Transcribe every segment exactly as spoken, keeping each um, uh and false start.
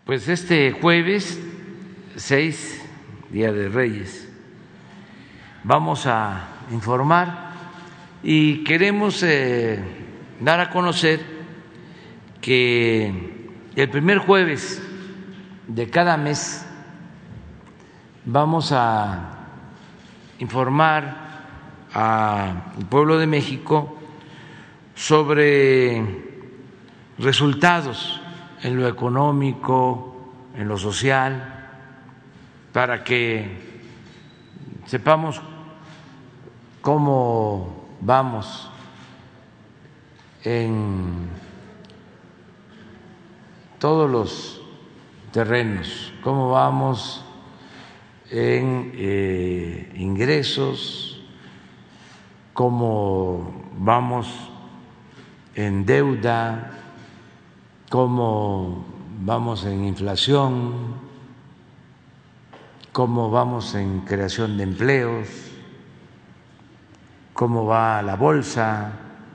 Pues este jueves seis, Día de Reyes, vamos a informar y queremos eh, dar a conocer que el primer jueves de cada mes vamos a informar al pueblo de México sobre resultados en lo económico, en lo social, para que sepamos cómo vamos en todos los terrenos, cómo vamos en eh, ingresos, cómo vamos en deuda, cómo vamos en inflación, cómo vamos en creación de empleos, cómo va la bolsa,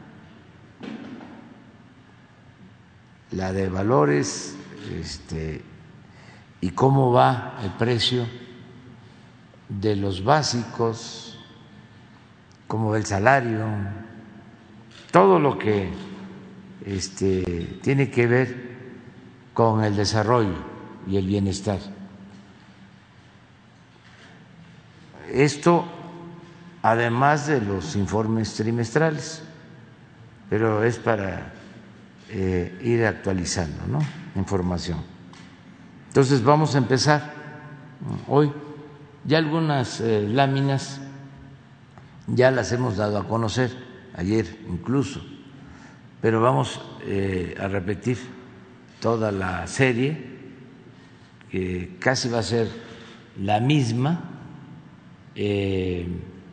la de valores, este, y cómo va el precio de los básicos, cómo va el salario, todo lo que este, tiene que ver con el desarrollo y el bienestar. Esto además de los informes trimestrales, pero es para eh, ir actualizando, ¿no?, información. Entonces vamos a empezar hoy. Ya algunas eh, láminas ya las hemos dado a conocer, ayer incluso, pero vamos eh, a repetir toda la serie, que casi va a ser la misma, eh,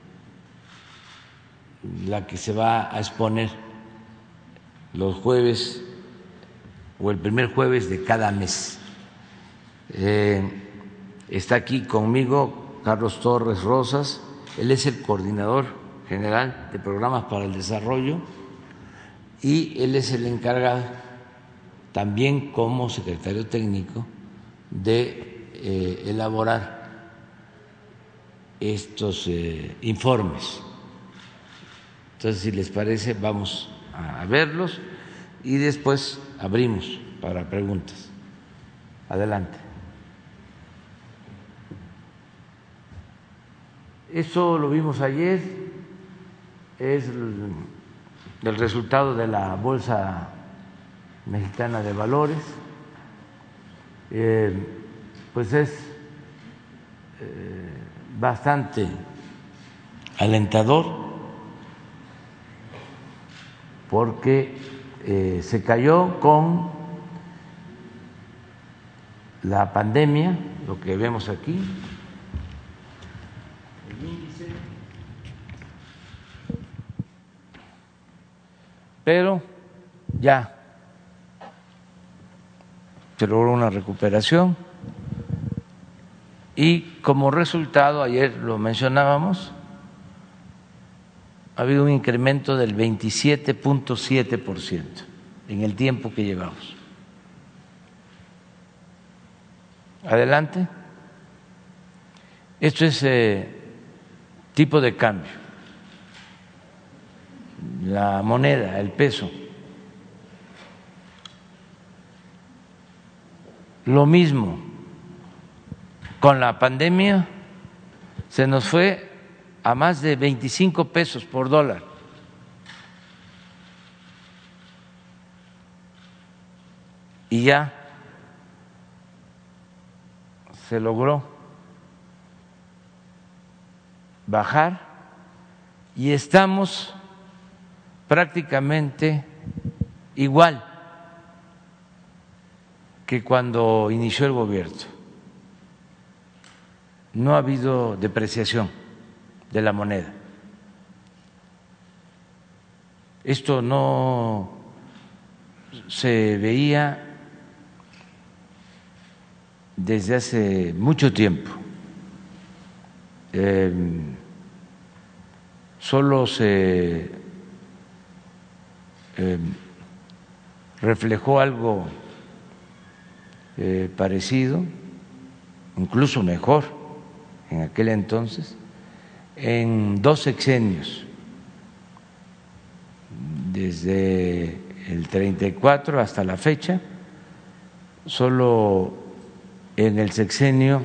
la que se va a exponer los jueves o el primer jueves de cada mes. Eh, está aquí conmigo Carlos Torres Rosas, él es el coordinador general de programas para el desarrollo y él es el encargado también como secretario técnico de eh, elaborar estos eh, informes. Entonces, si les parece, vamos a verlos y después abrimos para preguntas. Adelante. Eso lo vimos ayer, es el, el resultado de la Bolsa Mexicana de Valores, eh, pues es eh, bastante alentador porque eh, se cayó con la pandemia, lo que vemos aquí, el índice, pero ya se logró una recuperación y como resultado, ayer lo mencionábamos, ha habido un incremento del veintisiete punto siete por ciento en el tiempo que llevamos. Adelante. Esto es eh, tipo de cambio, la moneda, el peso. Lo mismo, con la pandemia se nos fue a más de veinticinco pesos por dólar. Y ya se logró bajar y estamos prácticamente igual que cuando inició el gobierno. No ha habido depreciación de la moneda. Esto no se veía desde hace mucho tiempo. Eh, solo se eh, reflejó algo eh, parecido, incluso mejor en aquel entonces, en dos sexenios, desde el treinta y cuatro hasta la fecha. Solo en el sexenio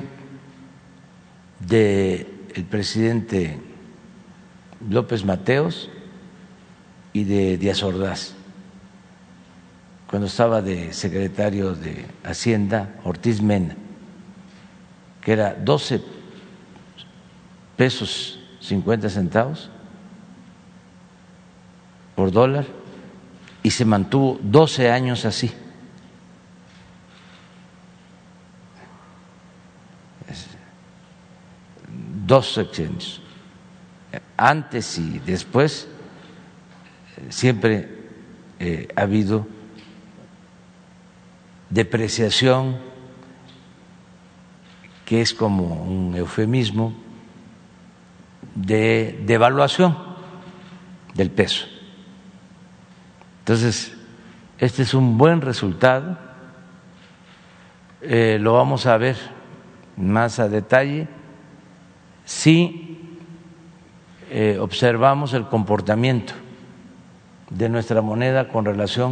del presidente López Mateos y de Díaz Ordaz, cuando estaba de secretario de Hacienda Ortiz Mena, que era doce pesos cincuenta centavos por dólar, y se mantuvo doce años así. Dos sexenios, antes y después, siempre eh, ha habido depreciación, que es como un eufemismo de devaluación del peso. Entonces, este es un buen resultado, eh, lo vamos a ver más a detalle si eh, observamos el comportamiento de nuestra moneda con relación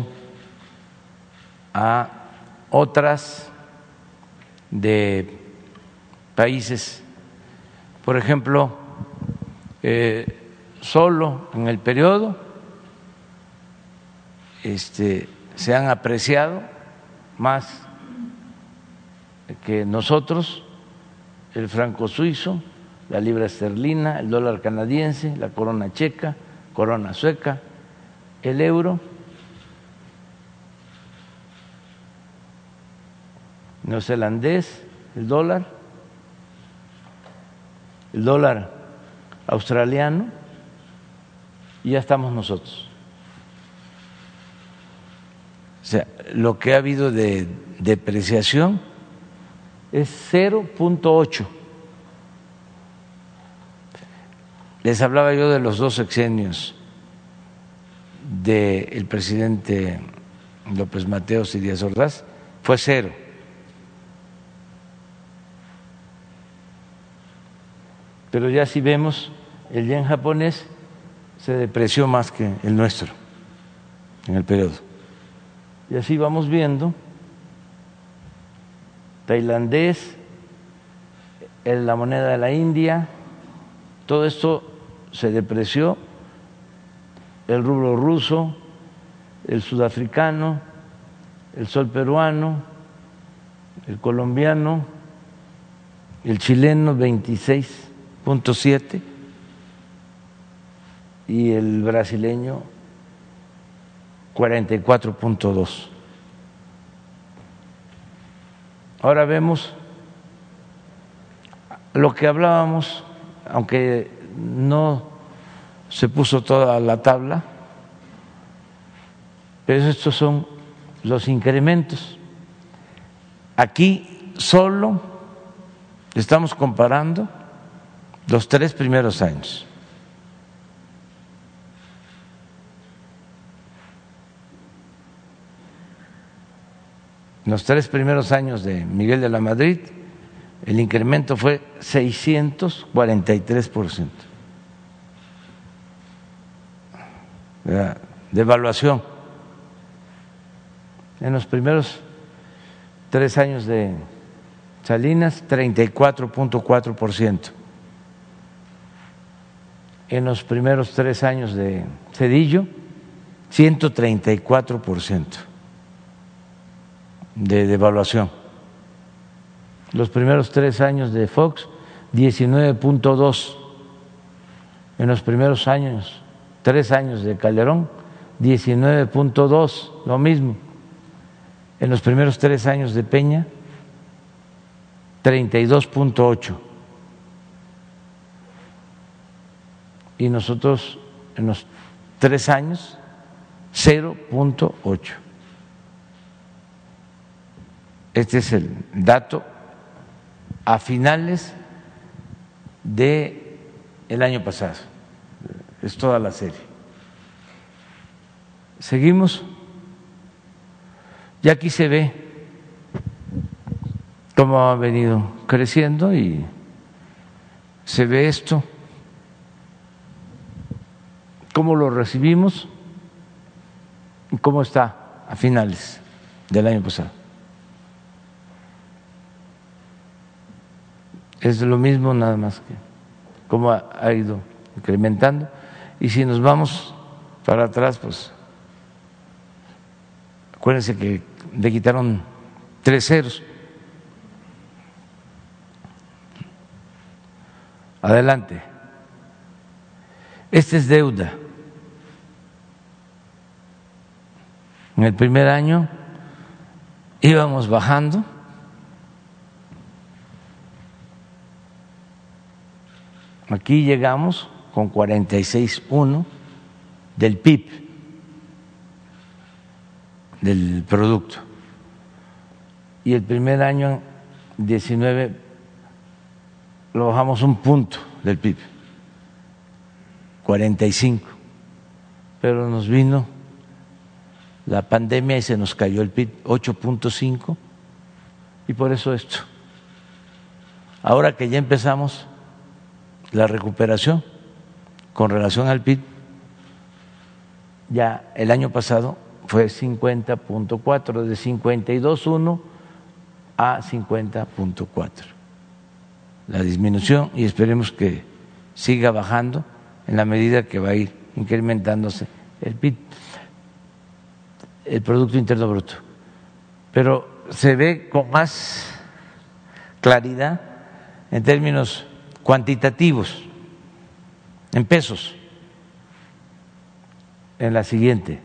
a otras de países. Por ejemplo, eh, solo en el periodo este, se han apreciado más que nosotros el franco suizo, la libra esterlina, el dólar canadiense, la corona checa, corona sueca, el euro, neozelandés, el dólar, el dólar australiano, y ya estamos nosotros. O sea, lo que ha habido de depreciación es cero punto ocho. Les hablaba yo de los dos sexenios del presidente López Mateos y Díaz Ordaz, fue cero. Pero ya si vemos, el yen japonés se depreció más que el nuestro en el periodo. Y así vamos viendo, tailandés, la moneda de la India, todo esto se depreció, el rublo ruso, el sudafricano, el sol peruano, el colombiano, el chileno veintiséis punto siete y el brasileño cuarenta y cuatro punto dos. Ahora vemos lo que hablábamos, aunque no se puso toda la tabla, pero estos son los incrementos. Aquí solo estamos comparando los tres primeros años. Los tres primeros años de Miguel de la Madrid, el incremento fue seiscientos cuarenta y tres por ciento. De devaluación. En los primeros tres años de Salinas, treinta y cuatro punto cuatro por ciento. En los primeros tres años de Zedillo, ciento treinta y cuatro por ciento de devaluación. Los primeros tres años de Fox, diecinueve punto dos. En los primeros años, tres años de Calderón, diecinueve punto dos, lo mismo. En los primeros tres años de Peña, treinta y dos punto ocho. Y nosotros en los tres años, cero punto ocho. Este es el dato a finales de el año pasado. Es toda la serie. Seguimos. Y aquí se ve cómo ha venido creciendo y se ve esto, cómo lo recibimos y cómo está a finales del año pasado. Es lo mismo, nada más que cómo ha, ha ido incrementando. Y si nos vamos para atrás, pues acuérdense que le quitaron tres ceros. Adelante. Esta es deuda. En el primer año íbamos bajando. Aquí llegamos con cuarenta y seis punto uno del P I B, del producto. Y el primer año, diecinueve, lo bajamos un punto del P I B, cuarenta y cinco. Pero nos vino la pandemia y se nos cayó el P I B, ocho punto cinco, y por eso esto. Ahora que ya empezamos la recuperación con relación al P I B, ya el año pasado fue cincuenta punto cuatro, de cincuenta y dos punto uno a cincuenta punto cuatro la disminución, y esperemos que siga bajando en la medida que va a ir incrementándose el P I B, el Producto Interno Bruto. Pero se ve con más claridad en términos cuantitativos, en pesos, en la siguiente.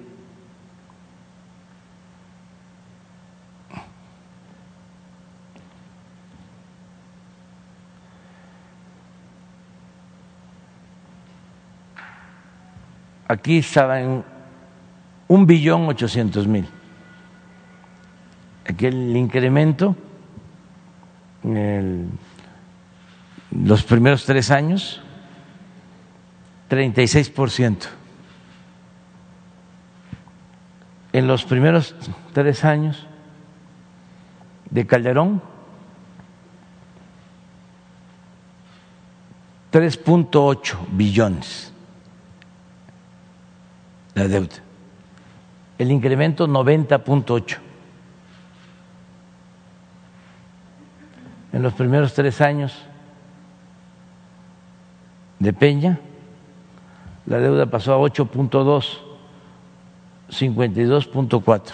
Aquí estaba en un billón ochocientos mil. Aquí el incremento en el, los primeros tres años, treinta y seis por ciento. En los primeros tres años de Calderón, tres punto ocho billones la deuda. El incremento noventa punto ocho. En los primeros tres años de Peña, la deuda pasó a ocho punto dos, cincuenta y dos punto cuatro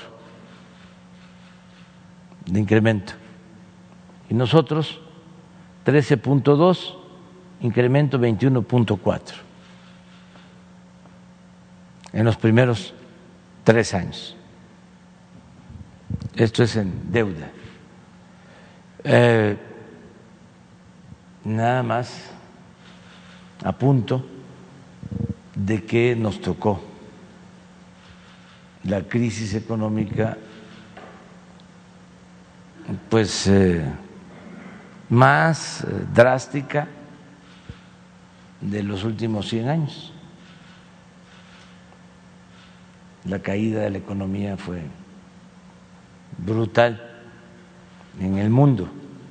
de incremento. Y nosotros, trece punto dos, incremento veintiuno punto cuatro. En los primeros tres años. Esto es en deuda. Eh, nada más a punto de que nos tocó la crisis económica pues eh, más eh, drástica de los últimos cien años. La caída de la economía fue brutal en el mundo.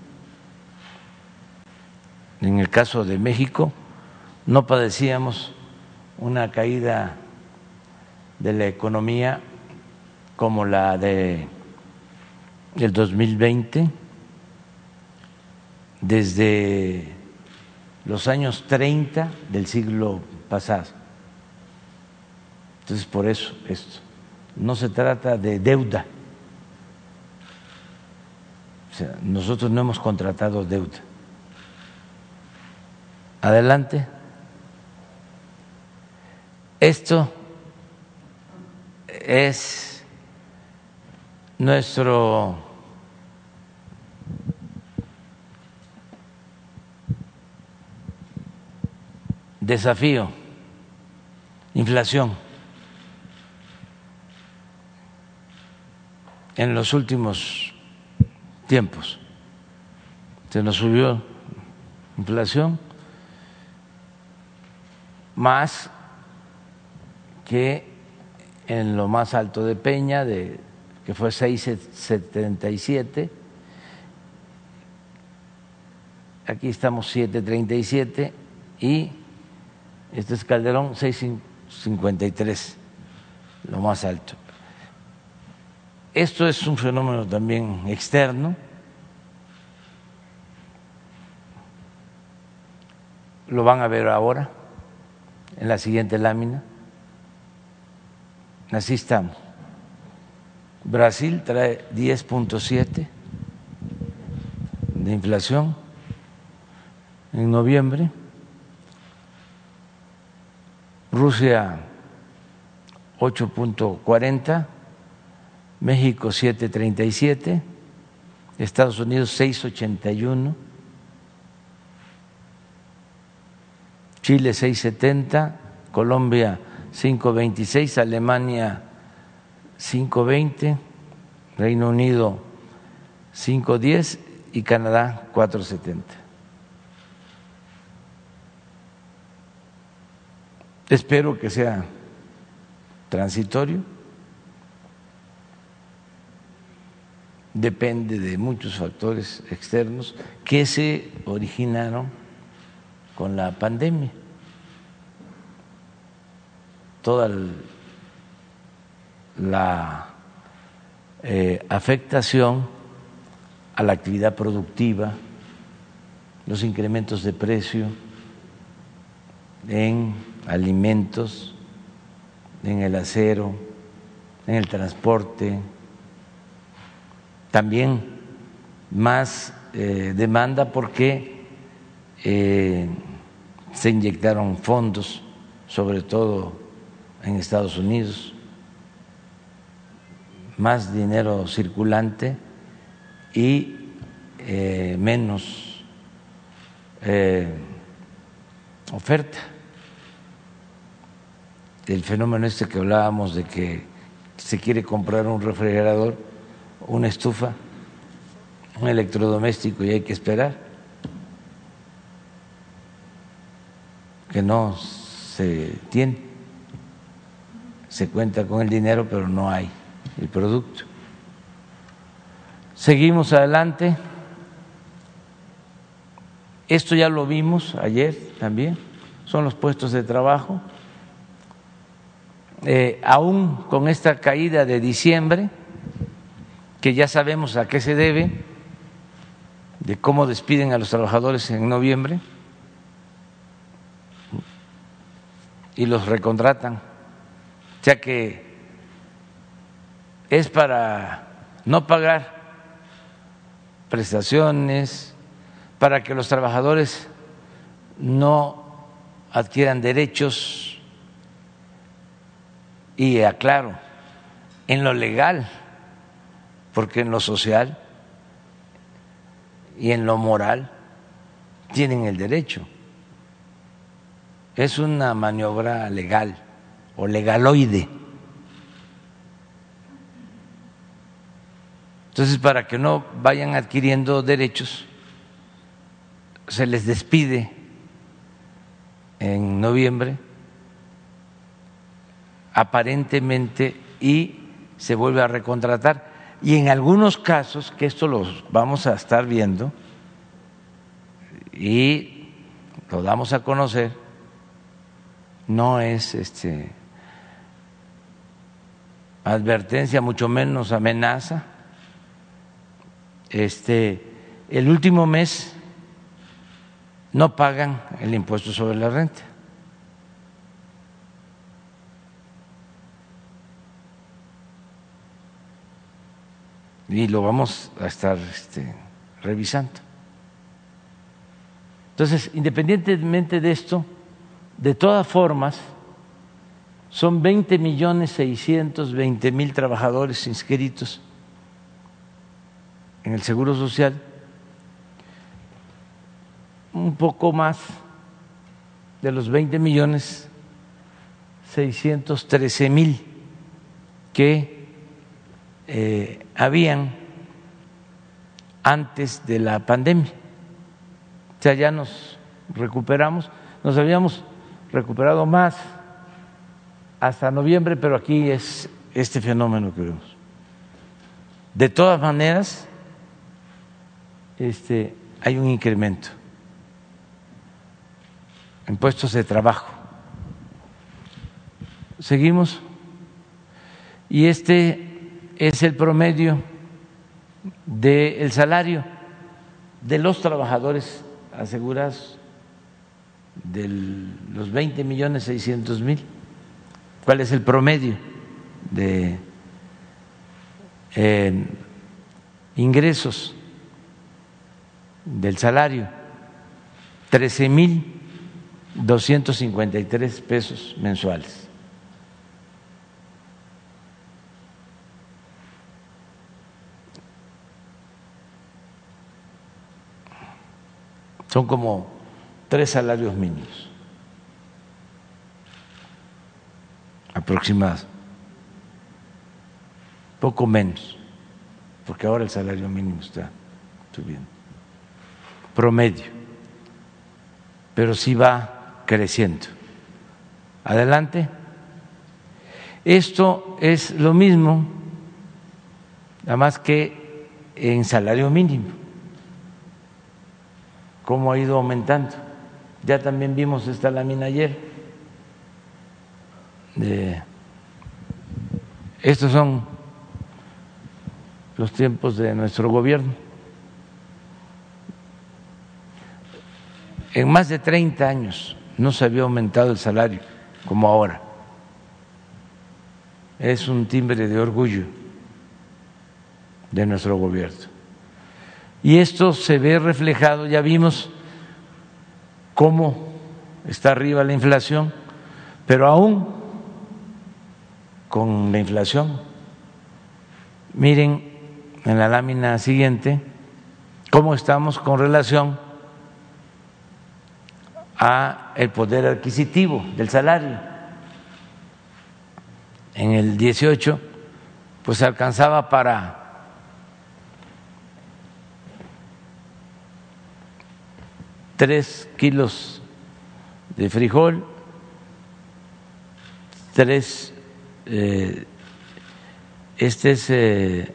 En el caso de México, no padecíamos una caída de la economía como la de el dos mil veinte, desde los años treinta del siglo pasado. Entonces, por eso esto no se trata de deuda. O sea, nosotros no hemos contratado deuda. Adelante. Esto es nuestro desafío, inflación. En los últimos tiempos se nos subió inflación más que en lo más alto de Peña, de, que fue seis punto setenta y siete, aquí estamos siete treinta y siete y este es Calderón seis cincuenta y tres, lo más alto. Esto es un fenómeno también externo. Lo van a ver ahora en la siguiente lámina. Así estamos. Brasil trae diez punto siete de inflación en noviembre. Rusia ocho punto cuarenta, México siete punto treinta y siete, Estados Unidos seis punto ochenta y uno, Chile seis punto setenta, Colombia cinco punto veintiséis, Alemania cinco punto veinte, Reino Unido cinco punto diez y Canadá cuatro punto setenta. Espero que sea transitorio, depende de muchos factores externos que se originaron con la pandemia. Toda la eh, afectación a la actividad productiva, los incrementos de precio en alimentos, en el acero, en el transporte, también más eh, demanda porque eh, se inyectaron fondos, sobre todo en Estados Unidos, más dinero circulante y eh, menos eh, oferta. El fenómeno este que hablábamos de que se quiere comprar un refrigerador, una estufa, un electrodoméstico y hay que esperar, que no se tiene, se cuenta con el dinero pero no hay el producto. Seguimos adelante. Esto ya lo vimos ayer también, son los puestos de trabajo. Eh, aún con esta caída de diciembre, que ya sabemos a qué se debe, de cómo despiden a los trabajadores en noviembre y los recontratan, ya que es para no pagar prestaciones, para que los trabajadores no adquieran derechos. Y aclaro, en lo legal, porque en lo social y en lo moral tienen el derecho. Es una maniobra legal o legaloide. Entonces, para que no vayan adquiriendo derechos, se les despide en noviembre aparentemente y se vuelve a recontratar. Y en algunos casos, que esto los vamos a estar viendo y lo damos a conocer, no es este advertencia, mucho menos amenaza. Este, el último mes no pagan el impuesto sobre la renta. Y lo vamos a estar este, revisando. Entonces, independientemente de esto, de todas formas, son veinte millones seiscientos veinte mil trabajadores inscritos en el Seguro Social, un poco más de los veinte millones seiscientos trece mil que Eh, habían antes de la pandemia. O sea, ya nos recuperamos, nos habíamos recuperado más hasta noviembre, pero aquí es este fenómeno que vemos. De todas maneras, este, hay un incremento en puestos de trabajo. Seguimos. Y este es el promedio del salario de los trabajadores asegurados, de los veinte millones seiscientos mil. ¿Cuál es el promedio de eh, ingresos del salario? Trece mil doscientos cincuenta y tres pesos mensuales. Son como tres salarios mínimos aproximados, poco menos, porque ahora el salario mínimo está subiendo, promedio, pero sí va creciendo. Adelante. Esto es lo mismo, nada más que en salario mínimo, cómo ha ido aumentando. Ya también vimos esta lámina ayer. De, estos son los tiempos de nuestro gobierno. En más de treinta años no se había aumentado el salario como ahora. Es un timbre de orgullo de nuestro gobierno. Y esto se ve reflejado, ya vimos cómo está arriba la inflación, pero aún con la inflación, miren en la lámina siguiente cómo estamos con relación a el poder adquisitivo del salario. En el dieciocho pues alcanzaba para tres kilos de frijol, tres, eh, este es eh,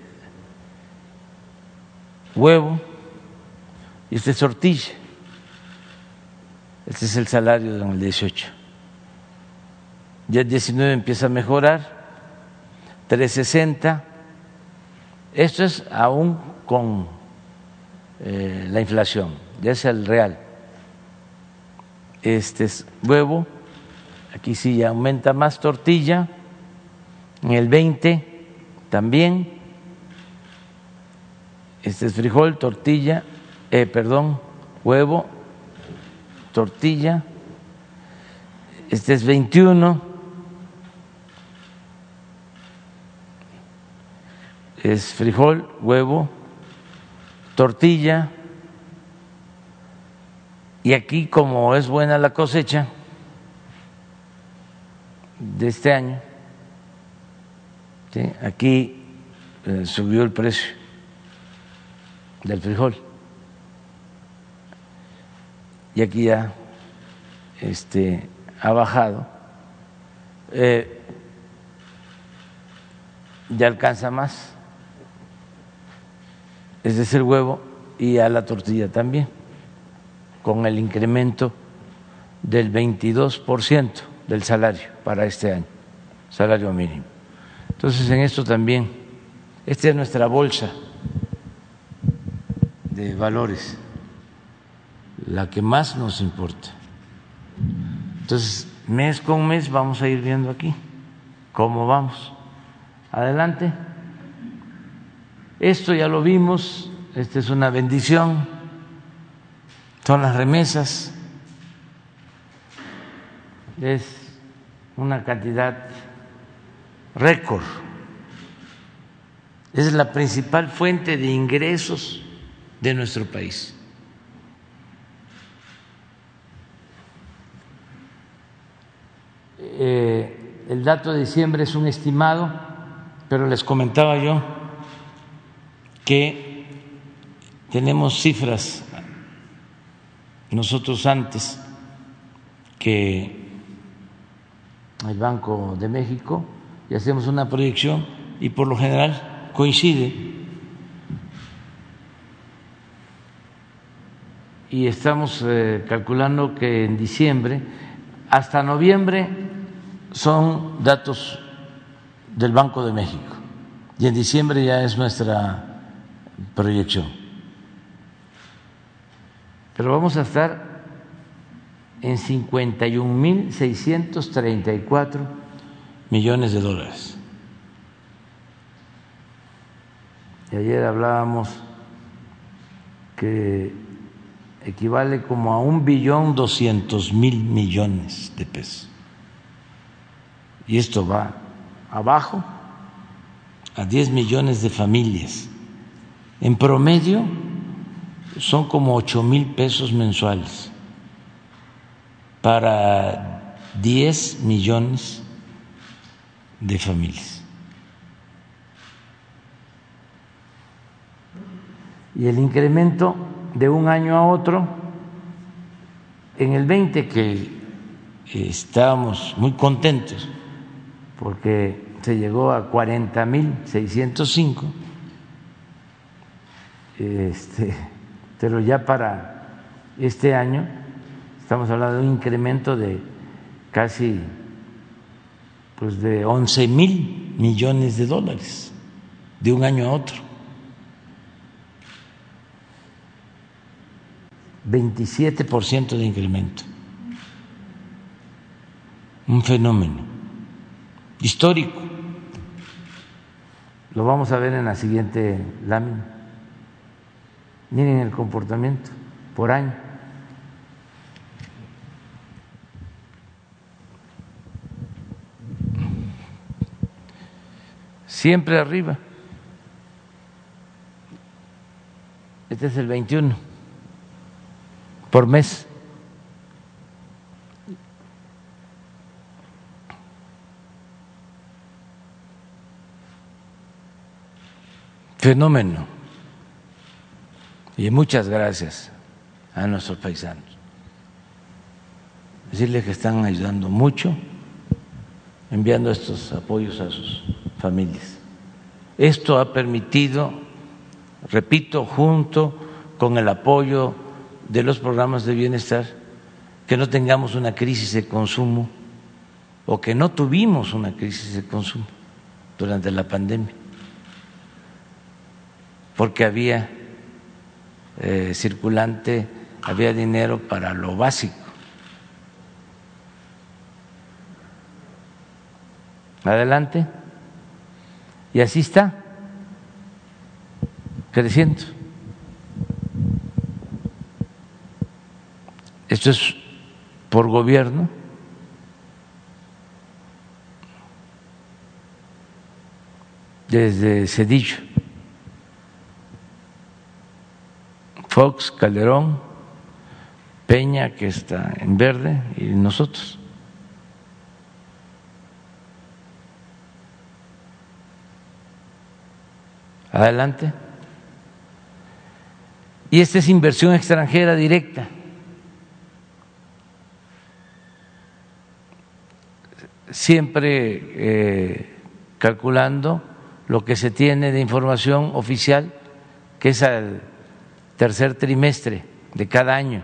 huevo y este es tortilla. Este es el salario en el dieciocho. Ya el diecinueve empieza a mejorar, tres sesenta. Esto es aún con eh, la inflación, ya es el real. Este es huevo, aquí sí ya aumenta más, tortilla, en el veinte también, este es frijol, tortilla, eh, perdón, huevo, tortilla, este es veintiuno, es frijol, huevo, tortilla. Y aquí, como es buena la cosecha de este año, ¿sí? Aquí eh, subió el precio del frijol y aquí ya este, ha bajado, eh, ya alcanza más, ese es el huevo, y a la tortilla también, con el incremento del veintidós por ciento del salario para este año, salario mínimo. Entonces, en esto también, esta es nuestra bolsa de valores, la que más nos importa. Entonces, mes con mes vamos a ir viendo aquí cómo vamos. Adelante. Esto ya lo vimos, esta es una bendición, son las remesas, es una cantidad récord, es la principal fuente de ingresos de nuestro país. Eh, el dato de diciembre es un estimado, pero les comentaba yo que tenemos cifras nosotros antes que el Banco de México y hacemos una proyección y por lo general coincide. y estamos eh, calculando que en diciembre, hasta noviembre, son datos del Banco de México y en diciembre ya es nuestra proyección. Pero vamos a estar en cincuenta y un mil seiscientos treinta y cuatro millones de dólares. Y ayer hablábamos que equivale como a un billón doscientos mil millones de pesos. Y esto va abajo a diez millones de familias. En promedio son como ocho mil pesos mensuales para diez millones de familias. Y el incremento de un año a otro, en el veinte, que estábamos muy contentos porque se llegó a cuarenta mil seiscientos cinco, este, pero ya para este año estamos hablando de un incremento de casi pues de once mil millones de dólares de un año a otro. veintisiete por ciento de incremento. Un fenómeno histórico. Lo vamos a ver en la siguiente lámina. Miren el comportamiento por año. Siempre arriba. Este es el veintiuno por mes. Fenómeno. Y muchas gracias a nuestros paisanos. Decirles que están ayudando mucho, enviando estos apoyos a sus familias. Esto ha permitido, repito, junto con el apoyo de los programas de bienestar, que no tengamos una crisis de consumo o que no tuvimos una crisis de consumo durante la pandemia, porque había eh, circulante, había dinero para lo básico. Adelante. Y así está, creciendo. Esto es por gobierno. Desde Cedillo, Fox, Calderón, Peña, que está en verde, y nosotros. Adelante. Y esta es inversión extranjera directa. Siempre eh, calculando lo que se tiene de información oficial, que es al tercer trimestre de cada año.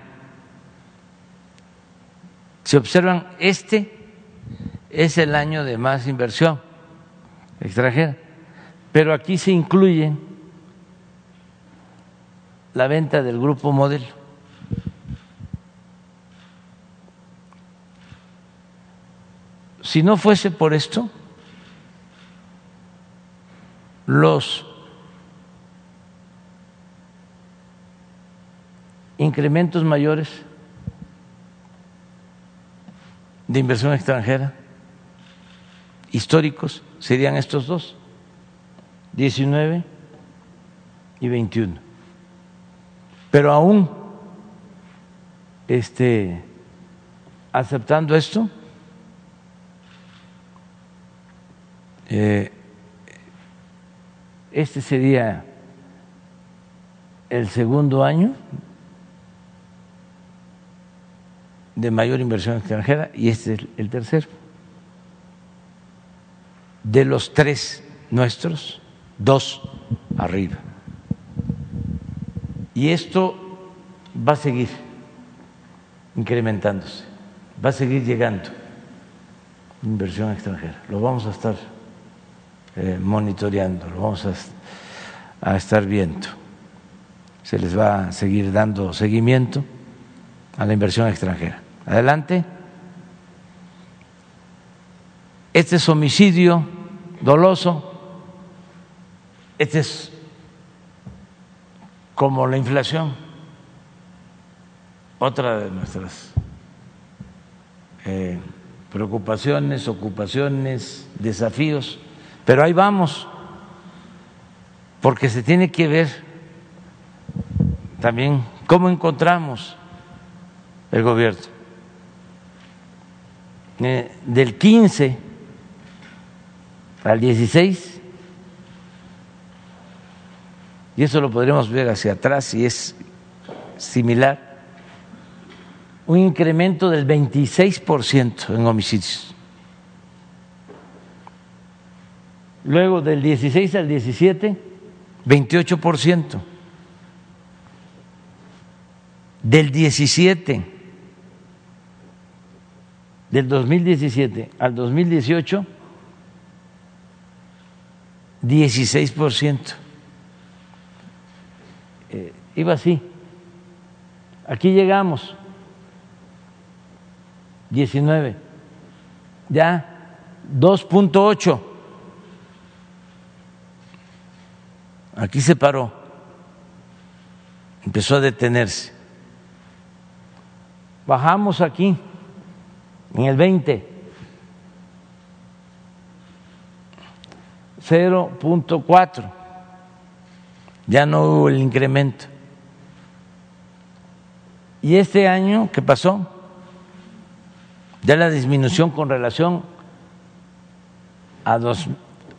Si observan, este es el año de más inversión extranjera, pero aquí se incluye la venta del Grupo Modelo. Si no fuese por esto, los incrementos mayores de inversión extranjera históricos serían estos dos, diecinueve y veintiuno. Pero aún este, aceptando esto, eh, este sería el segundo año de mayor inversión extranjera y este es el tercero. De los tres nuestros, dos arriba. Y esto va a seguir incrementándose, va a seguir llegando inversión extranjera. Lo vamos a estar eh, monitoreando, lo vamos a, a estar viendo. Se les va a seguir dando seguimiento a la inversión extranjera. Adelante. Este es homicidio doloso, este es como la inflación, otra de nuestras eh, preocupaciones, ocupaciones, desafíos, pero ahí vamos, porque se tiene que ver también cómo encontramos el gobierno. Eh, del quince al dieciséis, y eso lo podremos ver hacia atrás y es similar, un incremento del veintiséis por ciento en homicidios. Luego del dieciséis al diecisiete, veintiocho por ciento. Del diecisiete, del dos mil diecisiete al dos mil dieciocho, dieciséis por ciento. Eh, iba así. Aquí llegamos, diecinueve, ya dos punto ocho. Aquí se paró, empezó a detenerse. Bajamos aquí, en el veinte, cero punto cuatro, ya no hubo el incremento. Y este año, ¿qué pasó? Ya la disminución con relación a, dos,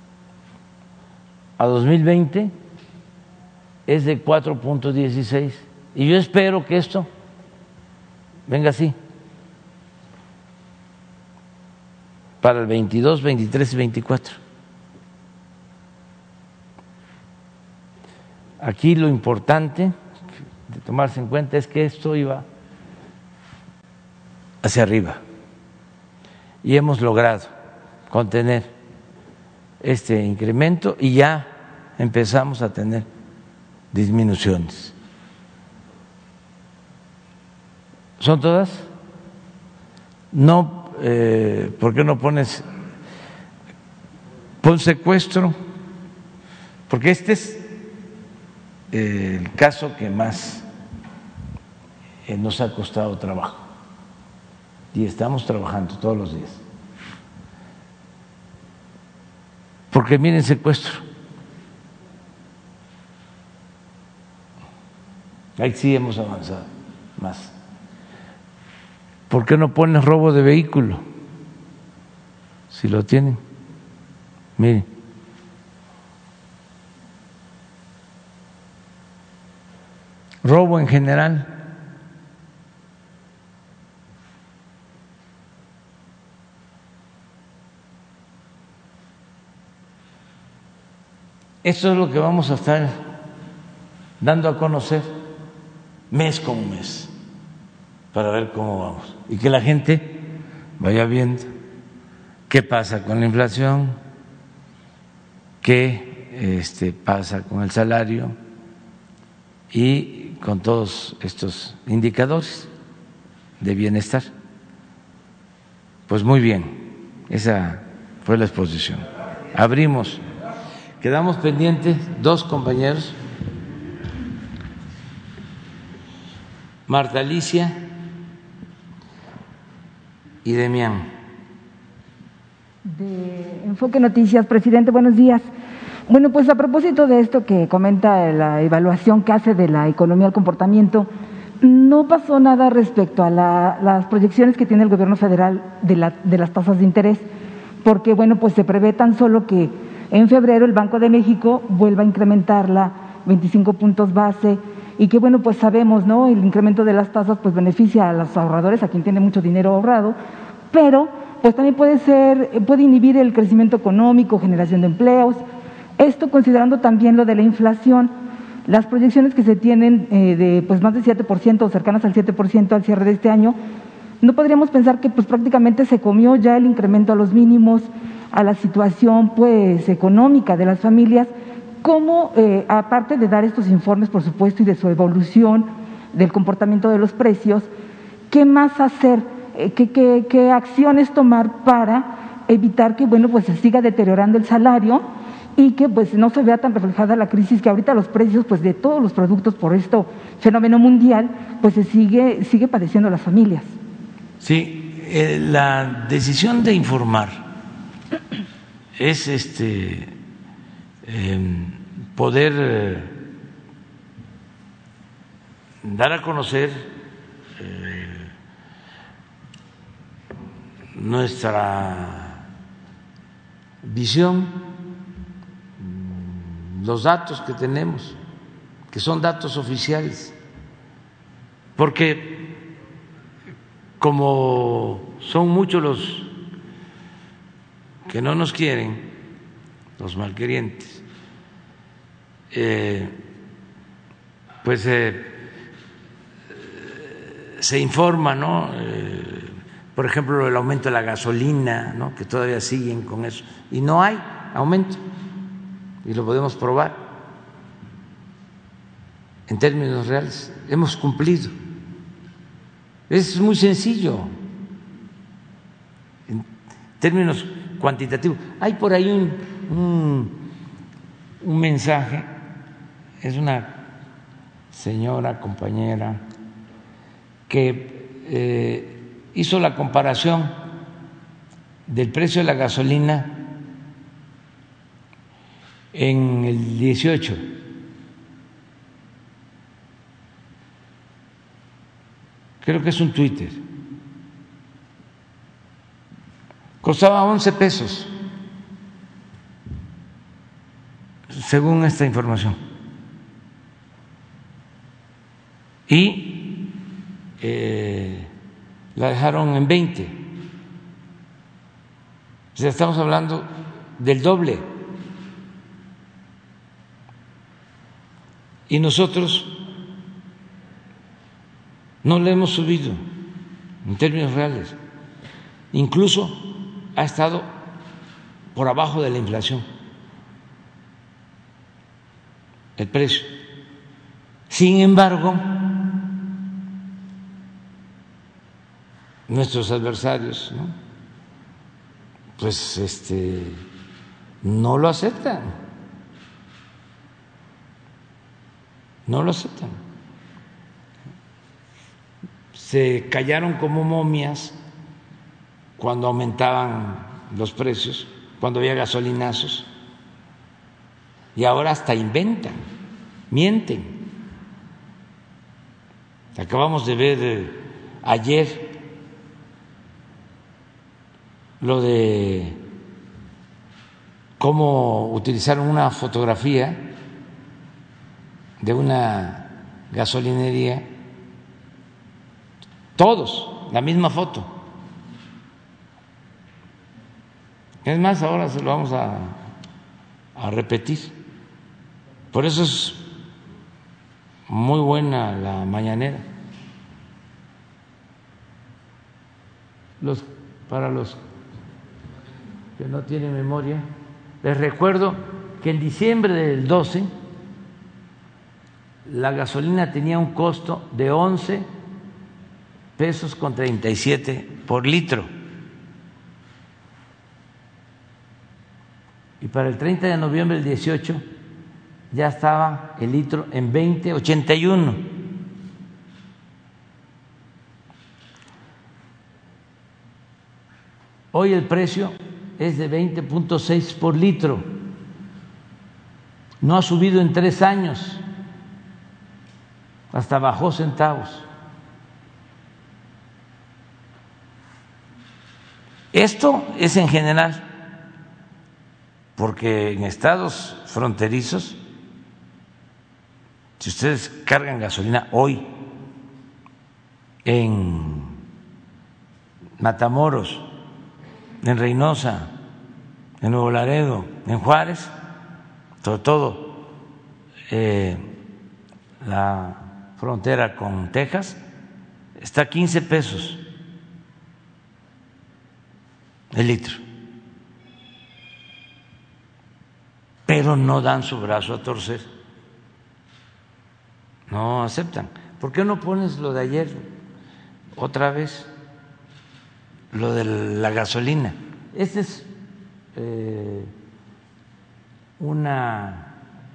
a dos mil veinte es de cuatro punto dieciséis. Y yo espero que esto venga así para el veintidós, veintitrés y veinticuatro. Aquí lo importante de tomarse en cuenta es que esto iba hacia arriba y hemos logrado contener este incremento y ya empezamos a tener disminuciones. ¿Son todas? No, eh, ¿por qué no pones pon secuestro? Porque este es el caso que más nos ha costado trabajo y estamos trabajando todos los días. Porque miren, secuestro, ahí sí hemos avanzado más. ¿Por qué no pones robo de vehículo? Si lo tienen, miren. Robo en general. Esto es lo que vamos a estar dando a conocer mes con mes para ver cómo vamos y que la gente vaya viendo qué pasa con la inflación, qué este, pasa con el salario y con todos estos indicadores de bienestar. Pues muy bien, esa fue la exposición. Abrimos, quedamos pendientes dos compañeros, Marta Alicia y Demián. De Enfoque Noticias, presidente, buenos días. Bueno, pues a propósito de esto que comenta la evaluación que hace de la economía al comportamiento, no pasó nada respecto a la, las proyecciones que tiene el gobierno federal de, la, de las tasas de interés, porque bueno, pues se prevé tan solo que en febrero el Banco de México vuelva a incrementarla veinticinco puntos base y que bueno, pues sabemos, ¿no? El incremento de las tasas pues beneficia a los ahorradores, a quien tiene mucho dinero ahorrado, pero pues también puede ser, puede inhibir el crecimiento económico, generación de empleos. Esto considerando también lo de la inflación. las proyecciones que se tienen eh, de pues más del siete por ciento o cercanas al siete por ciento al cierre de este año, no podríamos pensar que pues prácticamente se comió ya el incremento a los mínimos, a la situación pues económica de las familias. ¿Cómo, eh, aparte de dar estos informes, por supuesto, y de su evolución, del comportamiento de los precios, qué más hacer, eh, qué, qué, qué acciones tomar para evitar que, bueno, pues se siga deteriorando el salario y que pues no se vea tan reflejada la crisis, que ahorita los precios pues de todos los productos por este fenómeno mundial, pues se sigue, sigue padeciendo las familias? Sí, eh, la decisión de informar es este eh, poder eh, dar a conocer eh, nuestra visión, los datos que tenemos, que son datos oficiales, porque como son muchos los que no nos quieren, los malquerientes, eh, pues eh, se informa, ¿no? Eh, por ejemplo, el aumento de la gasolina, ¿no? Que todavía siguen con eso, y no hay aumento, y lo podemos probar en términos reales, hemos cumplido. Es muy sencillo en términos cuantitativos. Hay por ahí un, un, un mensaje, es una señora compañera que eh, hizo la comparación del precio de la gasolina en el dieciocho. Creo que es un Twitter. Costaba once pesos, según esta información. Y eh, la dejaron en veinte. O sea, estamos hablando del doble. Y nosotros no le hemos subido en términos reales, incluso ha estado por abajo de la inflación el precio. Sin embargo, nuestros adversarios, ¿no? pues este no lo aceptan, no lo aceptan. Se callaron como momias cuando aumentaban los precios, cuando había gasolinazos, y ahora hasta inventan, mienten. Acabamos de ver eh, ayer lo de cómo utilizaron una fotografía de una gasolinería, todos, la misma foto. Es más, ahora se lo vamos a, a repetir. Por eso es muy buena la mañanera. Los, para los que no tienen memoria, les recuerdo que en diciembre del doce la gasolina tenía un costo de once pesos con treinta y siete por litro, y para el treinta de noviembre del dieciocho ya estaba el litro en veinte ochenta y uno. Hoy el precio es de veinte punto seis por litro, no ha subido en tres años, hasta bajó centavos. Esto es en general, porque en estados fronterizos, si ustedes cargan gasolina hoy en Matamoros, en Reynosa, en Nuevo Laredo, en Juárez, sobre todo eh, la frontera con Texas, está a quince pesos el litro, pero no dan su brazo a torcer, no aceptan. ¿Por qué no pones lo de ayer otra vez, lo de la gasolina? Esta es eh, una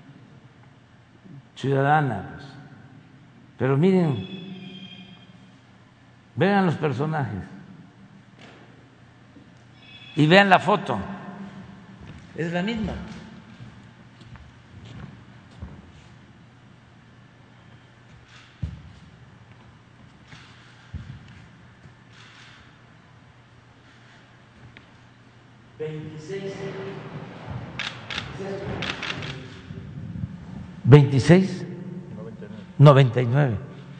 ciudadana, pues. Pero miren, vean los personajes y vean la foto, es la misma. veintiséis, veintiséis, noventa y nueve.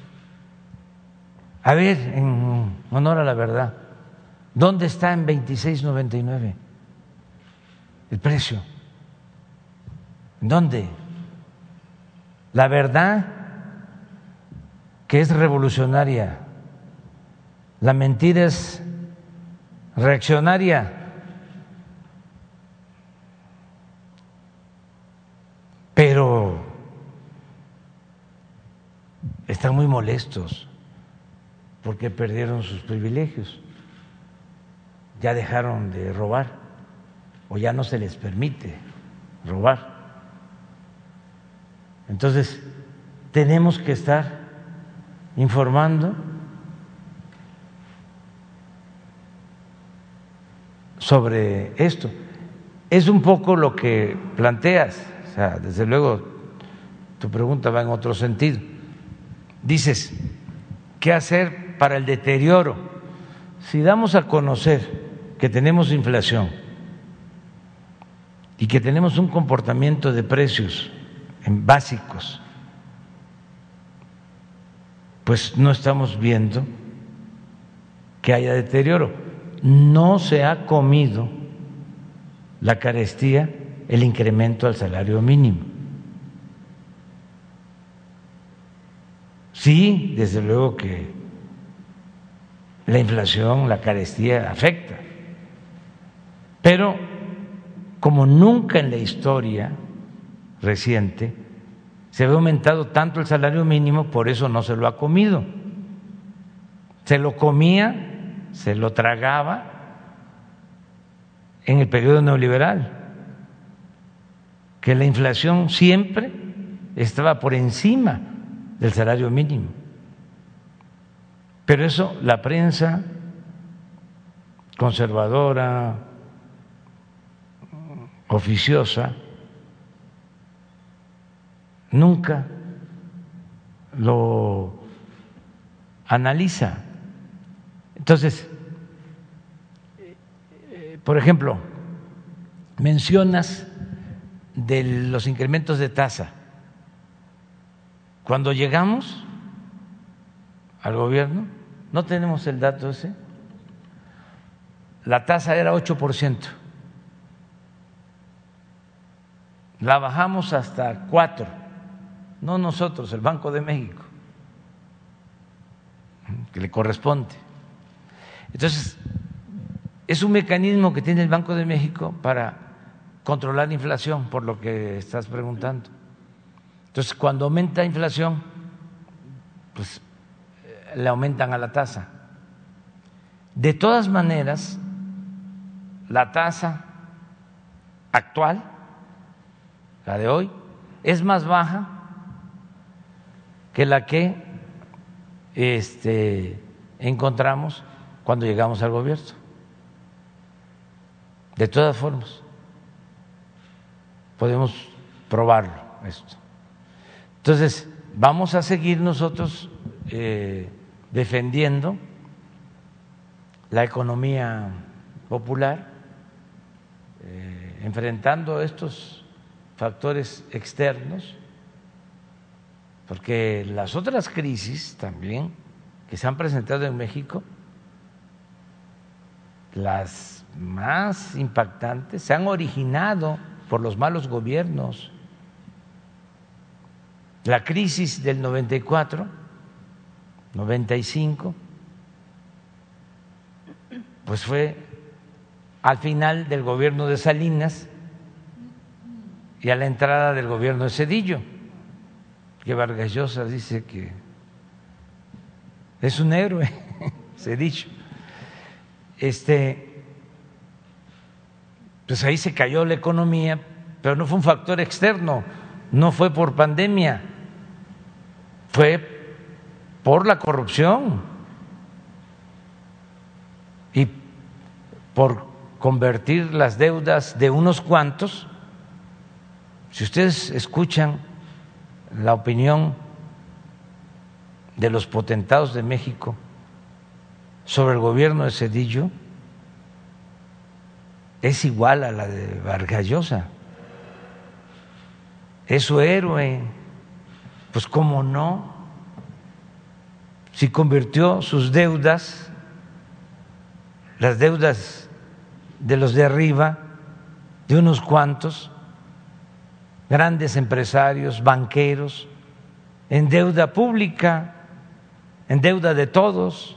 A ver, en honor a la verdad, ¿dónde está en veintiséis noventa y nueve el precio? ¿Dónde? La verdad que es revolucionaria, la mentira es reaccionaria. Pero están muy molestos porque perdieron sus privilegios, ya dejaron de robar o ya no se les permite robar. Entonces, tenemos que estar informando sobre esto. Es un poco lo que planteas. O sea, desde luego, tu pregunta va en otro sentido. Dices, ¿qué hacer para el deterioro? Si damos a conocer que tenemos inflación y que tenemos un comportamiento de precios en básicos, pues no estamos viendo que haya deterioro. No se ha comido la carestía el incremento al salario mínimo. Sí, desde luego que la inflación, la carestía afecta, pero como nunca en la historia reciente se había aumentado tanto el salario mínimo, por eso no se lo ha comido. Se lo comía, se lo tragaba en el periodo neoliberal, que la inflación siempre estaba por encima del salario mínimo. Pero eso la prensa conservadora, oficiosa, nunca lo analiza. Entonces, por ejemplo, mencionas de los incrementos de tasa. Cuando llegamos al gobierno, no tenemos el dato ese, la tasa era ocho por ciento, la bajamos hasta cuatro, no nosotros, el Banco de México, que le corresponde. Entonces, es un mecanismo que tiene el Banco de México para controlar la inflación, por lo que estás preguntando. Entonces, cuando aumenta la inflación, pues le aumentan a la tasa. De todas maneras, la tasa actual, la de hoy, es más baja que la que este, encontramos cuando llegamos al gobierno. De todas formas, podemos probarlo esto. Entonces, vamos a seguir nosotros eh, defendiendo la economía popular, eh, enfrentando estos factores externos, porque las otras crisis también que se han presentado en México, las más impactantes, se han originado por los malos gobiernos. La crisis del noventa y cuatro, noventa y cinco, pues fue al final del gobierno de Salinas y a la entrada del gobierno de Zedillo, que Vargas Llosa dice que es un héroe, Zedillo. Este, pues ahí se cayó la economía, pero no fue un factor externo, no fue por pandemia, fue por la corrupción y por convertir las deudas de unos cuantos. Si ustedes escuchan la opinión de los potentados de México sobre el gobierno de Zedillo, es igual a la de Vargas Llosa, es su héroe. Pues cómo no, si convirtió sus deudas, las deudas de los de arriba, de unos cuantos grandes empresarios, banqueros, en deuda pública, en deuda de todos,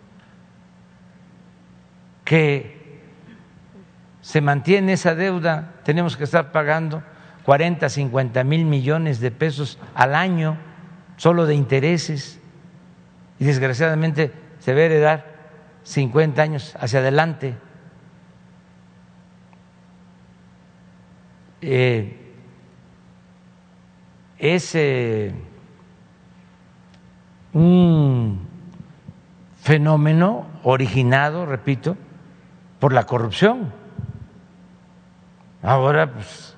que se mantiene esa deuda, tenemos que estar pagando cuarenta, cincuenta mil millones de pesos al año solo de intereses, y desgraciadamente se va a heredar cincuenta años hacia adelante. Eh, es eh, un fenómeno originado, repito, por la corrupción. Ahora, pues,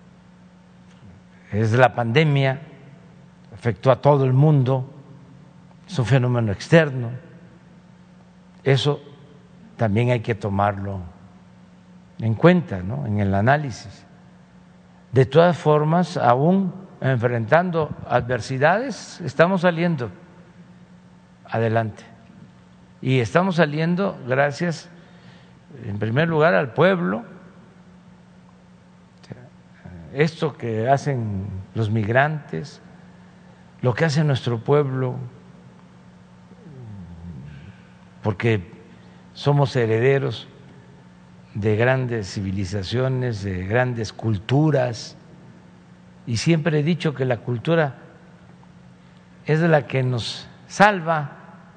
es la pandemia, afectó a todo el mundo, es un fenómeno externo. Eso también hay que tomarlo en cuenta, ¿no?, en el análisis. De todas formas, aún enfrentando adversidades, estamos saliendo adelante. Y estamos saliendo gracias, en primer lugar, al pueblo. Esto que hacen los migrantes, lo que hace nuestro pueblo, porque somos herederos de grandes civilizaciones, de grandes culturas, y siempre he dicho que la cultura es de la que nos salva,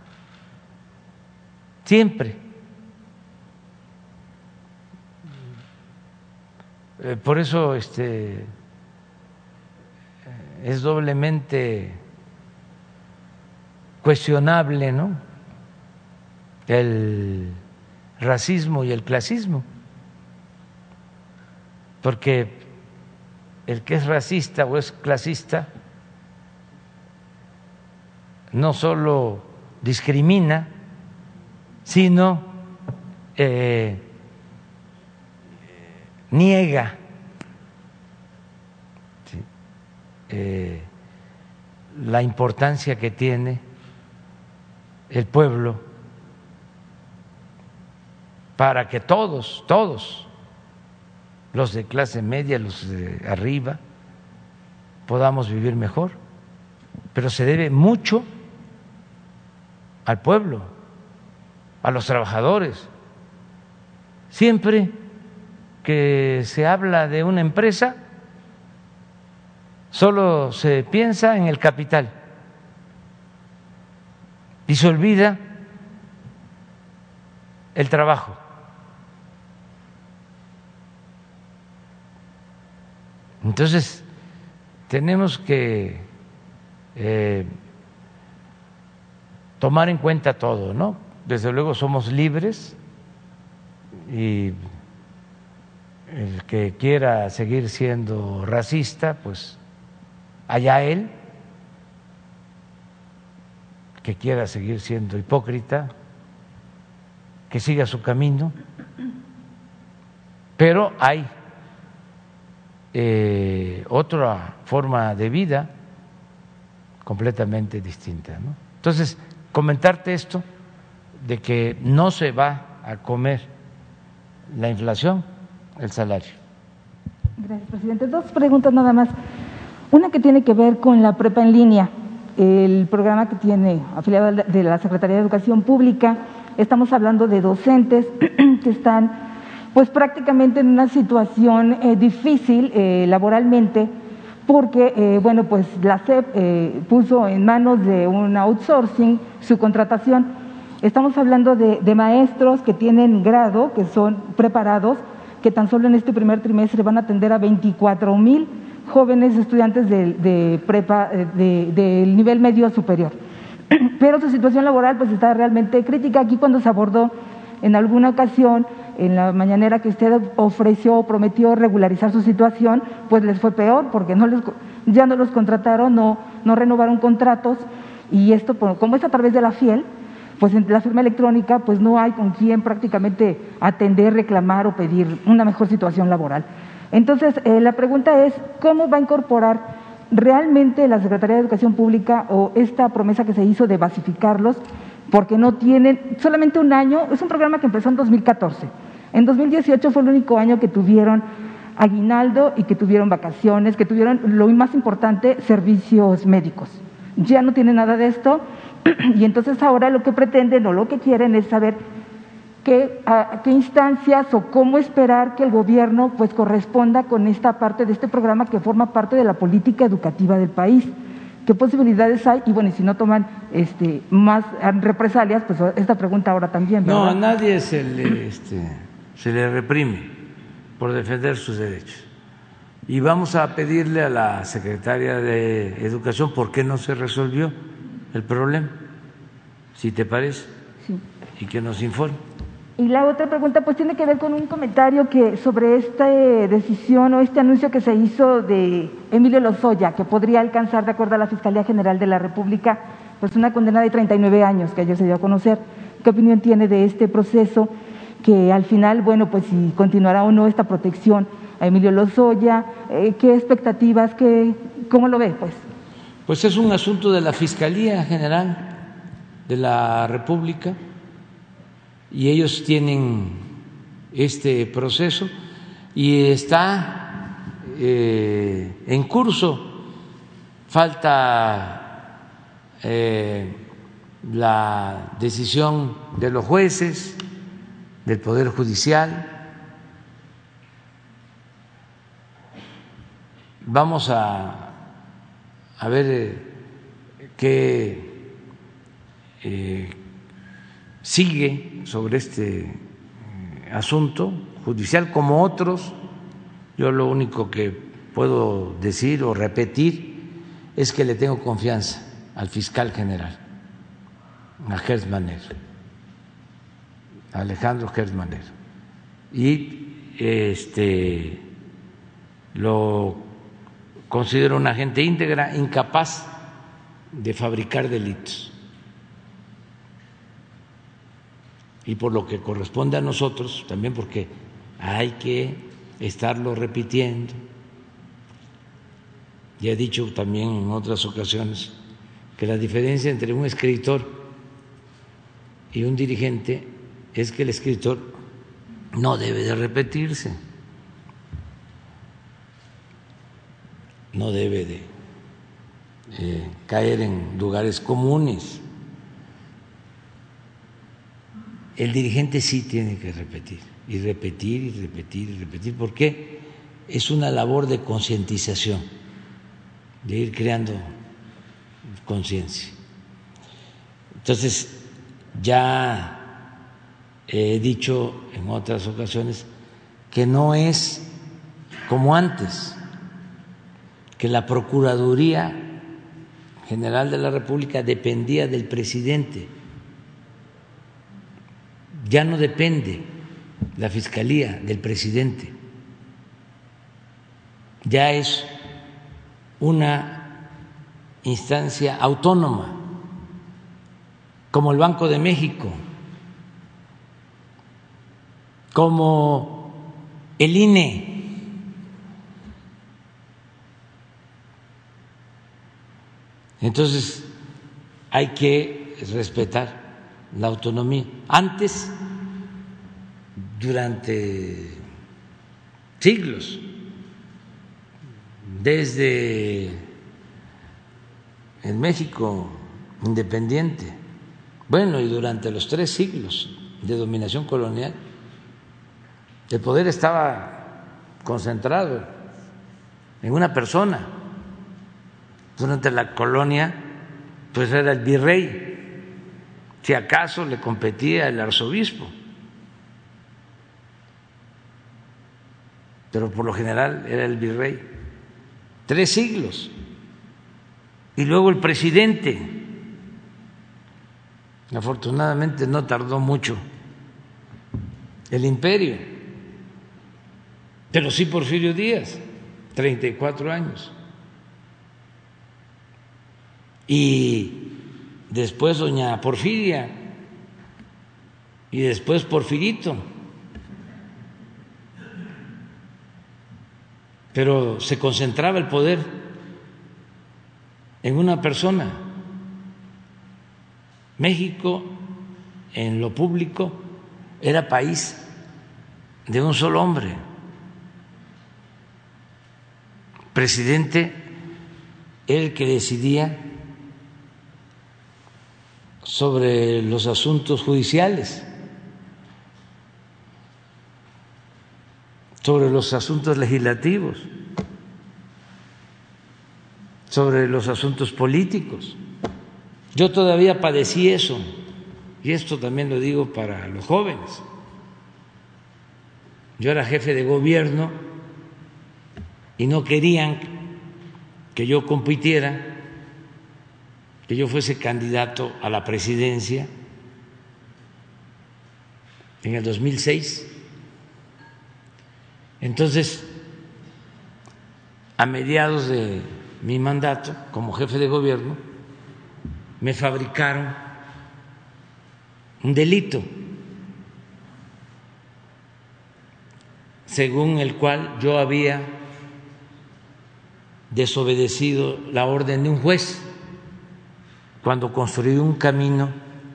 siempre. Por eso este, es doblemente cuestionable, ¿no?, el racismo y el clasismo, porque el que es racista o es clasista no solo discrimina, sino eh, niega ¿sí? eh, la importancia que tiene el pueblo para que todos, todos, los de clase media, los de arriba, podamos vivir mejor. Pero se debe mucho al pueblo, a los trabajadores. Siempre que se habla de una empresa, solo se piensa en el capital y se olvida el trabajo. Entonces, tenemos que eh, tomar en cuenta todo, ¿no? Desde luego somos libres y el que quiera seguir siendo racista, pues allá él, que quiera seguir siendo hipócrita, que siga su camino, pero hay eh, otra forma de vida completamente distinta, ¿no? Entonces, comentarte esto de que no se va a comer la inflación, el salario. Gracias, presidente. Dos preguntas nada más. Una que tiene que ver con la prepa en línea, el programa que tiene afiliado de la Secretaría de Educación Pública. Estamos hablando de docentes que están pues prácticamente en una situación eh, difícil eh, laboralmente, porque eh, bueno pues la S E P eh, puso en manos de un outsourcing su contratación. Estamos hablando de, de maestros que tienen grado, que son preparados, que tan solo en este primer trimestre van a atender a veinticuatro mil jóvenes estudiantes de, de prepa, de, de nivel medio superior. Pero su situación laboral pues está realmente crítica. Aquí cuando se abordó en alguna ocasión, en la mañanera, que usted ofreció o prometió regularizar su situación, pues les fue peor, porque no les, ya no los contrataron, no, no renovaron contratos, y esto, como es a través de la FIEL, pues en la firma electrónica, pues no hay con quién prácticamente atender, reclamar o pedir una mejor situación laboral. Entonces, eh, la pregunta es, ¿cómo va a incorporar realmente la Secretaría de Educación Pública o esta promesa que se hizo de basificarlos? Porque no tienen, solamente un año, es un programa que empezó en dos mil catorce. En dos mil dieciocho fue el único año que tuvieron aguinaldo y que tuvieron vacaciones, que tuvieron, lo más importante, servicios médicos. Ya no tienen nada de esto, y entonces ahora lo que pretenden o lo que quieren es saber qué, a, qué instancias o cómo esperar que el gobierno pues corresponda con esta parte de este programa que forma parte de la política educativa del país. ¿Qué posibilidades hay? Y bueno, y si no toman este, más represalias, pues esta pregunta ahora también, ¿verdad? No, a nadie se le, este, se le reprime por defender sus derechos. Y vamos a pedirle a la secretaria de Educación por qué no se resolvió el problema, si te parece, sí, y que nos informe. Y la otra pregunta pues tiene que ver con un comentario que sobre esta decisión o este anuncio que se hizo de Emilio Lozoya, que podría alcanzar, de acuerdo a la Fiscalía General de la República, pues una condena de treinta y nueve años que ayer se dio a conocer. ¿Qué opinión tiene de este proceso? Que al final, bueno, pues si continuará o no esta protección a Emilio Lozoya, eh, ¿qué expectativas, qué, cómo lo ve? Pues Pues es un asunto de la Fiscalía General de la República, y ellos tienen este proceso y está eh, en curso. Falta eh, la decisión de los jueces, del Poder Judicial. Vamos a, a ver eh, qué eh, sigue sobre este asunto judicial, como otros. Yo lo único que puedo decir o repetir es que le tengo confianza al fiscal general, a Gertz Manero, a Alejandro Gertz Manero, y este lo considero una agente íntegra, incapaz de fabricar delitos. Y por lo que corresponde a nosotros, también porque hay que estarlo repitiendo, ya he dicho también en otras ocasiones que la diferencia entre un escritor y un dirigente es que el escritor no debe de repetirse, no debe de eh, caer en lugares comunes. El dirigente sí tiene que repetir, y repetir, y repetir, y repetir, porque es una labor de concientización, de ir creando conciencia. Entonces, ya he dicho en otras ocasiones que no es como antes, que la Procuraduría General de la República dependía del presidente. Ya no depende la Fiscalía del presidente, ya es una instancia autónoma, como el Banco de México, como el I N E. Entonces hay que respetar la autonomía. Antes, durante siglos, desde el México independiente, bueno, y durante los tres siglos de dominación colonial, el poder estaba concentrado en una persona. Durante la colonia, pues era el virrey, si acaso le competía el arzobispo, pero por lo general era el virrey. Tres siglos. Y luego el presidente. Afortunadamente no tardó mucho el imperio, pero sí Porfirio Díaz, treinta y cuatro años. Y después doña Porfiria, y después Porfirito. Pero se concentraba el poder en una persona. México, en lo público, era país de un solo hombre. Presidente, el que decidía sobre los asuntos judiciales, sobre los asuntos legislativos, sobre los asuntos políticos. Yo todavía padecí eso, y esto también lo digo para los jóvenes. Yo era jefe de gobierno y no querían que yo compitiera, que yo fuese candidato a la presidencia en el dos mil seis. Entonces, a mediados de mi mandato como jefe de gobierno, me fabricaron un delito según el cual yo había desobedecido la orden de un juez cuando construí un camino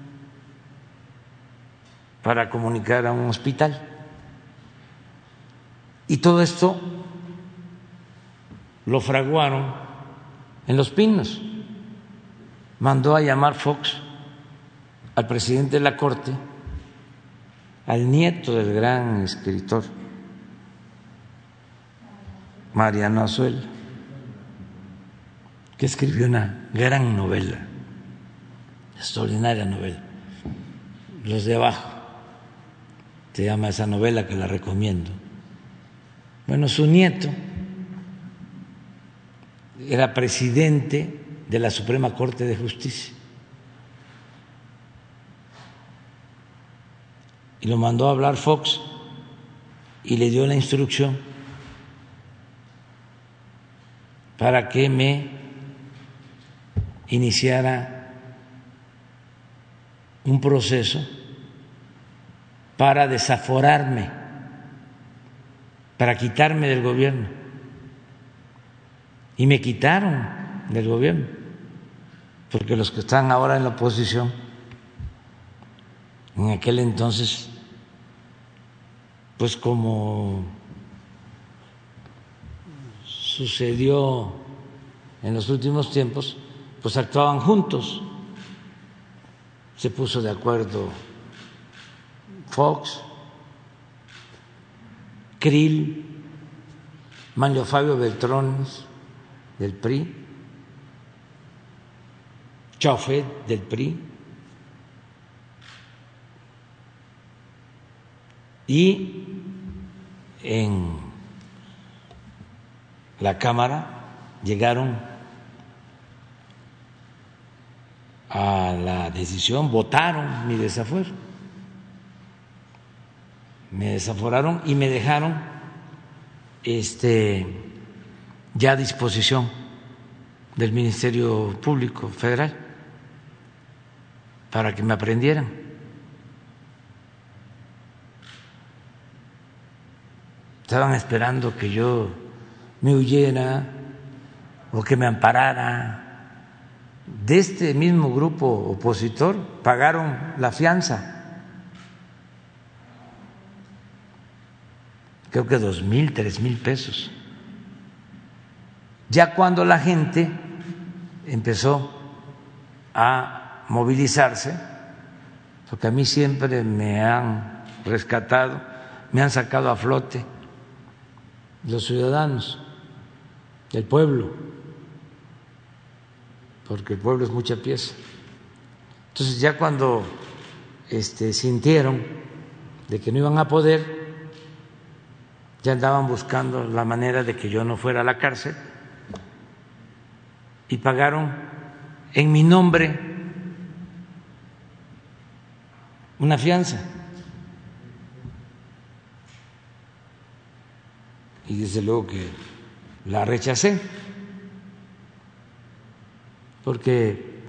para comunicar a un hospital. Y todo esto lo fraguaron en Los Pinos. Mandó a llamar Fox al presidente de la Corte, al nieto del gran escritor Mariano Azuela, que escribió una gran novela, extraordinaria novela, Los de Abajo, se llama esa novela, que la recomiendo. Bueno, su nieto era presidente de la Suprema Corte de Justicia y lo mandó a hablar Fox y le dio la instrucción para que me iniciara un proceso para desaforarme, para quitarme del gobierno. Y me quitaron del gobierno, porque los que están ahora en la oposición, en aquel entonces, pues como sucedió en los últimos tiempos, pues actuaban juntos. Se puso de acuerdo Fox, Krill, Manlio Fabio Beltrones del P R I, Chauffet del P R I y en la Cámara llegaron a la decisión, votaron mi desafuero, me desaforaron y me dejaron este ya a disposición del Ministerio Público Federal para que me aprendieran. Estaban esperando que yo me huyera o que me amparara. De este mismo grupo opositor pagaron la fianza, creo que dos mil, tres mil pesos. Ya cuando la gente empezó a movilizarse, porque a mí siempre me han rescatado, me han sacado a flote los ciudadanos, el pueblo, porque el pueblo es mucha pieza. Entonces ya cuando este, sintieron de que no iban a poder, ya andaban buscando la manera de que yo no fuera a la cárcel y pagaron en mi nombre una fianza. Y desde luego que la rechacé, porque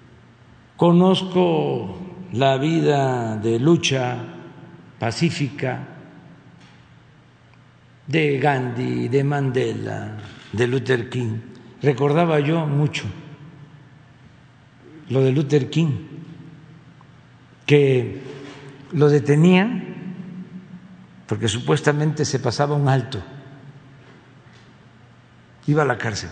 conozco la vida de lucha pacífica de Gandhi, de Mandela, de Luther King. Recordaba yo mucho lo de Luther King, que lo detenían porque supuestamente se pasaba un alto, iba a la cárcel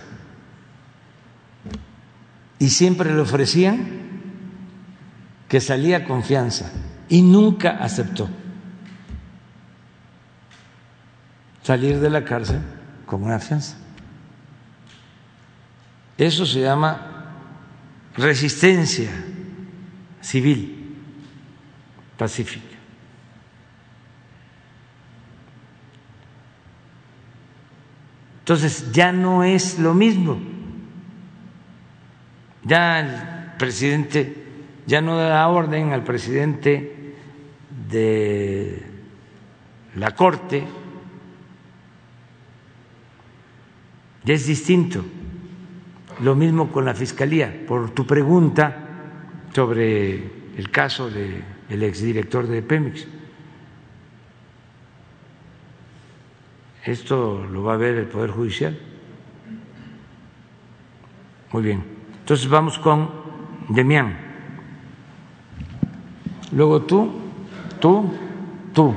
y siempre le ofrecían que salía con fianza y nunca aceptó salir de la cárcel con una fianza. Eso se llama resistencia civil pacífica. Entonces ya no es lo mismo. Ya el presidente ya no da orden al presidente de la Corte, ya es distinto. Lo mismo con la Fiscalía. Por tu pregunta sobre el caso del exdirector de Pemex, esto lo va a ver el Poder Judicial. Muy bien. Entonces vamos con Demián. Luego tú, tú, tú.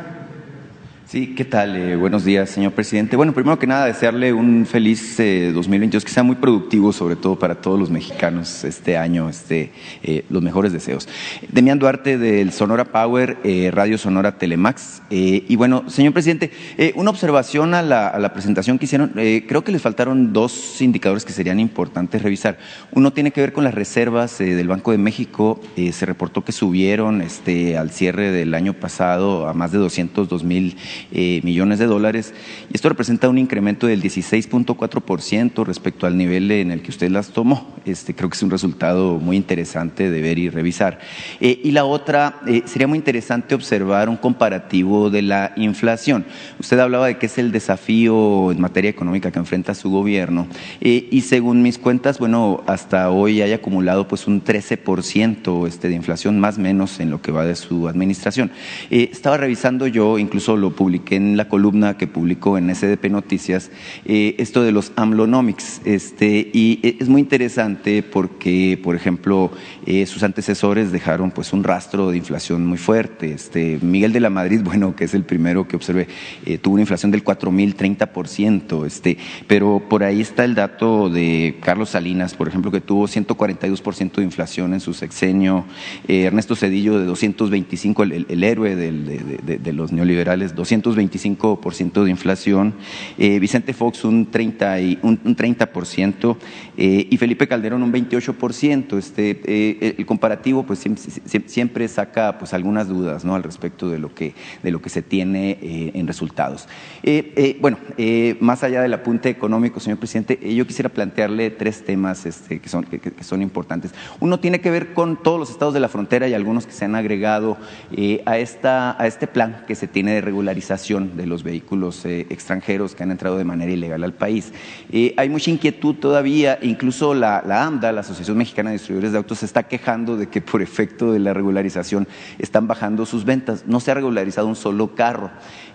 Sí, ¿qué tal? Eh, buenos días, señor presidente. Bueno, primero que nada, desearle un feliz eh, dos mil veintidós, que sea muy productivo, sobre todo para todos los mexicanos este año, este, eh, los mejores deseos. Demián Duarte, del Sonora Power, eh, Radio Sonora Telemax. Eh, y bueno, señor presidente, eh, una observación a la, a la presentación que hicieron. Eh, creo que les faltaron dos indicadores que serían importantes revisar. Uno tiene que ver con las reservas eh, del Banco de México. Eh, se reportó que subieron este, al cierre del año pasado a más de doscientos dos mil Eh, millones de dólares, y esto representa un incremento del dieciséis punto cuatro por ciento respecto al nivel en el que usted las tomó. Este, creo que es un resultado muy interesante de ver y revisar. Eh, y la otra, eh, sería muy interesante observar un comparativo de la inflación. Usted hablaba de que es el desafío en materia económica que enfrenta su gobierno, eh, y según mis cuentas, bueno, hasta hoy hay acumulado pues un trece por ciento este, de inflación, más o menos en lo que va de su administración. Eh, estaba revisando yo, incluso lo publiqué en la columna que publicó en S D P Noticias, eh, esto de los AMLonomics, este, y es muy interesante porque, por ejemplo, eh, sus antecesores dejaron pues un rastro de inflación muy fuerte. Este, Miguel de la Madrid, bueno, que es el primero que observé, eh, tuvo una inflación del cuatro mil treinta por ciento, este, pero por ahí está el dato de Carlos Salinas, por ejemplo, que tuvo ciento cuarenta y dos por ciento de inflación en su sexenio, eh, Ernesto Zedillo de doscientos veinticinco, el, el, el héroe del, de, de, de los neoliberales, doscientos veinticinco por ciento de inflación, eh, Vicente Fox un treinta, y, un, un treinta por ciento, eh, y Felipe Calderón un veintiocho por ciento. Este, eh, el comparativo pues siempre, siempre saca pues algunas dudas, ¿no?, al respecto de lo que, de lo que se tiene eh, en resultados. Eh, eh, bueno, eh, más allá del apunte económico, señor presidente, eh, yo quisiera plantearle tres temas este, que, son, que, que son importantes. Uno tiene que ver con todos los estados de la frontera y algunos que se han agregado eh, a, esta, a este plan que se tiene de regularización de los vehículos eh, extranjeros que han entrado de manera ilegal al país. Eh, hay mucha inquietud todavía, incluso la, la AMDA, la Asociación Mexicana de Distribuidores de Autos, se está quejando de que por efecto de la regularización están bajando sus ventas. No se ha regularizado un solo carro.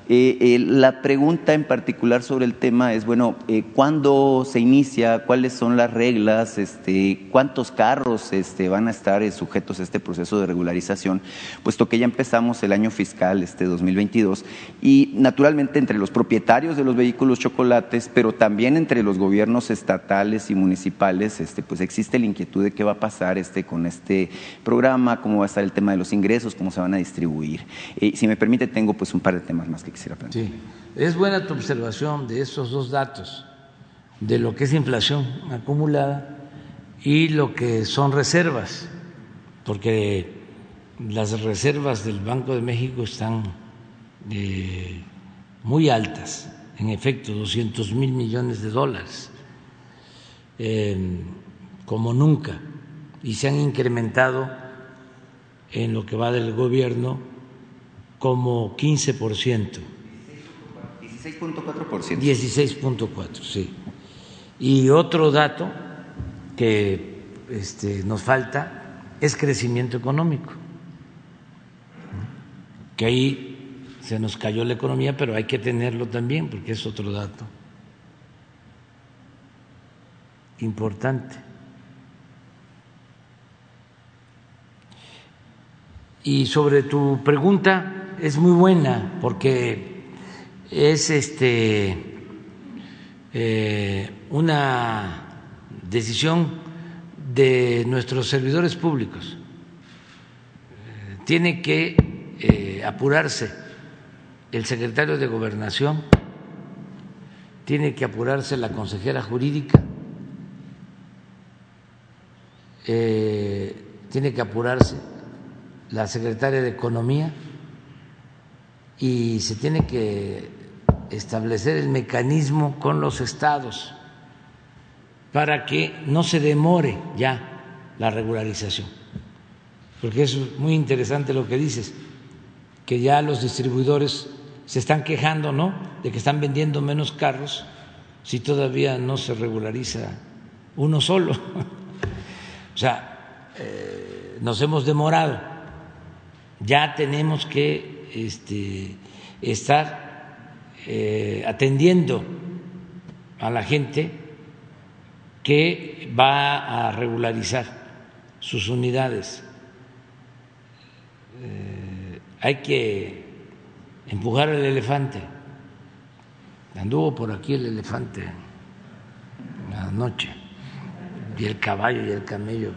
Eh, eh, la pregunta en particular sobre el tema es, bueno, eh, ¿cuándo se inicia? ¿Cuáles son las reglas? Este, ¿Cuántos carros este, van a estar eh, sujetos a este proceso de regularización? Puesto que ya empezamos el año fiscal este dos mil veintidós y naturalmente entre los propietarios de los vehículos chocolates, pero también entre los gobiernos estatales y municipales, este, pues existe la inquietud de qué va a pasar este, con este programa, cómo va a estar el tema de los ingresos, cómo se van a distribuir. Eh, si me permite, tengo pues un par de temas más que quisiera plantear. Sí, es buena tu observación de esos dos datos, de lo que es inflación acumulada y lo que son reservas, porque las reservas del Banco de México están eh, muy altas, en efecto, doscientos mil millones de dólares, eh, como nunca, y se han incrementado en lo que va del gobierno como quince por ciento. dieciséis punto cuatro por ciento. dieciséis punto cuatro, sí. Y otro dato que este, nos falta es crecimiento económico, que ahí se nos cayó la economía, pero hay que tenerlo también porque es otro dato importante. Y sobre tu pregunta, es muy buena porque es este eh, una decisión de nuestros servidores públicos. Eh, tiene que eh, apurarse el secretario de Gobernación, tiene que apurarse la consejera jurídica, eh, tiene que apurarse la secretaria de Economía y se tiene que establecer el mecanismo con los estados para que no se demore ya la regularización, porque es muy interesante lo que dices, que ya los distribuidores se están quejando, ¿no?, de que están vendiendo menos carros si todavía no se regulariza uno solo. O sea, eh, nos hemos demorado, ya tenemos que Este, estar eh, atendiendo a la gente que va a regularizar sus unidades. Eh, hay que empujar el elefante. Anduvo por aquí el elefante anoche, y el caballo y el camello.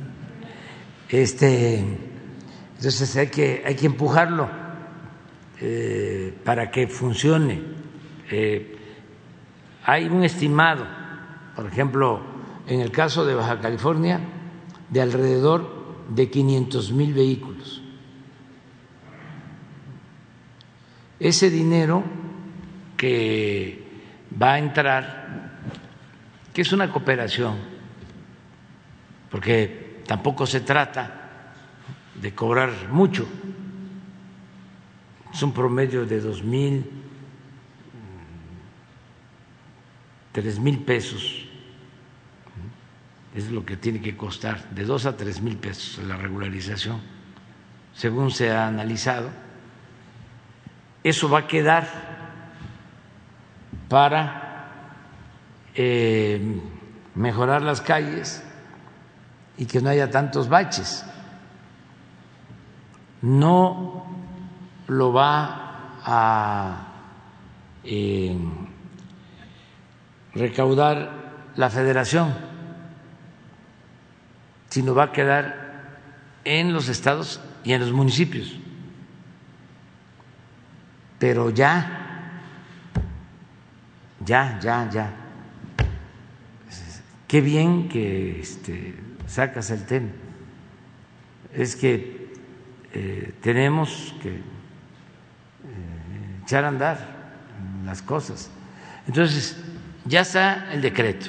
Este, entonces hay que, hay que empujarlo. Eh, para que funcione. Eh, hay un estimado, por ejemplo, en el caso de Baja California, de alrededor de quinientos mil vehículos. Ese dinero que va a entrar, que es una cooperación, porque tampoco se trata de cobrar mucho, es un promedio de dos mil, tres mil pesos, es lo que tiene que costar, de dos a tres mil pesos la regularización, según se ha analizado. Eso va a quedar para eh, mejorar las calles y que no haya tantos baches. No lo va a eh, recaudar la Federación, sino va a quedar en los estados y en los municipios. Pero ya, ya, ya, ya. Qué bien que este, sacas el tema. Es que eh, tenemos que echar a andar las cosas. Entonces, ya está el decreto,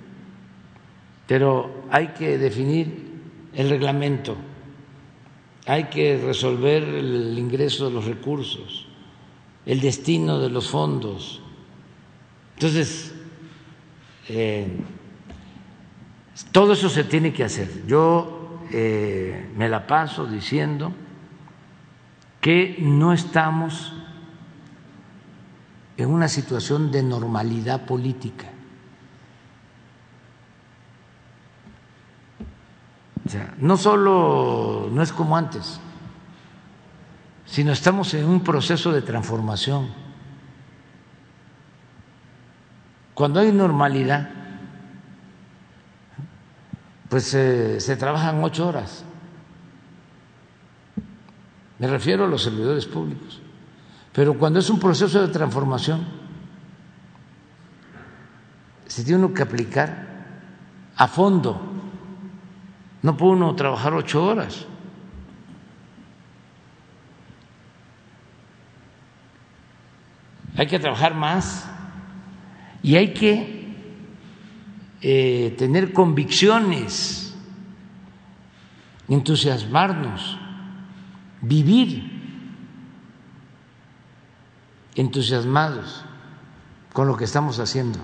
pero hay que definir el reglamento, hay que resolver el ingreso de los recursos, el destino de los fondos. Entonces, eh, todo eso se tiene que hacer. Yo eh, me la paso diciendo que no estamos en una situación de normalidad política. O sea, no solo no es como antes, sino estamos en un proceso de transformación. Cuando hay normalidad, pues eh, se trabajan ocho horas. Me refiero a los servidores públicos. Pero cuando es un proceso de transformación, se tiene uno que aplicar a fondo. No puede uno trabajar ocho horas. Hay que trabajar más y hay que eh, tener convicciones, entusiasmarnos, vivir entusiasmados con lo que estamos haciendo,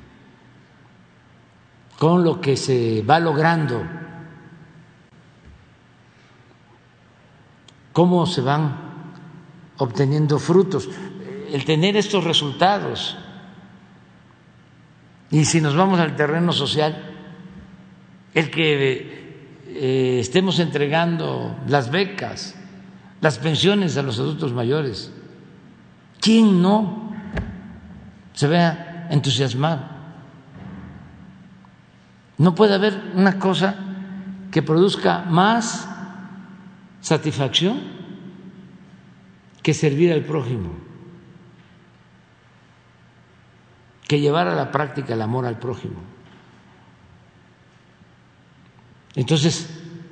con lo que se va logrando, cómo se van obteniendo frutos, el tener estos resultados. Y si nos vamos al terreno social, el que eh, estemos entregando las becas, las pensiones a los adultos mayores, ¿quién no se vea entusiasmado? No puede haber una cosa que produzca más satisfacción que servir al prójimo, que llevar a la práctica el amor al prójimo. Entonces,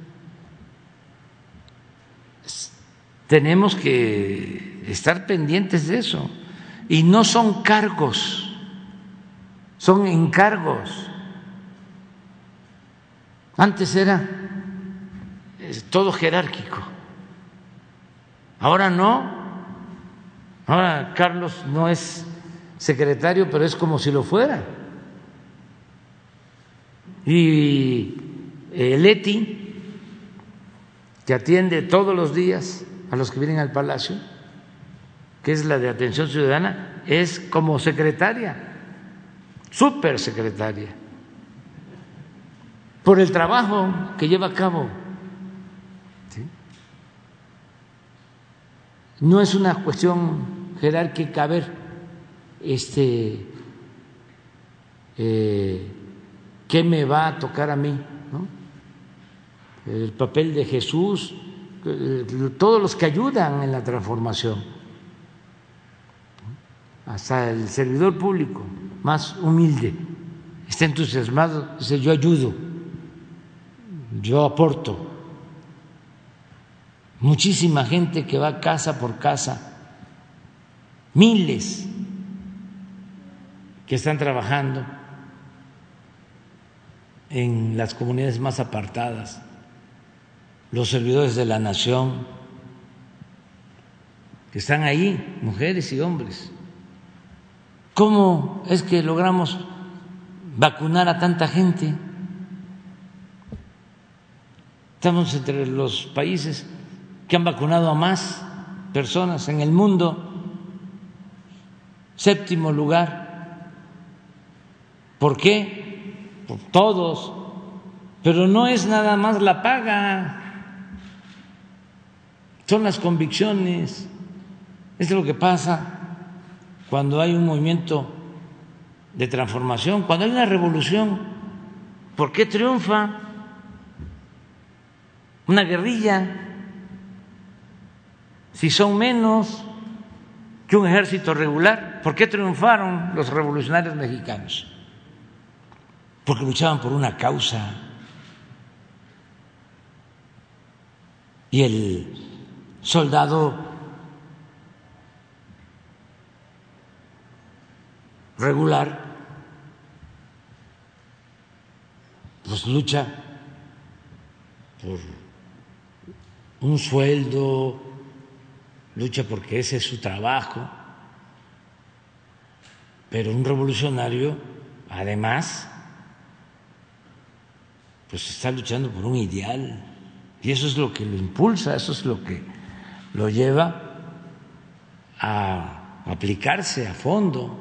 tenemos que estar pendientes de eso. Y no son cargos, son encargos. Antes era todo jerárquico, ahora no. Ahora Carlos no es secretario, pero es como si lo fuera. Y Leti, que atiende todos los días a los que vienen al Palacio, que es la de Atención Ciudadana, es como secretaria, súper secretaria, por el trabajo que lleva a cabo. ¿Sí? No es una cuestión jerárquica, a ver, este, eh, ¿qué me va a tocar a mí? ¿No? El papel de Jesús, eh, todos los que ayudan en la transformación, hasta el servidor público más humilde está entusiasmado, dice: yo ayudo, yo aporto. Muchísima gente que va casa por casa, miles que están trabajando en las comunidades más apartadas, los servidores de la nación, que están ahí, mujeres y hombres. ¿Cómo es que logramos vacunar a tanta gente? Estamos entre los países que han vacunado a más personas en el mundo, séptimo lugar. ¿Por qué? Por todos, pero no es nada más la paga, son las convicciones. Es lo que pasa cuando hay un movimiento de transformación, cuando hay una revolución. ¿Por qué triunfa una guerrilla si son menos que un ejército regular? ¿Por qué triunfaron los revolucionarios mexicanos? Porque luchaban por una causa. Y el soldado regular pues lucha por un sueldo, lucha porque ese es su trabajo, pero un revolucionario además pues está luchando por un ideal, y eso es lo que lo impulsa, eso es lo que lo lleva a aplicarse a fondo.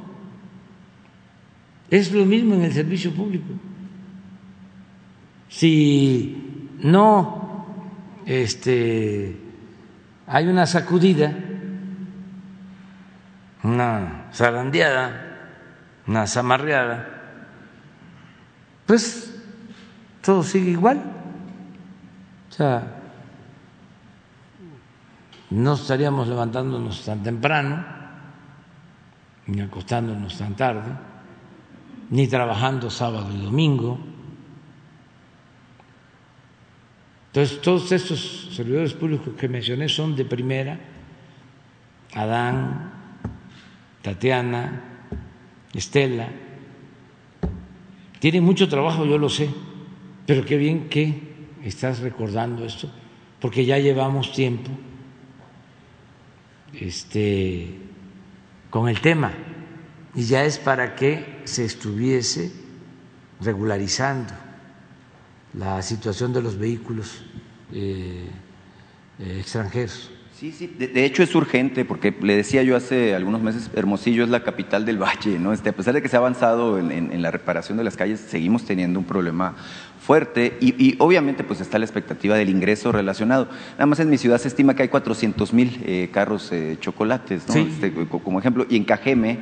Es lo mismo en el servicio público. Si no este, hay una sacudida, una zarandeada, una zamarreada, pues todo sigue igual. O sea, no estaríamos levantándonos tan temprano, ni acostándonos tan tarde, ni trabajando sábado y domingo. Entonces, todos estos servidores públicos que mencioné son de primera: Adán, Tatiana, Estela. Tienen mucho trabajo, yo lo sé, pero qué bien que estás recordando esto, porque ya llevamos tiempo este, con el tema, y ya es para que se estuviese regularizando la situación de los vehículos eh, eh, extranjeros. Sí, sí, de, de hecho es urgente, porque le decía yo hace algunos meses, Hermosillo es la capital del valle, ¿no? Este, a pesar de que se ha avanzado en, en, en la reparación de las calles, seguimos teniendo un problema fuerte y, y obviamente pues está la expectativa del ingreso relacionado. Nada más en mi ciudad se estima que hay cuatrocientos mil eh, carros eh, chocolates, ¿no? Sí. Este, como ejemplo, y en Cajeme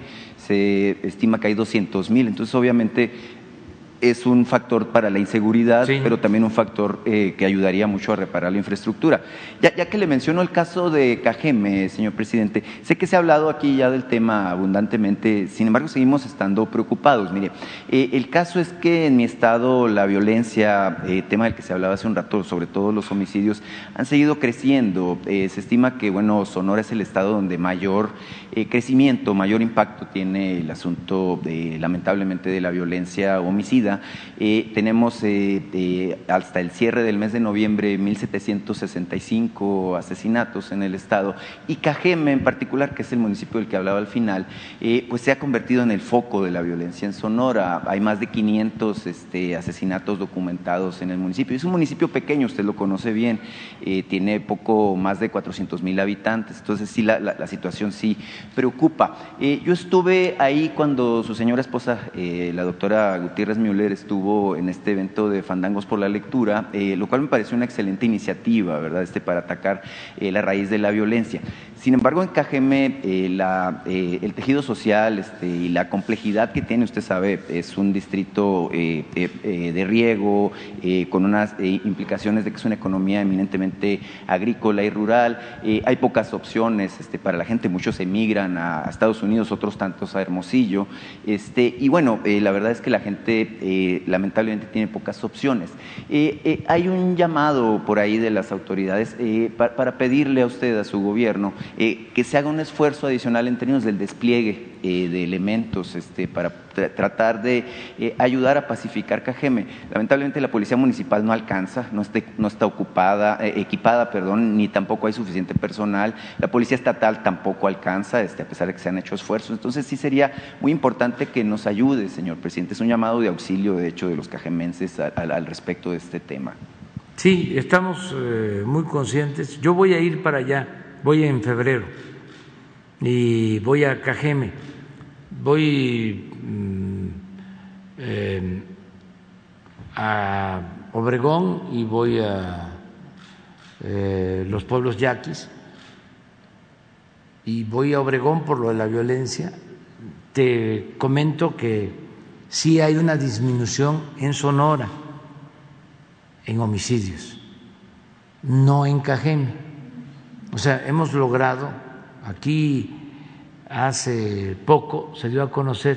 se estima que hay doscientos mil, entonces obviamente es un factor para la inseguridad, sí, pero también un factor eh, que ayudaría mucho a reparar la infraestructura. Ya, ya que le menciono el caso de Cajeme, señor presidente, sé que se ha hablado aquí ya del tema abundantemente, sin embargo seguimos estando preocupados. Mire, eh, el caso es que en mi estado la violencia, eh, tema del que se hablaba hace un rato, sobre todo los homicidios, han seguido creciendo. Eh, se estima que, bueno, Sonora es el estado donde mayor eh, crecimiento, mayor impacto tiene el asunto, de, lamentablemente, de la violencia homicida. Eh, tenemos eh, eh, hasta el cierre del mes de noviembre mil setecientos sesenta y cinco asesinatos en el estado, y Cajeme en particular, que es el municipio del que hablaba al final, eh, pues se ha convertido en el foco de la violencia en Sonora. Hay más de quinientos este, asesinatos documentados en el municipio. Es un municipio pequeño, usted lo conoce bien, eh, tiene poco más de cuatrocientos mil habitantes, entonces sí la, la, la situación sí preocupa. Eh, yo estuve ahí cuando su señora esposa, eh, la doctora Gutiérrez Müller, estuvo en este evento de Fandangos por la Lectura, eh, lo cual me pareció una excelente iniciativa, ¿verdad? Este, para atacar eh, la raíz de la violencia. Sin embargo, en Cajeme, eh, la, eh, el tejido social este, y la complejidad que tiene, usted sabe, es un distrito eh, eh, de riego, eh, con unas eh, implicaciones de que es una economía eminentemente agrícola y rural. Eh, hay pocas opciones este, para la gente, muchos emigran a, a Estados Unidos, otros tantos a Hermosillo. Este, y bueno, eh, la verdad es que la gente eh, lamentablemente tiene pocas opciones. Eh, eh, hay un llamado por ahí de las autoridades eh, para, para pedirle a usted, a su gobierno, Eh, que se haga un esfuerzo adicional en términos del despliegue eh, de elementos este, para tra tratar de eh, ayudar a pacificar Cajeme. Lamentablemente la policía municipal no alcanza, no, esté, no está ocupada, eh, equipada, perdón, ni tampoco hay suficiente personal. La policía estatal tampoco alcanza, este, a pesar de que se han hecho esfuerzos. Entonces sí sería muy importante que nos ayude, señor presidente. Es un llamado de auxilio, de hecho, de los cajemenses al, al, al respecto de este tema. Sí, estamos eh, muy conscientes. Yo voy a ir para allá. Voy en febrero y voy a Cajeme, voy eh, a Obregón y voy a eh, los pueblos yaquis, y voy a Obregón por lo de la violencia. Te comento que sí hay una disminución en Sonora en homicidios, no en Cajeme. O sea, hemos logrado, aquí hace poco se dio a conocer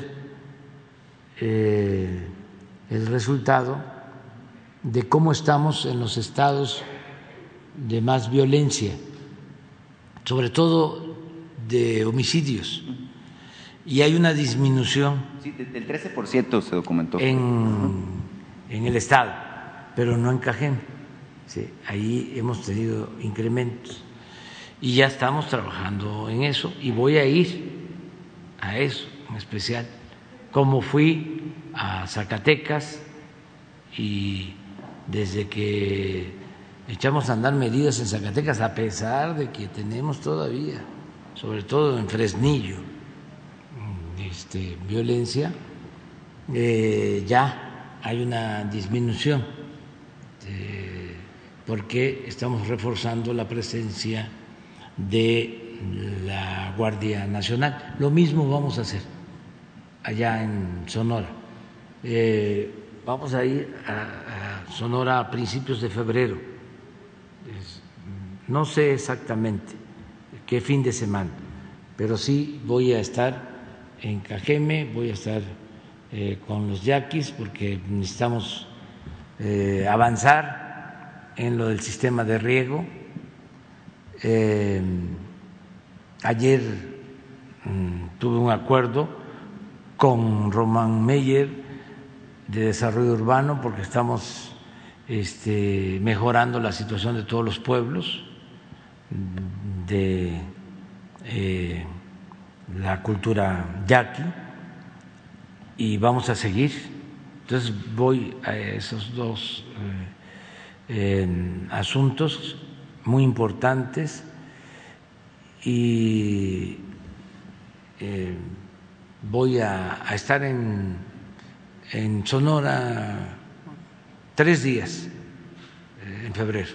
eh, el resultado de cómo estamos en los estados de más violencia, sobre todo de homicidios, y hay una disminución. Sí, del trece por ciento se documentó. En, en el estado, pero no en Cajeme. Sí, ahí hemos tenido incrementos. Y ya estamos trabajando en eso, y voy a ir a eso en especial, como fui a Zacatecas, y desde que echamos a andar medidas en Zacatecas, a pesar de que tenemos todavía, sobre todo en Fresnillo, este, violencia, eh, ya hay una disminución eh, porque estamos reforzando la presencia de la Guardia Nacional. Lo mismo vamos a hacer allá en Sonora. Eh, vamos a ir a, a Sonora a principios de febrero. Es, no sé exactamente qué fin de semana, pero sí voy a estar en Cajeme, voy a estar eh, con los yaquis porque necesitamos eh, avanzar en lo del sistema de riego. Eh, ayer mmm, tuve un acuerdo con Román Meyer de Desarrollo Urbano porque estamos este, mejorando la situación de todos los pueblos de eh, la cultura yaqui y vamos a seguir. Entonces voy a esos dos eh, eh, asuntos muy importantes y eh, voy a, a estar en, en Sonora tres días eh, en febrero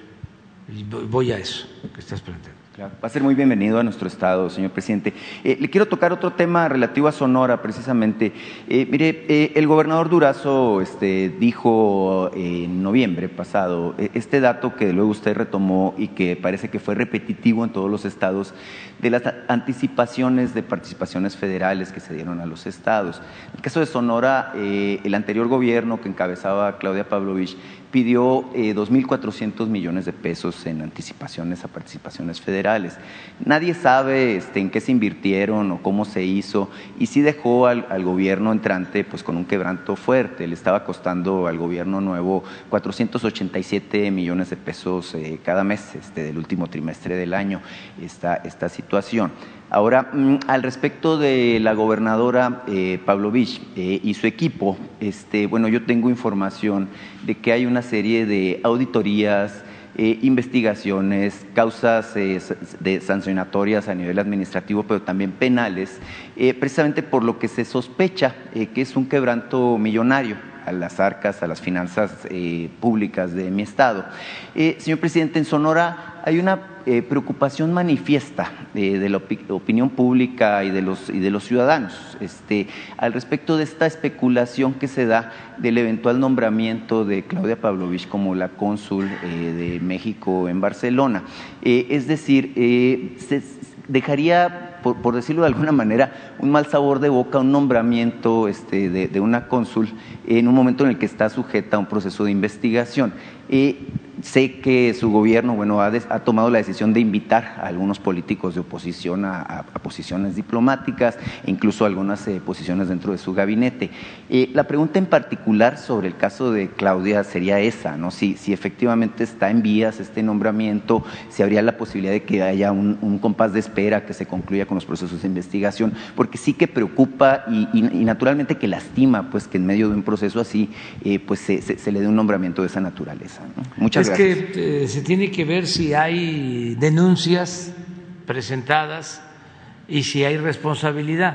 y voy a eso que estás planteando. Claro, va a ser muy bienvenido a nuestro estado, señor presidente. Eh, le quiero tocar otro tema relativo a Sonora, precisamente. Eh, mire, eh, el gobernador Durazo este, dijo eh, en noviembre pasado eh, este dato que luego usted retomó y que parece que fue repetitivo en todos los estados, de las anticipaciones de participaciones federales que se dieron a los estados. En el caso de Sonora, eh, el anterior gobierno que encabezaba Claudia Pavlovich pidió eh, dos mil cuatrocientos millones de pesos en anticipaciones a participaciones federales. Nadie sabe este, en qué se invirtieron o cómo se hizo y sí dejó al, al gobierno entrante pues, con un quebranto fuerte. Le estaba costando al gobierno nuevo cuatrocientos ochenta y siete millones de pesos eh, cada mes este, del último trimestre del año esta, esta situación. Ahora, al respecto de la gobernadora eh, Pavlovich eh, y su equipo, este, bueno, yo tengo información de que hay una serie de auditorías, eh, investigaciones, causas eh, de sancionatorias a nivel administrativo, pero también penales, eh, precisamente por lo que se sospecha eh, que es un quebranto millonario a las arcas, a las finanzas eh, públicas de mi estado. Eh, señor presidente, en Sonora hay una eh, preocupación manifiesta eh, de la opi opinión pública y de los, y de los ciudadanos este, al respecto de esta especulación que se da del eventual nombramiento de Claudia Pavlovich como la cónsul eh, de México en Barcelona. Eh, es decir, eh, se dejaría, por, por decirlo de alguna manera, un mal sabor de boca, un nombramiento este, de, de una cónsul en un momento en el que está sujeta a un proceso de investigación. Eh, sé que su gobierno bueno, ha, des, ha tomado la decisión de invitar a algunos políticos de oposición a, a, a posiciones diplomáticas, incluso algunas eh, posiciones dentro de su gabinete. Eh, la pregunta en particular sobre el caso de Claudia sería esa, ¿no? Si, si efectivamente está en vías este nombramiento, si habría la posibilidad de que haya un, un compás de espera que se concluya con los procesos de investigación, porque sí que preocupa y, y, y naturalmente que lastima pues, que en medio de un proceso así eh, pues se, se, se le dé un nombramiento de esa naturaleza, ¿no? Muchas gracias. Es que eh, se tiene que ver si hay denuncias presentadas y si hay responsabilidad,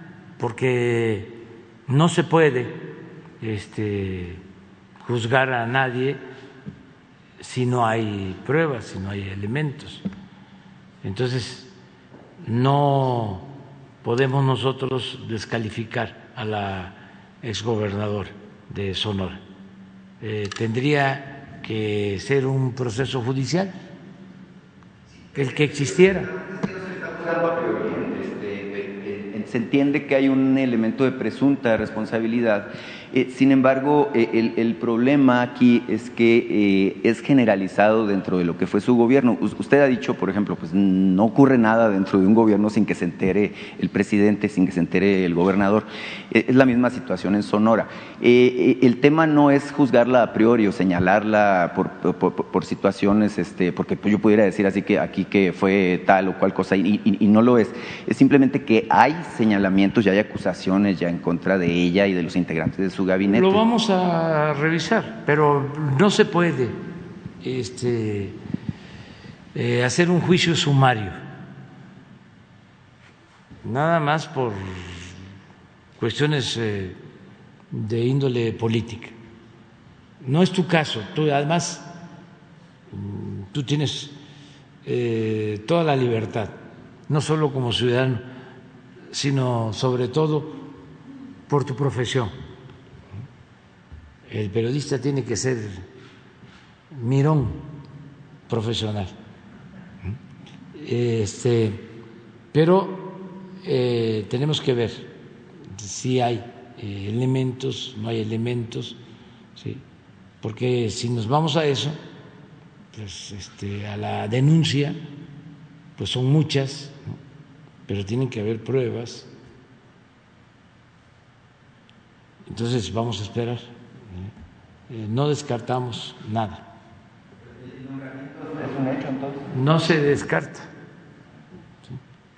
porque no se puede este, juzgar a nadie si no hay pruebas, si no hay elementos. Entonces, no podemos nosotros descalificar a la exgobernadora de Sonora. Eh, tendría que ser un proceso judicial, el que existiera. Se entiende que hay un elemento de presunta responsabilidad. Eh, sin embargo, eh, el, el problema aquí es que eh, es generalizado dentro de lo que fue su gobierno. U usted ha dicho, por ejemplo, pues no ocurre nada dentro de un gobierno sin que se entere el presidente, sin que se entere el gobernador. Eh, es la misma situación en Sonora. Eh, el tema no es juzgarla a priori o señalarla por, por, por situaciones, este, porque yo pudiera decir así que aquí que fue tal o cual cosa y, y, y no lo es. Es simplemente que hay señalamientos y hay acusaciones ya en contra de ella y de los integrantes de su gabinete. Lo vamos a revisar, pero no se puede este, eh, hacer un juicio sumario, nada más por cuestiones eh, de índole política. No es tu caso, tú además tú tienes eh, toda la libertad, no solo como ciudadano, sino sobre todo por tu profesión. El periodista tiene que ser mirón profesional. Este, pero eh, tenemos que ver si hay eh, elementos, no hay elementos, ¿sí? Porque si nos vamos a eso, pues este, a la denuncia, pues son muchas, ¿no? Pero tienen que haber pruebas. Entonces vamos a esperar. Eh, no descartamos nada. ¿El nombramiento es un hecho entonces? No se descarta. ¿Sí?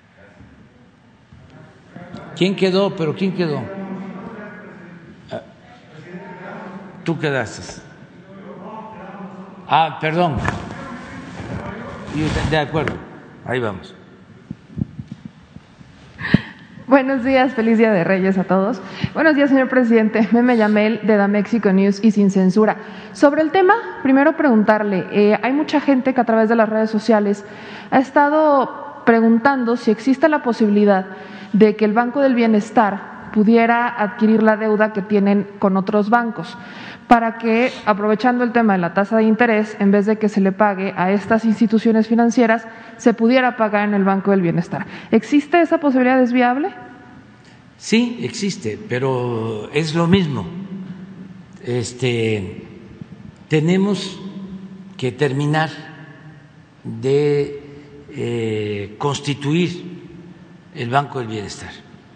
¿Quién quedó? ¿Pero quién quedó? Ah, tú quedaste. Ah, perdón. De acuerdo. Ahí vamos. Buenos días, feliz Día de Reyes a todos. Buenos días, señor presidente. Meme Yamel, de Da México News y Sin Censura. Sobre el tema, primero preguntarle, eh, hay mucha gente que a través de las redes sociales ha estado preguntando si existe la posibilidad de que el Banco del Bienestar pudiera adquirir la deuda que tienen con otros bancos, para que, aprovechando el tema de la tasa de interés, en vez de que se le pague a estas instituciones financieras, se pudiera pagar en el Banco del Bienestar. ¿Existe esa posibilidad? ¿Es viable? Sí, existe, pero es lo mismo. Este, tenemos que terminar de eh, constituir el Banco del Bienestar.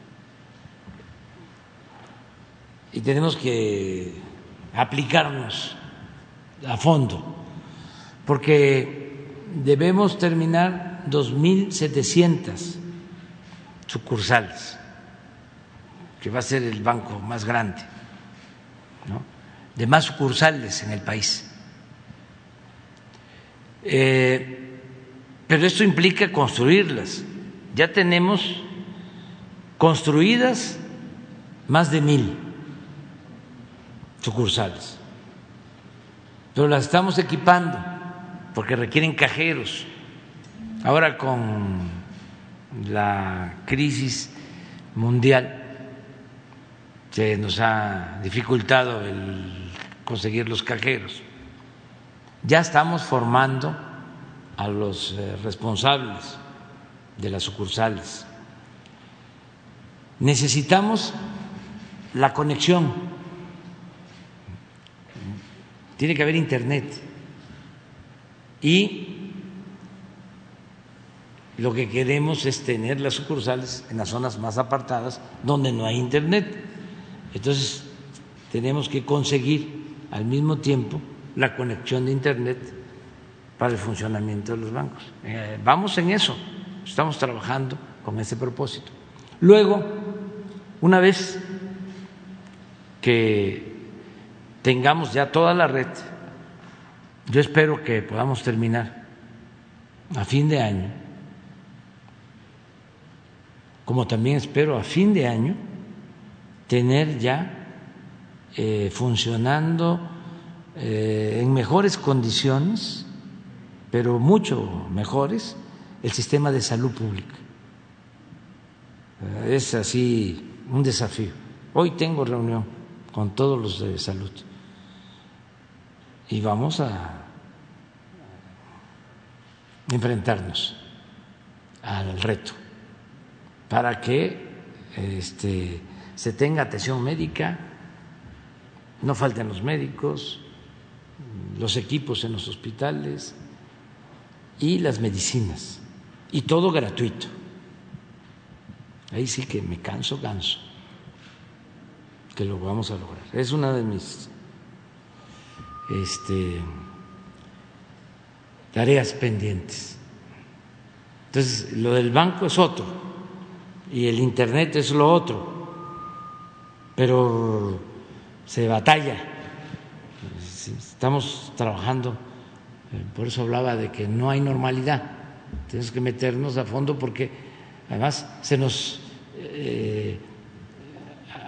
Y tenemos que aplicarnos a fondo, porque debemos terminar dos mil setecientas sucursales, que va a ser el banco más grande, ¿no?, de más sucursales en el país. Eh, pero esto implica construirlas. Ya tenemos construidas más de mil sucursales, pero las estamos equipando porque requieren cajeros. Ahora con la crisis mundial se nos ha dificultado el conseguir los cajeros. Ya estamos formando a los responsables de las sucursales. Necesitamos la conexión. Tiene que haber internet, y lo que queremos es tener las sucursales en las zonas más apartadas donde no hay internet. Entonces tenemos que conseguir al mismo tiempo la conexión de internet para el funcionamiento de los bancos. Eh, vamos en eso, estamos trabajando con ese propósito. Luego, una vez que tengamos ya toda la red, yo espero que podamos terminar a fin de año, como también espero a fin de año tener ya eh, funcionando eh, en mejores condiciones, pero mucho mejores, el sistema de salud pública. Es así un desafío. Hoy tengo reunión con todos los de salud y vamos a enfrentarnos al reto para que este, se tenga atención médica, no falten los médicos, los equipos en los hospitales y las medicinas, y todo gratuito. Ahí sí que me canso, canso, que lo vamos a lograr. Es una de mis este, tareas pendientes. Entonces, lo del banco es otro y el internet es lo otro, pero se batalla. Estamos trabajando, por eso hablaba de que no hay normalidad. Tenemos que meternos a fondo porque además se nos eh,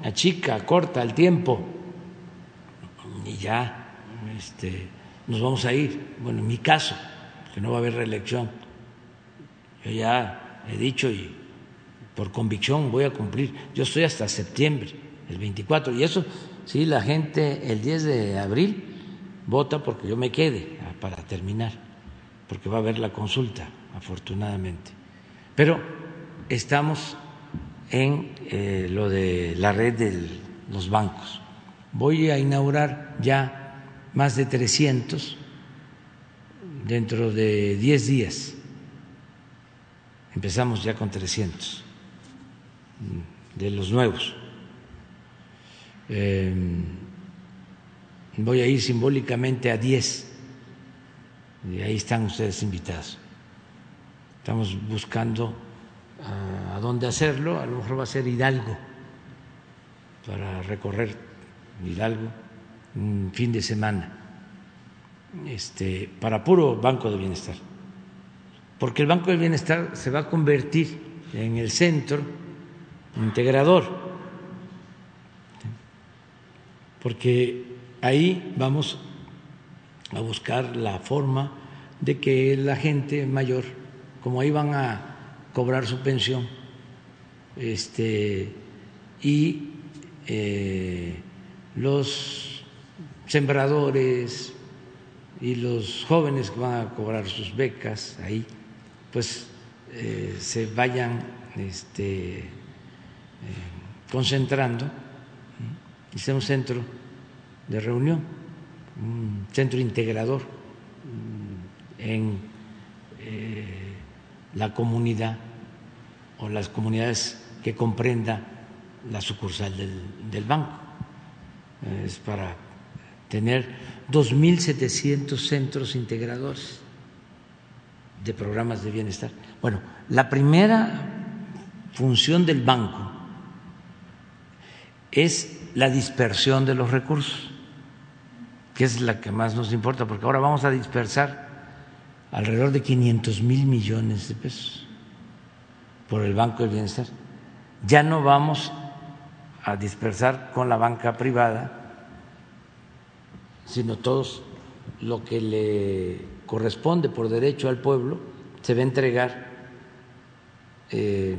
achica, acorta el tiempo y ya este, nos vamos a ir. Bueno, en mi caso, que no va a haber reelección, yo ya he dicho y por convicción voy a cumplir. Yo estoy hasta septiembre, el veinticuatro, y eso sí, la gente el diez de abril vota porque yo me quede para terminar, porque va a haber la consulta, afortunadamente. Pero estamos en eh, lo de la red de los bancos. Voy a inaugurar ya más de trescientos dentro de diez días. Empezamos ya con trescientos de los nuevos. Eh, voy a ir simbólicamente a diez y ahí están ustedes invitados. Estamos buscando a, a dónde hacerlo. A lo mejor va a ser Hidalgo, para recorrer Hidalgo un fin de semana, este, para puro Banco de Bienestar, porque el Banco del Bienestar se va a convertir en el centro integrador, porque ahí vamos a buscar la forma de que la gente mayor, como ahí van a cobrar su pensión, este, y eh, los sembradores y los jóvenes que van a cobrar sus becas ahí, pues eh, se vayan este, eh, concentrando y sea un centro de reunión, un centro integrador en eh, la comunidad o las comunidades que comprenda la sucursal del, del banco. Es para tener dos mil setecientos centros integradores de programas de bienestar. Bueno, la primera función del banco es la dispersión de los recursos, que es la que más nos importa, porque ahora vamos a dispersar alrededor de quinientos mil millones de pesos por el Banco del Bienestar. Ya no vamos a dispersar con la banca privada, sino todos lo que le corresponde por derecho al pueblo se va a entregar. Eh,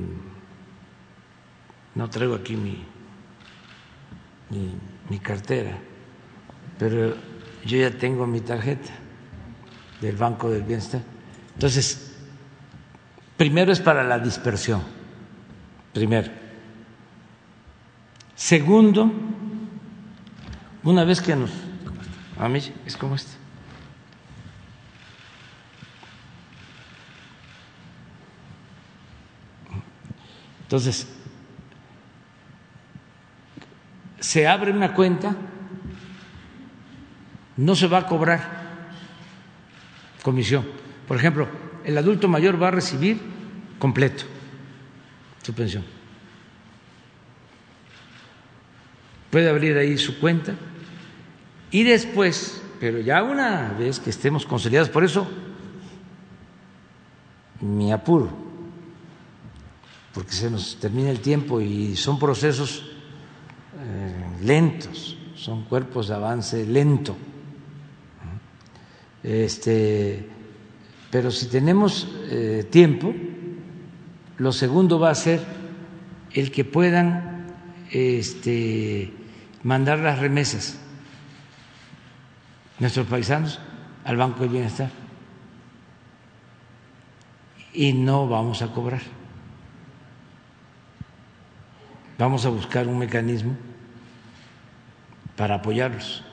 no traigo aquí mi, mi, mi cartera, pero yo ya tengo mi tarjeta del Banco del Bienestar. Entonces, primero es para la dispersión, primero. Segundo, una vez que nos... A mí es como esto. Entonces, se abre una cuenta, no se va a cobrar comisión. Por ejemplo, el adulto mayor va a recibir completo su pensión. Puede abrir ahí su cuenta y después, pero ya una vez que estemos consolidados, por eso mi apuro, porque se nos termina el tiempo y son procesos eh, lentos, son cuerpos de avance lento. Este, pero si tenemos eh, tiempo, lo segundo va a ser el que puedan este, mandar las remesas nuestros paisanos al Banco del Bienestar y no vamos a cobrar. Vamos a buscar un mecanismo para apoyarlos.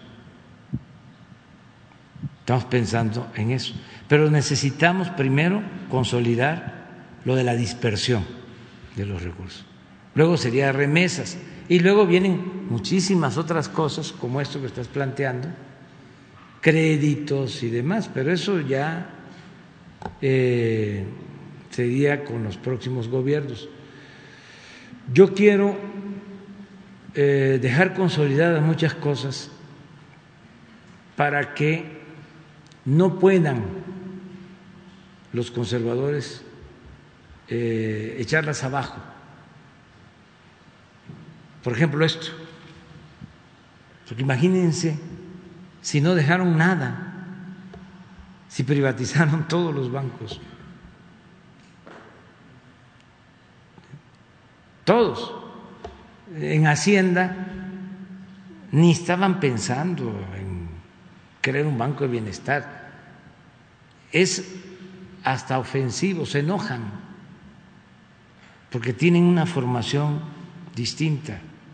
Estamos pensando en eso, pero necesitamos primero consolidar lo de la dispersión de los recursos. Luego sería remesas y luego vienen muchísimas otras cosas como esto que estás planteando, créditos y demás, pero eso ya eh, sería con los próximos gobiernos. Yo quiero eh, dejar consolidadas muchas cosas para que no puedan los conservadores eh, echarlas abajo. por ejemplo, esto. Porque imagínense si no dejaron nada, si privatizaron todos los bancos, todos. En Hacienda ni estaban pensando en crear un banco de bienestar. Es hasta ofensivo, se enojan porque tienen una formación distinta.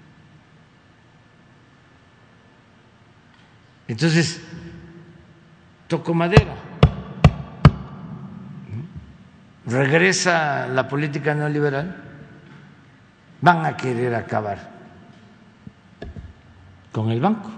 Entonces, toco madera. Regresa la política neoliberal, van a querer acabar con el banco.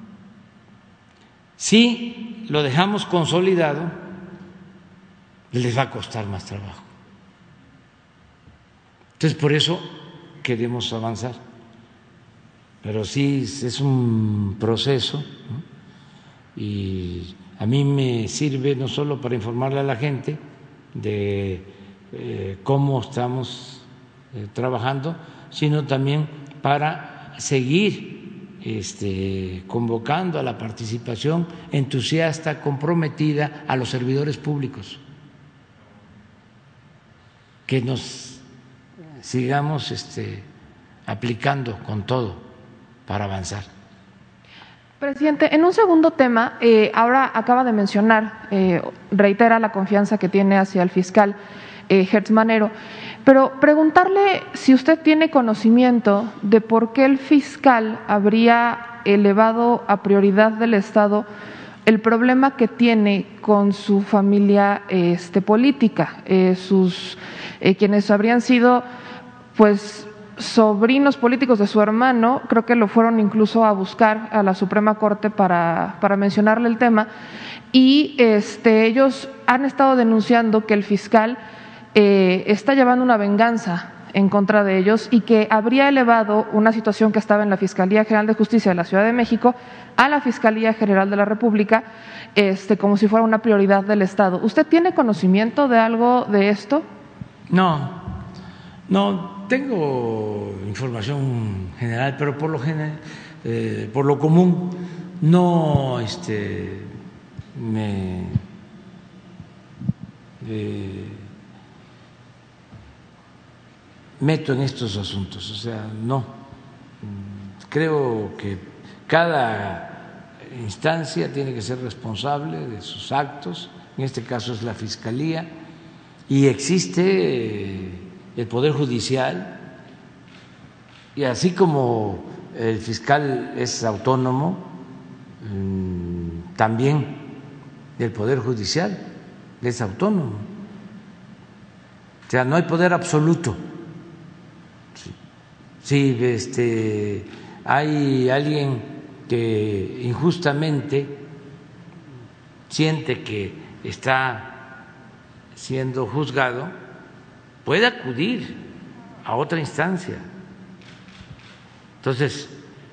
Si lo dejamos consolidado, les va a costar más trabajo. Entonces, por eso queremos avanzar. Pero sí es un proceso, ¿no? Y a mí me sirve no solo para informarle a la gente de eh, cómo estamos eh, trabajando, sino también para seguir este, convocando a la participación entusiasta, comprometida a los servidores públicos, que nos sigamos este, aplicando con todo para avanzar. Presidente, en un segundo tema, eh, ahora acaba de mencionar, eh, reitera la confianza que tiene hacia el fiscal eh, Hertz Manero, pero preguntarle si usted tiene conocimiento de por qué el fiscal habría elevado a prioridad del Estado el problema que tiene con su familia este, política, eh, sus eh, quienes habrían sido, pues, sobrinos políticos de su hermano, creo que lo fueron incluso a buscar a la Suprema Corte para, para mencionarle el tema, y este, ellos han estado denunciando que el fiscal eh, está llevando una venganza en contra de ellos y que habría elevado una situación que estaba en la Fiscalía General de Justicia de la Ciudad de México a la Fiscalía General de la República, este, como si fuera una prioridad del Estado. ¿Usted tiene conocimiento de algo de esto? No, no. Tengo información general, pero por lo general, eh, por lo común no este, me eh, meto en estos asuntos. O sea, no. Creo que cada instancia tiene que ser responsable de sus actos. En este caso es la Fiscalía y existe el Poder Judicial, y así como el fiscal es autónomo, también el Poder Judicial es autónomo. O sea, no hay poder absoluto. Si este, hay alguien que injustamente siente que está siendo juzgado, puede acudir a otra instancia. Entonces,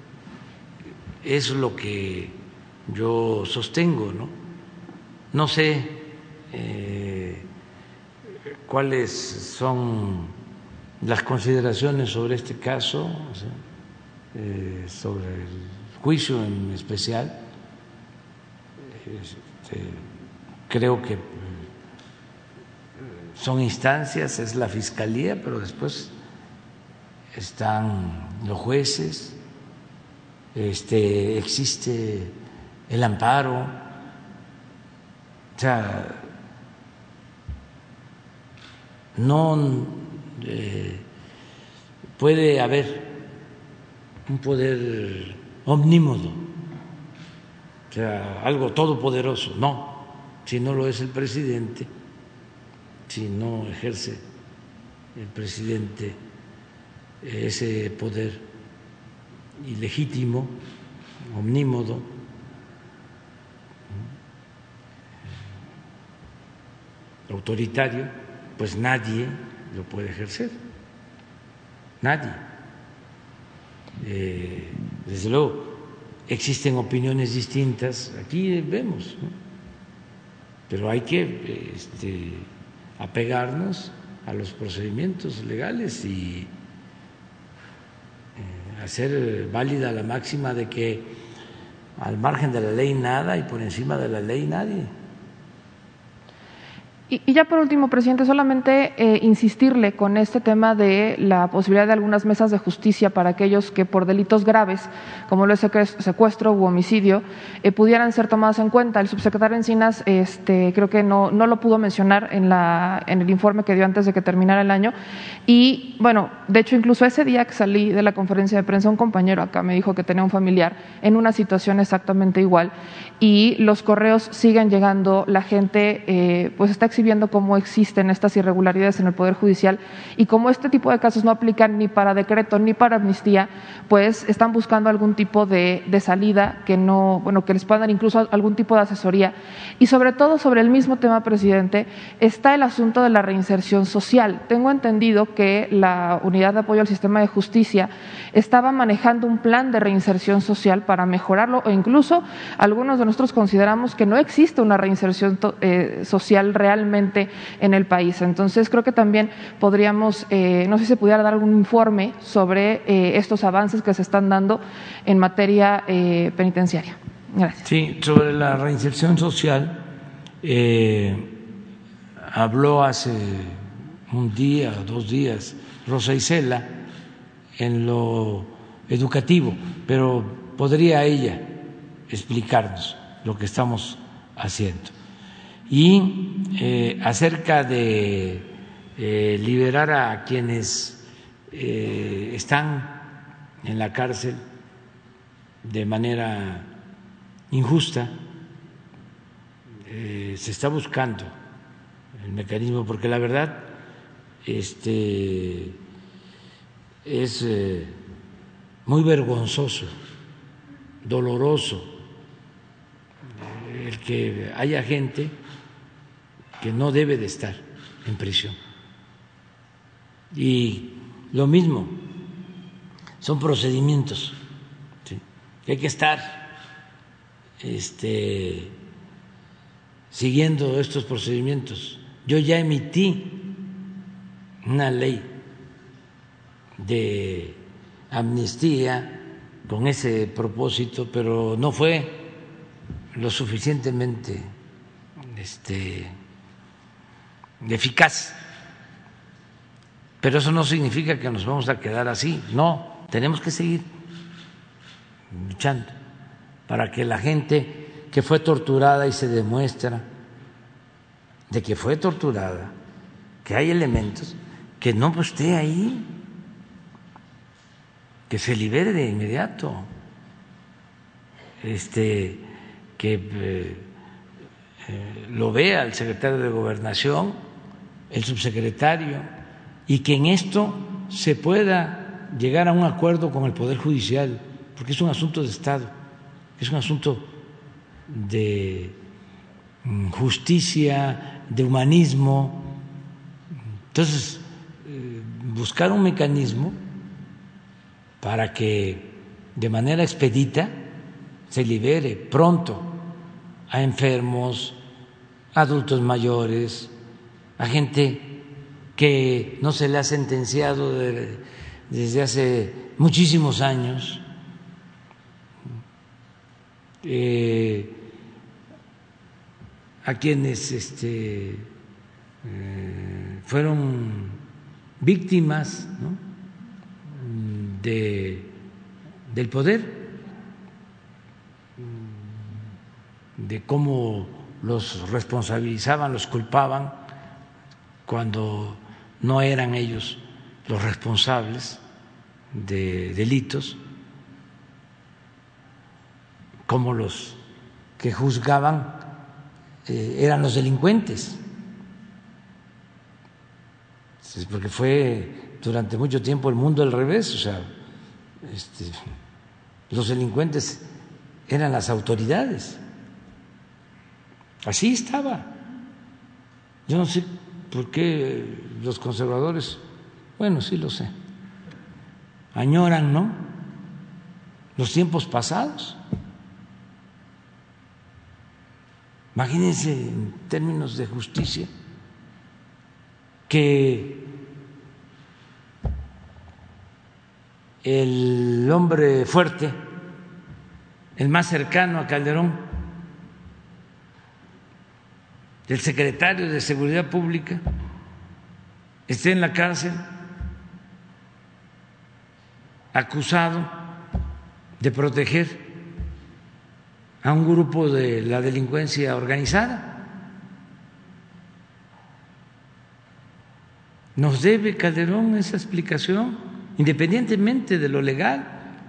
es lo que yo sostengo, ¿no? No sé eh, cuáles son las consideraciones sobre este caso, o sea, eh, sobre el juicio en especial. Este, creo que son instancias, es la Fiscalía, pero después están los jueces, este, existe el amparo. O sea, no eh, puede haber un poder omnímodo, o sea, algo todopoderoso. No, si no lo es el presidente, si no ejerce el presidente ese poder ilegítimo, omnímodo, autoritario, pues nadie lo puede ejercer, nadie. Eh, desde luego, existen opiniones distintas, aquí vemos, ¿no? Pero hay que este, apegarnos a los procedimientos legales y eh, hacer válida la máxima de que al margen de la ley nada y por encima de la ley nadie. Y, y ya por último, presidente, solamente eh, insistirle con este tema de la posibilidad de algunas mesas de justicia para aquellos que por delitos graves, como lo es secuestro u homicidio, eh, pudieran ser tomados en cuenta. El subsecretario Encinas este, creo que no, no lo pudo mencionar en, la, en el informe que dio antes de que terminara el año. Y bueno, de hecho, incluso ese día que salí de la conferencia de prensa, un compañero acá me dijo que tenía un familiar en una situación exactamente igual y los correos siguen llegando, la gente eh, pues está viendo cómo existen estas irregularidades en el Poder Judicial y como este tipo de casos no aplican ni para decreto ni para amnistía, pues están buscando algún tipo de, de salida que no, bueno, que les puedan dar incluso algún tipo de asesoría. Y sobre todo sobre el mismo tema, presidente, está el asunto de la reinserción social. Tengo entendido que la Unidad de Apoyo al Sistema de Justicia estaba manejando un plan de reinserción social para mejorarlo o incluso algunos de nosotros consideramos que no existe una reinserción eh, social realmente en el país. Entonces creo que también podríamos, eh, no sé si se pudiera dar algún informe sobre eh, estos avances que se están dando en materia eh, penitenciaria. Gracias. Sí, sobre la reinserción social, eh, habló hace un día o dos días Rosa Isela en lo educativo, pero podría ella explicarnos lo que estamos haciendo. Y eh, acerca de eh, liberar a quienes eh, están en la cárcel de manera injusta, eh, se está buscando el mecanismo, porque la verdad este, es eh, muy vergonzoso, doloroso, el que haya gente que no debe de estar en prisión. Y lo mismo, son procedimientos, ¿sí? Que hay que estar este, siguiendo estos procedimientos. Yo ya emití una ley de amnistía con ese propósito, pero no fue lo suficientemente este, eficaz. Pero eso no significa que nos vamos a quedar así, no, tenemos que seguir luchando para que la gente que fue torturada y se demuestra de que fue torturada, que hay elementos, que no esté ahí, que se libere de inmediato, este, que eh, eh, lo vea el secretario de Gobernación, el subsecretario, y que en esto se pueda llegar a un acuerdo con el Poder Judicial, porque es un asunto de Estado, es un asunto de justicia, de humanismo. Entonces, eh, buscar un mecanismo para que de manera expedita se libere pronto a enfermos, a adultos mayores, a gente que no se le ha sentenciado de, desde hace muchísimos años, eh, a quienes este, eh, fueron víctimas, ¿no?, de, del poder, de cómo los responsabilizaban, los culpaban cuando no eran ellos los responsables de delitos, como los que juzgaban eh, eran los delincuentes, porque fue durante mucho tiempo el mundo al revés, o sea, este, los delincuentes eran las autoridades, así estaba. Yo no sé por qué los conservadores, bueno, sí lo sé, añoran, ¿no?, los tiempos pasados. Imagínense en términos de justicia que el hombre fuerte, el más cercano a Calderón, el secretario de Seguridad Pública, esté en la cárcel acusado de proteger a un grupo de la delincuencia organizada. Nos debe Calderón esa explicación, independientemente de lo legal.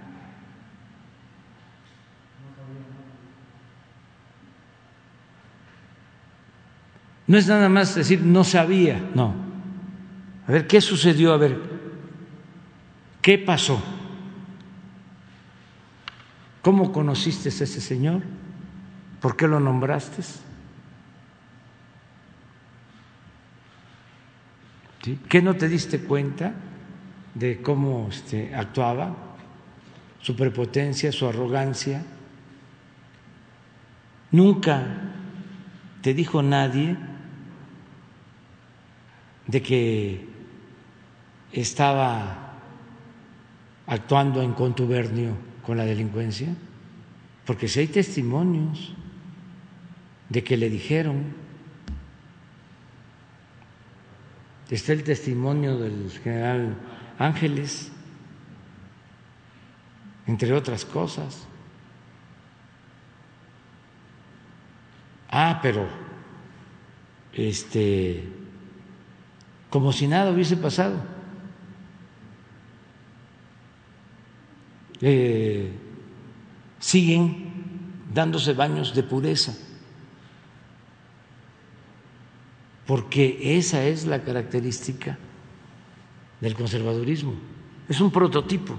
No es nada más decir no sabía, no. A ver, ¿qué sucedió? A ver, ¿qué pasó? ¿Cómo conociste a ese señor? ¿Por qué lo nombraste? ¿Sí? ¿Qué no te diste cuenta de cómo este, actuaba? Su prepotencia, su arrogancia. Nunca te dijo nadie de que estaba actuando en contubernio con la delincuencia, porque si hay testimonios de que le dijeron. Está el testimonio del general Ángeles, entre otras cosas. Ah, pero este, como si nada hubiese pasado. Eh, siguen dándose baños de pureza, porque esa es la característica del conservadurismo, es un prototipo.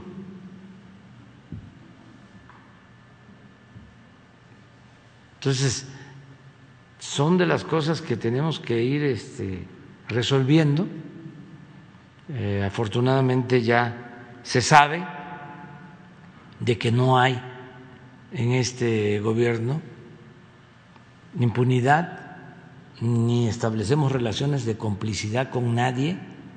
Entonces, son de las cosas que tenemos que ir este, resolviendo. Eh, afortunadamente ya se sabe de que no hay en este gobierno impunidad, ni establecemos relaciones de complicidad con nadie,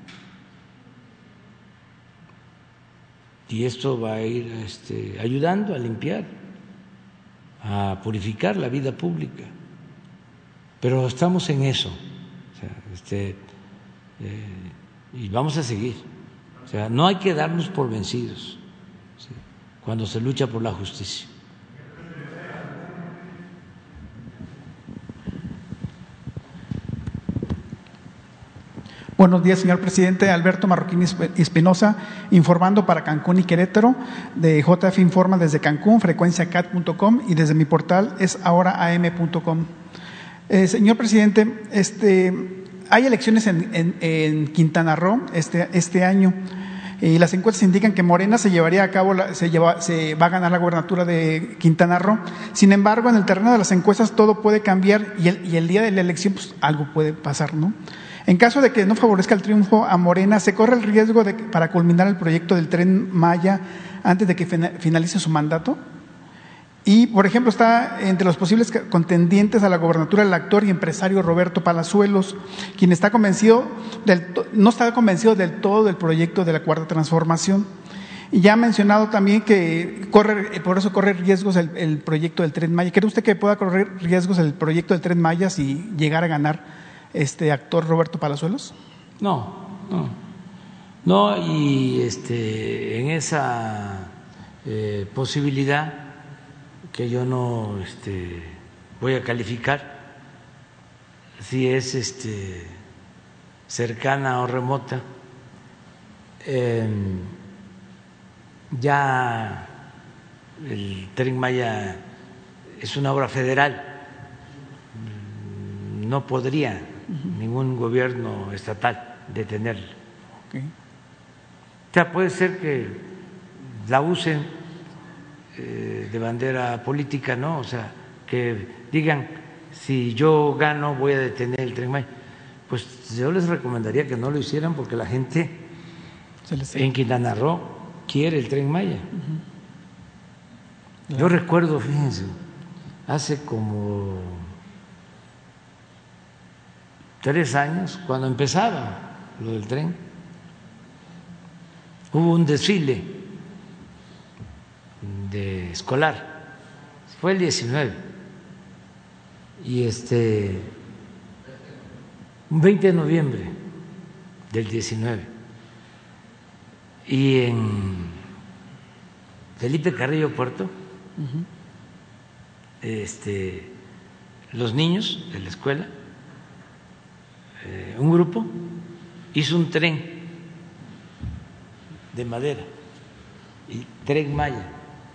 y esto va a ir este, ayudando a limpiar, a purificar la vida pública. Pero estamos en eso, o sea, este, eh, y vamos a seguir. O sea, no hay que darnos por vencidos, ¿sí?, cuando se lucha por la justicia. Buenos días, señor presidente. Alberto Marroquín Espinosa, informando para Cancún y Querétaro, de J F Informa desde Cancún, frecuencia cat punto com, y desde mi portal es ahora a m punto com. Eh, señor presidente, este, hay elecciones en, en, en Quintana Roo este, este año, y las encuestas indican que Morena se llevaría a cabo, la, se, lleva, se va a ganar la gobernatura de Quintana Roo. Sin embargo, en el terreno de las encuestas todo puede cambiar, y el, y el día de la elección pues algo puede pasar, ¿no? En caso de que no favorezca el triunfo a Morena, se corre el riesgo de, para culminar el proyecto del Tren Maya antes de que finalice su mandato. Y, por ejemplo, está entre los posibles contendientes a la gobernatura el actor y empresario Roberto Palazuelos, quien está convencido del, no está convencido del todo del proyecto de la Cuarta Transformación. Y ya ha mencionado también que corre, por eso corre riesgos el, el proyecto del Tren Maya. ¿Cree usted que pueda correr riesgos el proyecto del Tren Maya si llegara a ganar este actor Roberto Palazuelos? No, no, no, y este, en esa eh, posibilidad que yo no este, voy a calificar si es este, cercana o remota, eh, ya el Tren Maya es una obra federal, no podría ningún gobierno estatal detenerlo. Okay. O sea, puede ser que la usen eh, de bandera política, ¿no? O sea, que digan, si yo gano voy a detener el Tren Maya. Pues yo les recomendaría que no lo hicieran, porque la gente en Quintana Roo quiere el Tren Maya. Uh-huh. Yo recuerdo, fíjense, hace como tres años, cuando empezaba lo del tren, hubo un desfile de escolar. Fue el diecinueve. Y este, un veinte de noviembre del diecinueve. Y en Felipe Carrillo Puerto, uh-huh. este, los niños de la escuela, eh, un grupo hizo un tren de madera y Tren Maya.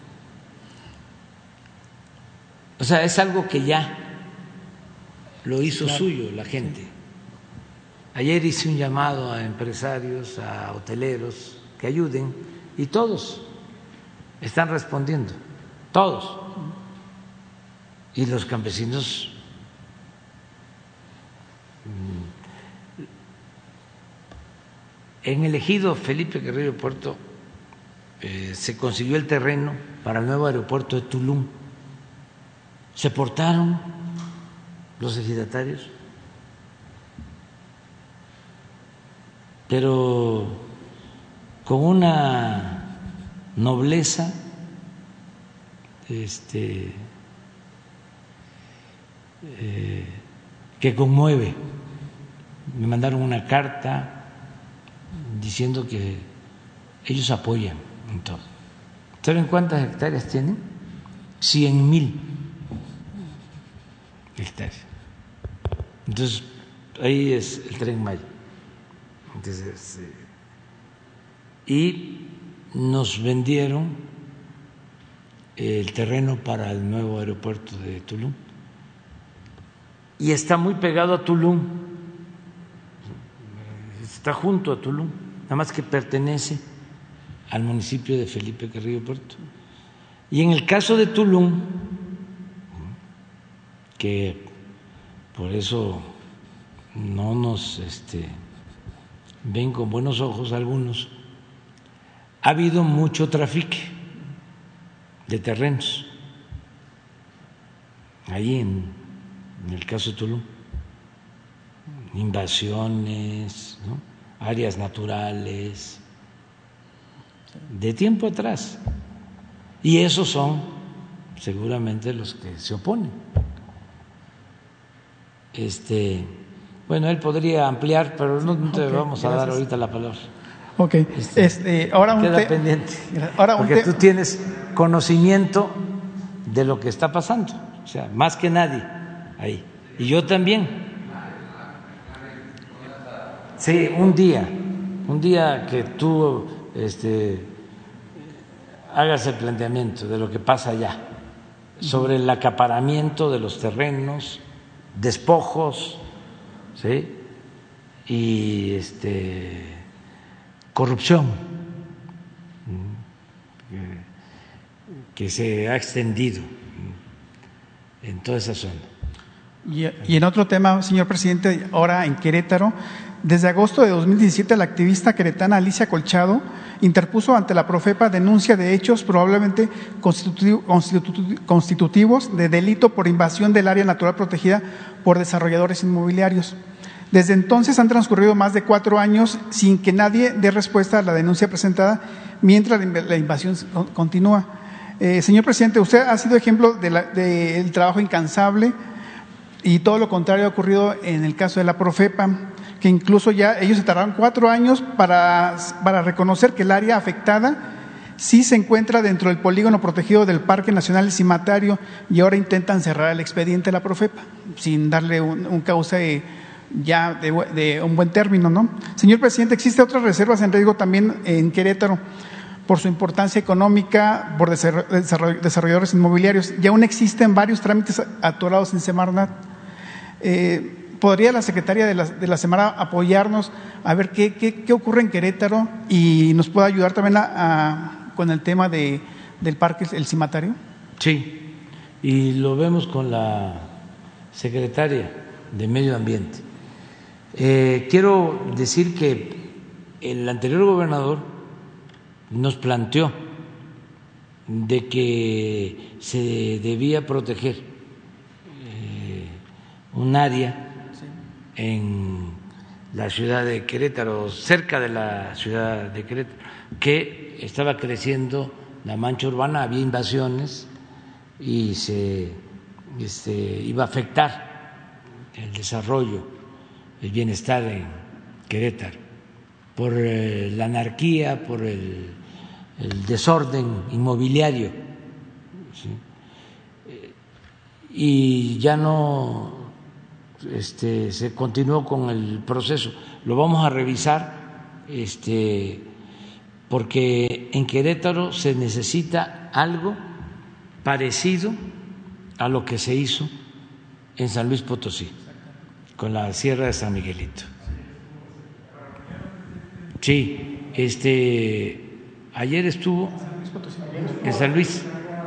O sea, es algo que ya lo hizo claro. suyo la gente. Sí. Ayer hice un llamado a empresarios, a hoteleros que ayuden y todos están respondiendo, todos. Y los campesinos en el ejido Felipe Carrillo Puerto eh, se consiguió el terreno para el nuevo aeropuerto de Tulum. Se portaron los ejidatarios, pero con una nobleza este, eh, que conmueve. Me mandaron una carta diciendo que ellos apoyan en todo. ¿Saben cuántas hectáreas tienen? Cien mil hectáreas. Entonces, ahí es el Tren Maya. Entonces, eh, y nos vendieron el terreno para el nuevo aeropuerto de Tulum. Y está muy pegado a Tulum, está junto a Tulum, nada más que pertenece al municipio de Felipe Carrillo Puerto. Y en el caso de Tulum, que por eso no nos este, ven con buenos ojos algunos, ha habido mucho tráfico de terrenos ahí en, en el caso de Tulum, invasiones, ¿no? Áreas naturales, de tiempo atrás, y esos son seguramente los que se oponen. Este, bueno, él podría ampliar, pero no, no te okay, vamos a gracias. dar ahorita la palabra. Ok, este, este, ahora un queda te... pendiente, ahora un porque te... tú tienes conocimiento de lo que está pasando, o sea, más que nadie ahí, y yo también. Sí, un día, un día que tú este, hagas el planteamiento de lo que pasa allá, sobre el acaparamiento de los terrenos, despojos, ¿sí? Y este, corrupción que se ha extendido en toda esa zona. Y, y en otro tema, señor presidente, ahora en Querétaro, desde agosto de dos mil diecisiete, la activista queretana Alicia Colchado interpuso ante la Profepa denuncia de hechos probablemente constitutivos de delito por invasión del área natural protegida por desarrolladores inmobiliarios. Desde entonces han transcurrido más de cuatro años sin que nadie dé respuesta a la denuncia presentada, mientras la invasión continúa. Eh, señor presidente, usted ha sido ejemplo del de de trabajo incansable y todo lo contrario ha ocurrido en el caso de la Profepa, que incluso ya ellos se tardaron cuatro años para, para reconocer que el área afectada sí se encuentra dentro del polígono protegido del Parque Nacional El Cimatario, y ahora intentan cerrar el expediente de la Profepa sin darle un, un cauce ya de, de un buen término, ¿no? Señor presidente, existen otras reservas en riesgo también en Querétaro por su importancia económica, por desarrolladores inmobiliarios, y aún existen varios trámites atorados en Semarnat. Eh, ¿Podría la secretaria de la, de la Semarnat apoyarnos a ver qué, qué, qué ocurre en Querétaro y nos pueda ayudar también a, a, con el tema de, del Parque El Cimatario? Sí, y lo vemos con la secretaria de Medio Ambiente. Eh, quiero decir que el anterior gobernador nos planteó de que se debía proteger eh, un área en la ciudad de Querétaro, cerca de la ciudad de Querétaro, que estaba creciendo la mancha urbana, había invasiones y se este, iba a afectar el desarrollo, el bienestar en Querétaro, por eh, la anarquía, por el, el desorden inmobiliario, ¿sí? Y ya no este, se continuó con el proceso. Lo vamos a revisar, este, porque en Querétaro se necesita algo parecido a lo que se hizo en San Luis Potosí, con la Sierra de San Miguelito. Sí, este, ayer estuvo en San Luis.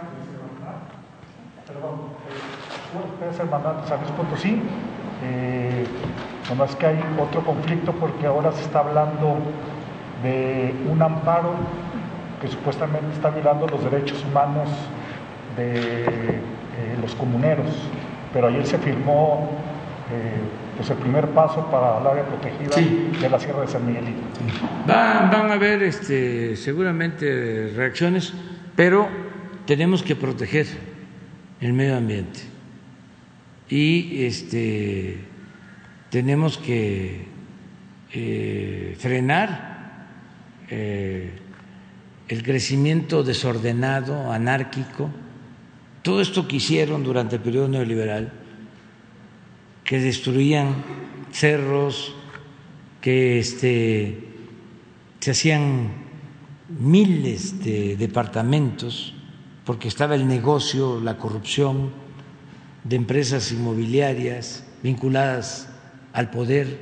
Es el mandato de San Luis Potosí, eh, nomás que hay otro conflicto porque ahora se está hablando de un amparo que supuestamente está violando los derechos humanos de eh, los comuneros, pero ayer se firmó eh, pues el primer paso para el área protegida sí. de la Sierra de San Miguelito. Van, van a haber este, seguramente reacciones, pero tenemos que proteger el medio ambiente. Y este, tenemos que eh, frenar eh, el crecimiento desordenado, anárquico, todo esto que hicieron durante el periodo neoliberal, que destruían cerros, que este, se hacían miles de departamentos, porque estaba el negocio, la corrupción de empresas inmobiliarias vinculadas al poder.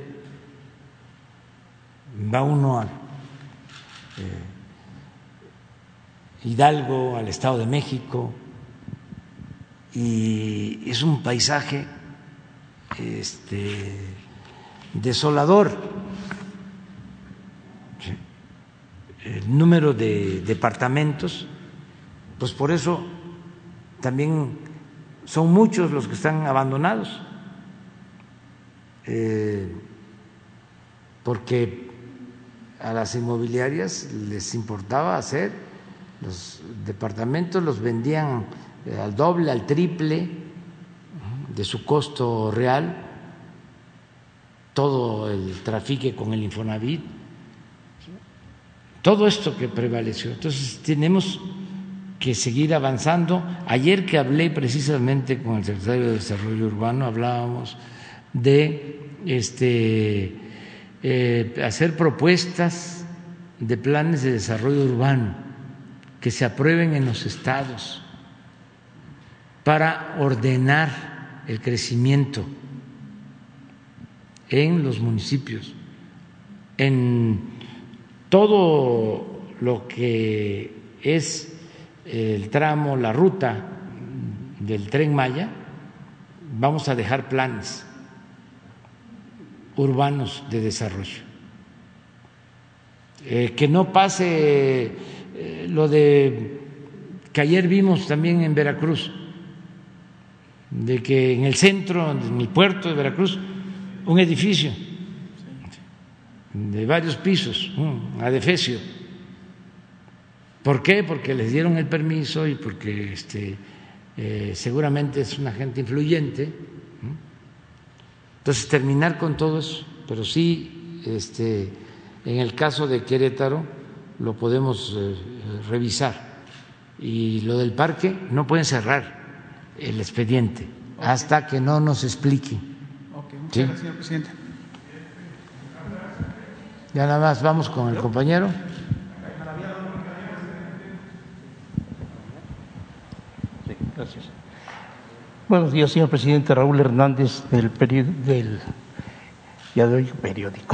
Va uno a eh, Hidalgo, al Estado de México, y es un paisaje este, desolador. El número de departamentos, pues por eso también son muchos los que están abandonados, eh, porque a las inmobiliarias les importaba hacer los departamentos, los vendían al doble, al triple de su costo real, todo el trafique con el Infonavit, todo esto que prevaleció. Entonces tenemos que seguir avanzando. Ayer que hablé precisamente con el secretario de Desarrollo Urbano, hablábamos de este, eh, hacer propuestas de planes de desarrollo urbano que se aprueben en los estados para ordenar el crecimiento en los municipios, en todo lo que es el tramo, la ruta del Tren Maya. Vamos a dejar planes urbanos de desarrollo, eh, que no pase eh, lo de que ayer vimos también en Veracruz, de que en el centro, en el puerto de Veracruz, un edificio de varios pisos, un adefesio. ¿Por qué? Porque les dieron el permiso y porque este, eh, seguramente es una gente influyente. Entonces, terminar con todo eso, pero sí, este, en el caso de Querétaro, lo podemos eh, revisar. Y lo del parque, no pueden cerrar el expediente okay. hasta que no nos explique. Okay, muchas ¿Sí? gracias, señor presidente. Ya nada más vamos con el compañero. Sí, gracias. Buenos días, señor presidente. Raúl Hernández, del, del ya doy periódico,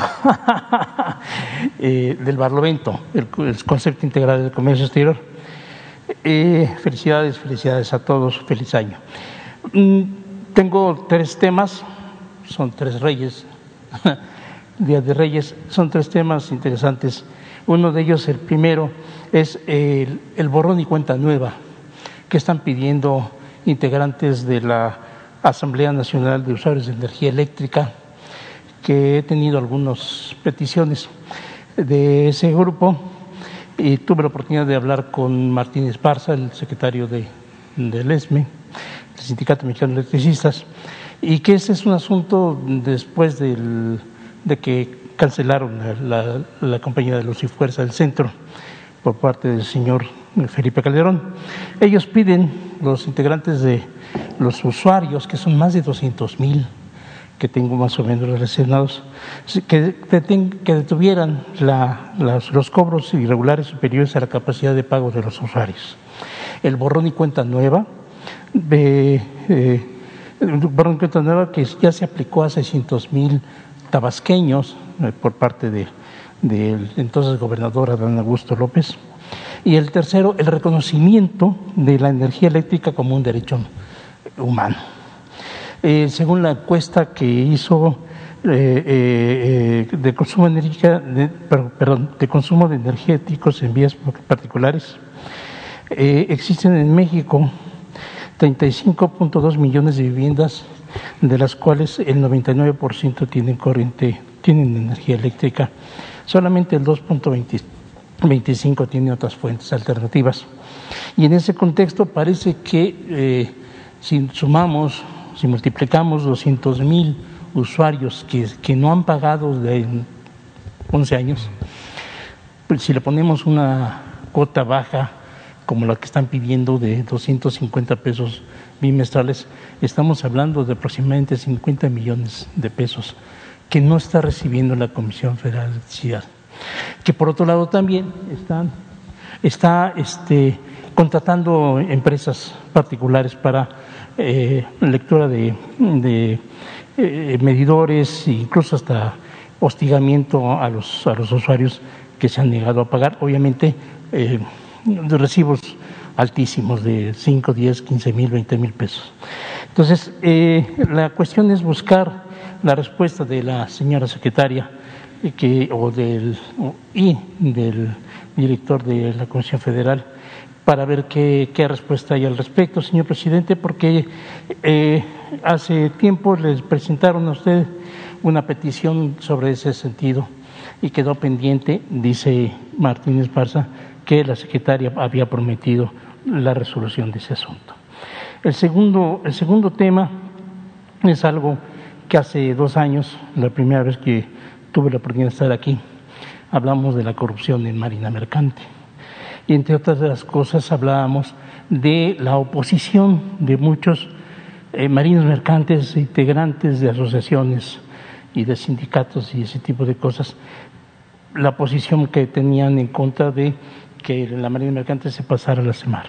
eh, del Barlovento, el, el Concepto Integral del Comercio Exterior. Eh, felicidades, felicidades a todos, feliz año. Mm, tengo tres temas, son tres reyes, Día de Reyes, son tres temas interesantes. Uno de ellos, el primero, es el, el borrón y cuenta nueva que están pidiendo integrantes de la Asamblea Nacional de Usuarios de Energía Eléctrica, que he tenido algunas peticiones de ese grupo, Y tuve la oportunidad de hablar con Martín Esparza, el secretario de, del ESME, el Sindicato Mexicano de Electricistas, y que ese es un asunto después del, de que cancelaron la, la, la compañía de Luz y Fuerza del Centro por parte del señor Felipe Calderón. Ellos piden, los integrantes de los usuarios, que son más de doscientos mil, que tengo más o menos relacionados, que, que detuvieran la, las, los cobros irregulares superiores a la capacidad de pago de los usuarios. El borrón y cuenta nueva, de, eh, borrón y cuenta nueva que ya se aplicó a seiscientos mil tabasqueños eh, por parte de, del entonces gobernador Adán Augusto López. Y el tercero, el reconocimiento de la energía eléctrica como un derecho humano. Eh, según la encuesta que hizo eh, eh, de consumo de energía, de, perdón, de consumo de energéticos en vías particulares, eh, existen en México treinta y cinco punto dos millones de viviendas, de las cuales el noventa y nueve por ciento tienen corriente, tienen energía eléctrica. Solamente el dos punto veinticinco tiene otras fuentes alternativas. Y en ese contexto parece que eh, si sumamos, si multiplicamos doscientos mil usuarios que, que no han pagado de once años, pues si le ponemos una cuota baja como la que están pidiendo de doscientos cincuenta pesos bimestrales, estamos hablando de aproximadamente cincuenta millones de pesos que no está recibiendo la Comisión Federal de Electricidad, que por otro lado también están, está este, contratando empresas particulares para eh, lectura de, de eh, medidores e incluso hasta hostigamiento a los, a los usuarios que se han negado a pagar, obviamente eh, de recibos altísimos de cinco, diez, quince mil, veinte mil pesos. Entonces, eh, la cuestión es buscar la respuesta de la señora secretaria que, o del, o, y del director de la Comisión Federal para ver qué, qué respuesta hay al respecto, señor presidente, porque eh, hace tiempo les presentaron a usted una petición sobre ese sentido y quedó pendiente, dice Martín Esparza, que la secretaria había prometido la resolución de ese asunto. El segundo, el segundo tema es algo que hace dos años, la primera vez que tuve la oportunidad de estar aquí, hablamos de la corrupción en Marina Mercante. Y entre otras de las cosas hablábamos de la oposición de muchos eh, marinos mercantes, integrantes de asociaciones y de sindicatos y ese tipo de cosas, la posición que tenían en contra de que la Marina Mercante se pasara a la CEMAR.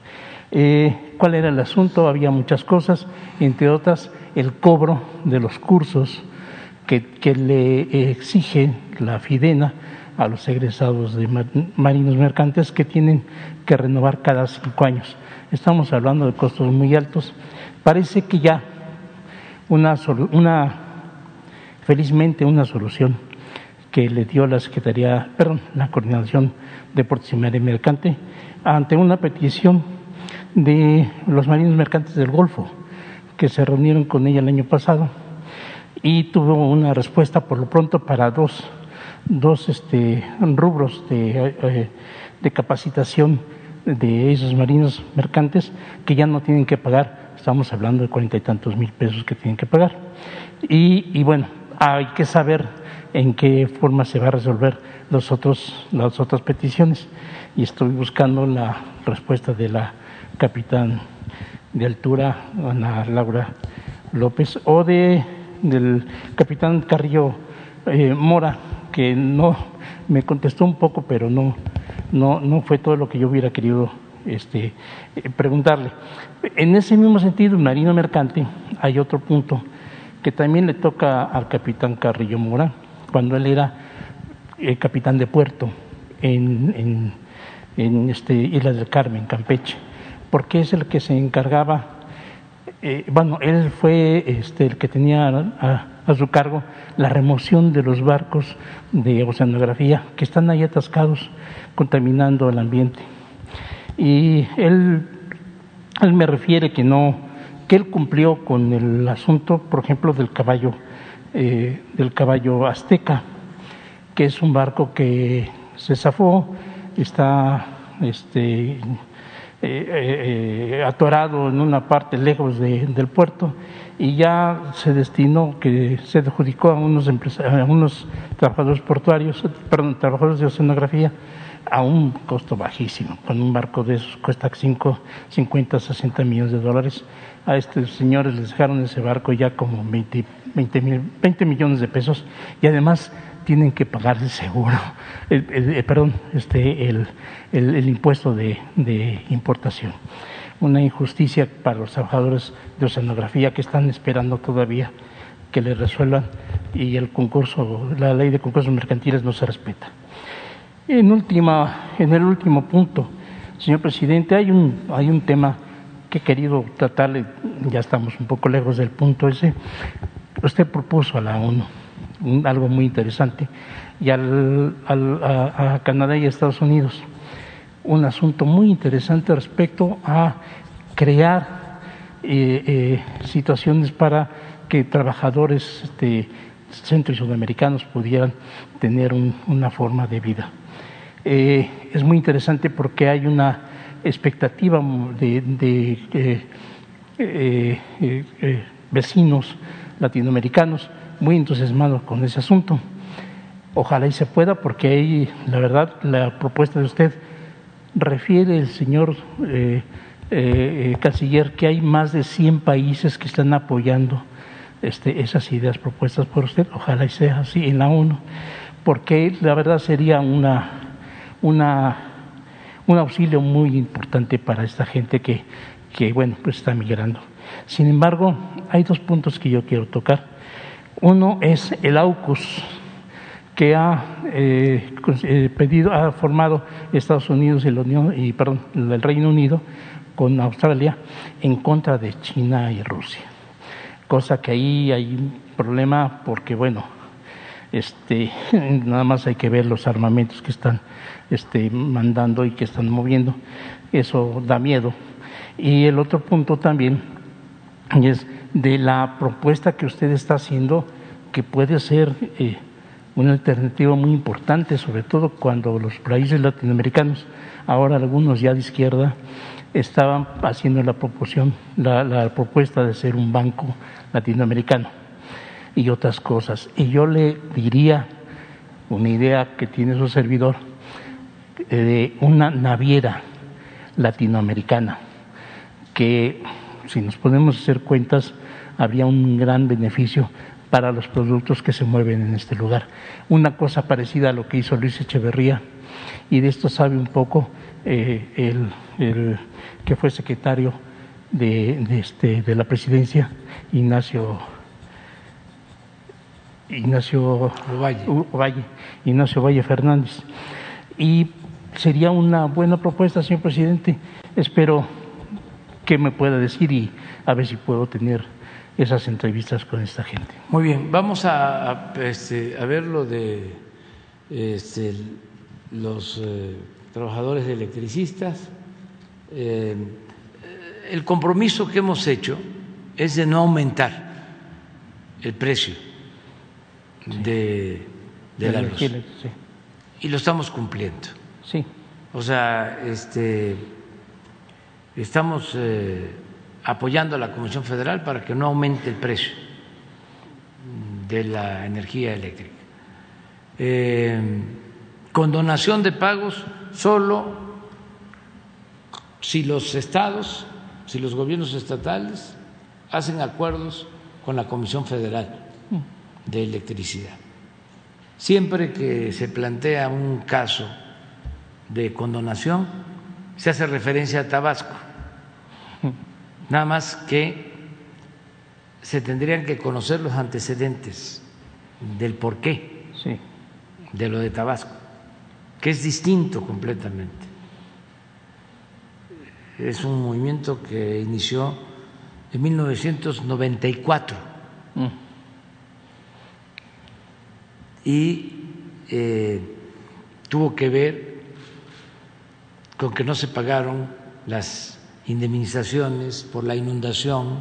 Eh, ¿Cuál era el asunto? Había muchas cosas, entre otras el cobro de los cursos que, que le exige la FIDENA a los egresados de marinos mercantes que tienen que renovar cada cinco años. Estamos hablando de costos muy altos. Parece que ya una, una felizmente una solución que le dio la Secretaría, perdón, la Coordinación de Puertos y Marina Mercante ante una petición de los marinos mercantes del Golfo, que se reunieron con ella el año pasado y tuvo una respuesta por lo pronto para dos, dos este, rubros de, eh, de capacitación de esos marinos mercantes que ya no tienen que pagar, estamos hablando de cuarenta y tantos mil pesos que tienen que pagar. Y, y bueno, hay que saber en qué forma se va a resolver los otros, las otras peticiones. Y estoy buscando la respuesta de la capitán de altura, Ana Laura López, o de del capitán Carrillo eh, Mora, que no me contestó un poco, pero no, no, no fue todo lo que yo hubiera querido este, eh, preguntarle. En ese mismo sentido, en Marina Mercante, hay otro punto que también le toca al capitán Carrillo Mora, cuando él era eh, capitán de puerto en, en, en este, Islas del Carmen, Campeche, porque es el que se encargaba, eh, bueno, él fue este, el que tenía a, a su cargo la remoción de los barcos de oceanografía que están ahí atascados, contaminando el ambiente. Y él, él me refiere que no, que él cumplió con el asunto, por ejemplo, del caballo, eh, del caballo Azteca, que es un barco que se zafó está este, eh, eh, atorado en una parte lejos de, del puerto y ya se destinó, que se adjudicó a unos, a unos trabajadores portuarios, perdón, trabajadores de oceanografía, a un costo bajísimo. Con un barco de esos cuesta cinco, cincuenta, sesenta millones de dólares. A estos señores les dejaron ese barco ya como veinte, veinte, mil, veinte millones de pesos y además tienen que pagar el seguro, el, el, el, perdón, este, el, el, el impuesto de, de importación. Una injusticia para los trabajadores de oceanografía que están esperando todavía que les resuelvan y el concurso, la ley de concursos mercantiles no se respeta. En, última, en el último punto, señor presidente, hay un, hay un tema que he querido tratarle, ya estamos un poco lejos del punto ese. Usted propuso a la ONU un, algo muy interesante y al, al, a, a Canadá y a Estados Unidos un asunto muy interesante respecto a crear eh, eh, situaciones para que trabajadores este, centro y sudamericanos pudieran tener un, una forma de vida. Eh, es muy interesante porque hay una expectativa de, de eh, eh, eh, vecinos latinoamericanos muy entusiasmados con ese asunto. Ojalá y se pueda, porque ahí, la verdad, la propuesta de usted refiere el señor eh, eh, canciller que hay más de cien países que están apoyando este, esas ideas propuestas por usted. Ojalá y sea así en la ONU, porque la verdad sería una, una, un auxilio muy importante para esta gente que, que bueno, pues está migrando. Sin embargo, hay dos puntos que yo quiero tocar. Uno es el AUKUS, que ha eh, pedido, ha formado Estados Unidos y, la Unión, y perdón, el Reino Unido con Australia en contra de China y Rusia. Cosa que ahí hay un problema porque, bueno, este, nada más hay que ver los armamentos que están este, mandando y que están moviendo. Eso da miedo. Y el otro punto también es de la propuesta que usted está haciendo, que puede ser eh, una alternativa muy importante, sobre todo cuando los países latinoamericanos, ahora algunos ya de izquierda, estaban haciendo la proposición, la, la propuesta de ser un banco latinoamericano y otras cosas. Y yo le diría una idea que tiene su servidor de una naviera latinoamericana, que si nos podemos hacer cuentas habría un gran beneficio para los productos que se mueven en este lugar. Una cosa parecida a lo que hizo Luis Echeverría, y de esto sabe un poco eh, el, el que fue secretario de, de, este, de la presidencia, Ignacio Ignacio Ovalle. Ovalle, Ignacio Valle Fernández. Y sería una buena propuesta, señor presidente. Espero que me pueda decir y a ver si puedo tener esas entrevistas con esta gente. Muy bien, vamos a, a, este, a ver lo de este, los eh, trabajadores de electricistas. Eh, el compromiso que hemos hecho es de no aumentar el precio sí. de, de, de la luz. Sí. Y lo estamos cumpliendo. Sí. O sea, este, estamos eh, apoyando a la Comisión Federal para que no aumente el precio de la energía eléctrica. Eh, condonación de pagos solo si los estados, si los gobiernos estatales hacen acuerdos con la Comisión Federal de Electricidad. Siempre que se plantea un caso de condonación, se hace referencia a Tabasco. Nada más que se tendrían que conocer los antecedentes del porqué sí. de lo de Tabasco, que es distinto completamente. Es un movimiento que inició en mil novecientos noventa y cuatro mm. y eh, tuvo que ver con que no se pagaron las indemnizaciones por la inundación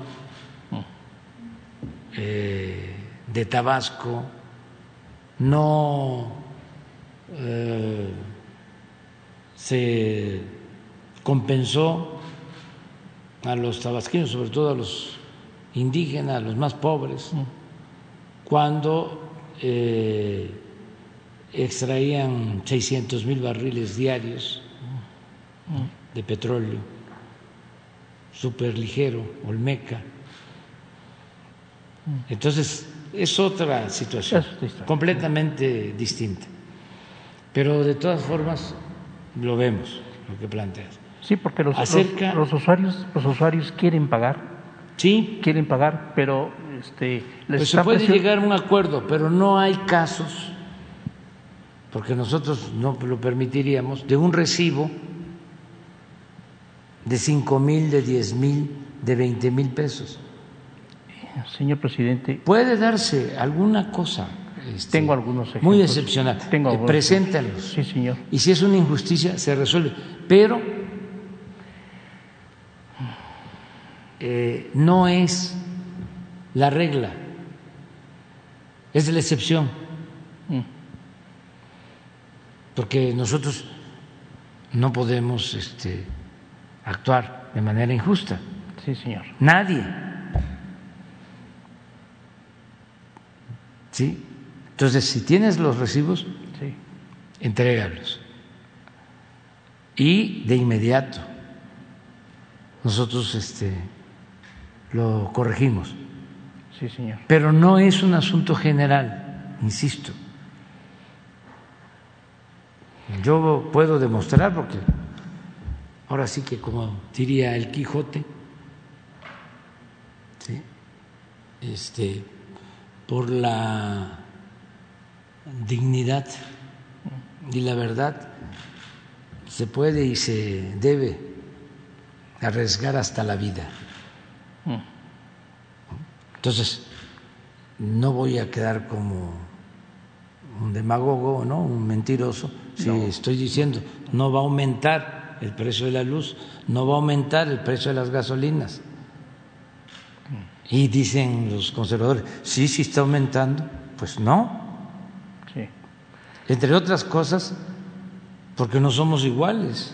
eh, de Tabasco, no eh, se compensó a los tabasqueños, sobre todo a los indígenas, a los más pobres, cuando eh, extraían seiscientos mil barriles diarios de petróleo superligero, Olmeca. Entonces, es otra situación, completamente distinta. Pero de todas formas, lo vemos, lo que planteas. Sí, porque los, Acerca, los, los usuarios, los usuarios quieren pagar. Sí. Quieren pagar, pero este, les pues se puede presion... llegar a un acuerdo, pero no hay casos, porque nosotros no lo permitiríamos, de un recibo de cinco mil, de diez mil, de veinte mil pesos. Señor presidente. Puede darse alguna cosa. Este, tengo algunos ejemplos. Muy excepcional. Tengo algunos Preséntalos. Sí, señor. Y si es una injusticia, se resuelve. Pero eh, no es la regla, es la excepción. Mm. Porque nosotros no podemos este, actuar de manera injusta. Sí, señor. Nadie. ¿Sí? Entonces, si tienes los recibos, sí, entrégalos. Y de inmediato nosotros este, lo corregimos. Sí, señor. Pero no es un asunto general, insisto. Yo puedo demostrar, porque ahora sí que, como diría el Quijote, ¿sí? este, por la dignidad y la verdad se puede y se debe arriesgar hasta la vida. Entonces, no voy a quedar como un demagogo, ¿no? Un mentiroso, si no. estoy diciendo no va a aumentar el precio de la luz, no va a aumentar el precio de las gasolinas. Y dicen los conservadores, sí, sí está aumentando. Pues no. Sí. Entre otras cosas, porque no somos iguales.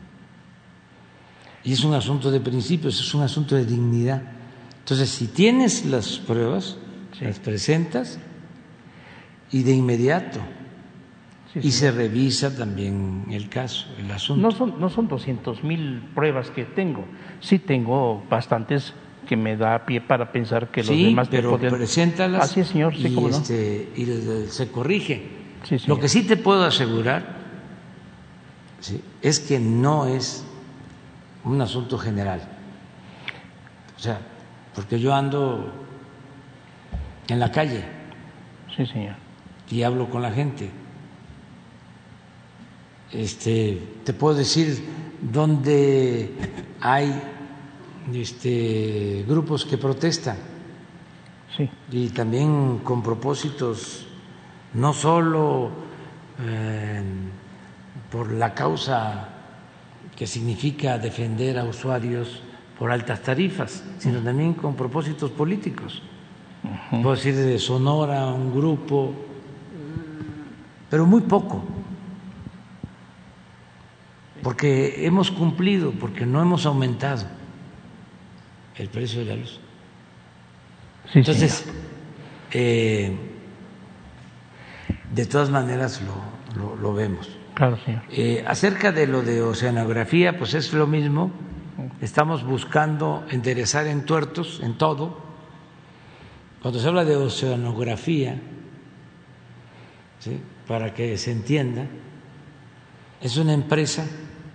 Y es un asunto de principios, es un asunto de dignidad. Entonces, si tienes las pruebas, sí, las presentas y de inmediato. Sí, y sí, se revisa también el caso, el asunto. No son, no son doscientos mil pruebas que tengo, sí tengo bastantes que me da pie para pensar que los sí, demás pero podrían... preséntalas. Así es, señor, sí, y, cómo no. este, y se corrige. Sí, lo que sí te puedo asegurar, ¿sí?, es que no es un asunto general. O sea, porque yo ando en la calle. Sí, señor. Y hablo con la gente. Este, te puedo decir dónde hay este, grupos que protestan. Sí. Y también con propósitos no solo eh, por la causa que significa defender a usuarios por altas tarifas, sino uh-huh. también con propósitos políticos. Uh-huh. Puedo decir de Sonora, un grupo, pero muy poco. Porque hemos cumplido, porque no hemos aumentado el precio de la luz. Sí, entonces, eh, de todas maneras lo, lo, lo vemos. Claro, señor. Eh, acerca de lo de oceanografía, pues es lo mismo. Estamos buscando enderezar entuertos en todo. Cuando se habla de oceanografía, ¿sí?, para que se entienda, es una empresa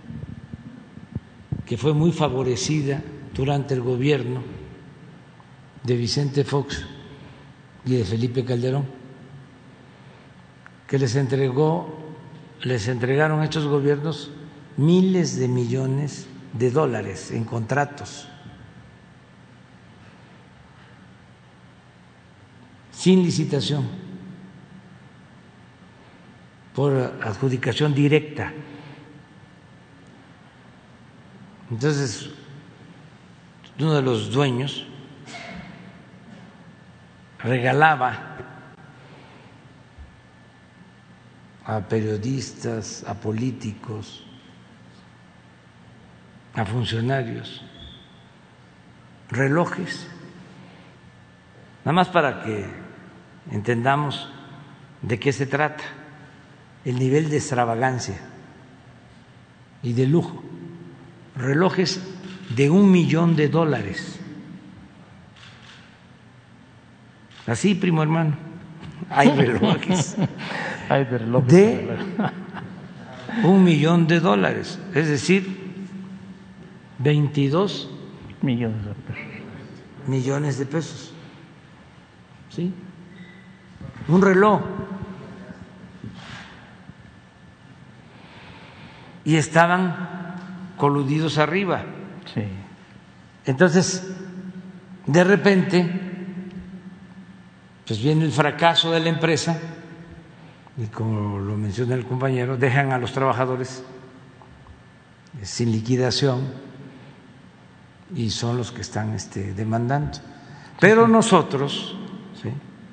que fue muy favorecida durante el gobierno de Vicente Fox y de Felipe Calderón, que les entregó, les entregaron a estos gobiernos miles de millones de dólares en contratos sin licitación, por adjudicación directa. Entonces, uno de los dueños regalaba a periodistas, a políticos, a funcionarios relojes, nada más para que entendamos de qué se trata, el nivel de extravagancia y de lujo. Relojes de un millón de dólares. Así, primo hermano, hay relojes hay de, relojes de un millón de dólares, es decir, veintidós millones de pesos. millones de pesos. ¿Sí? Un reloj. Y estaban coludidos arriba. Sí. Entonces, de repente, pues viene el fracaso de la empresa y, como lo menciona el compañero, dejan a los trabajadores sin liquidación y son los que están este, demandando. Pero nosotros, ¿sí?,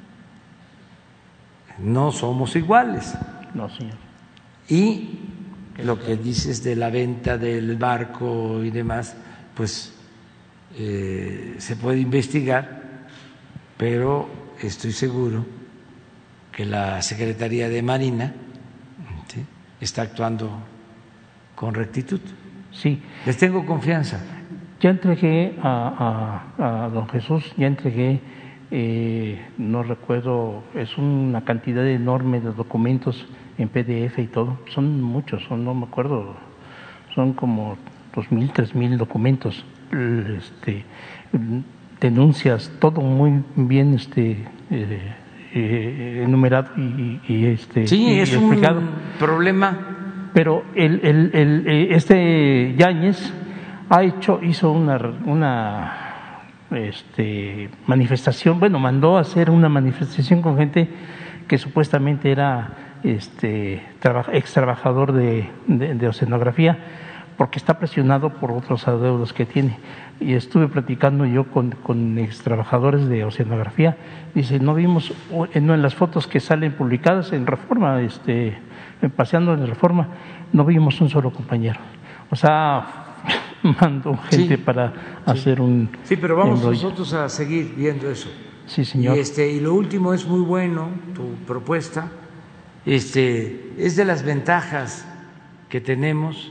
no somos iguales. No, señor. Y lo que dices de la venta del barco y demás, pues eh, se puede investigar, pero estoy seguro que la Secretaría de Marina, ¿sí?, está actuando con rectitud. Sí. Les tengo confianza. Ya entregué a, a, a don Jesús, ya entregué, eh, no recuerdo, es una cantidad enorme de documentos en P D F y todo, son muchos, son, no me acuerdo, son como dos mil, tres mil documentos, este, denuncias, todo muy bien este, eh, eh, enumerado y, y este sí, y es explicado. Un problema. Pero el, el, el, este Yáñez ha hecho, hizo una, una este, manifestación, bueno, mandó a hacer una manifestación con gente que supuestamente era este, ex trabajador de, de, de oceanografía, porque está presionado por otros adeudos que tiene. Y estuve platicando yo con, con ex trabajadores de oceanografía, dice, no vimos, no en las fotos que salen publicadas en Reforma, este, paseando en Reforma, no vimos un solo compañero. O sea, mandó gente sí, para sí. hacer un... Sí, pero vamos embrollo. nosotros a seguir viendo eso. Sí, señor. Y, este, y lo último es muy bueno, tu propuesta, este, es de las ventajas que tenemos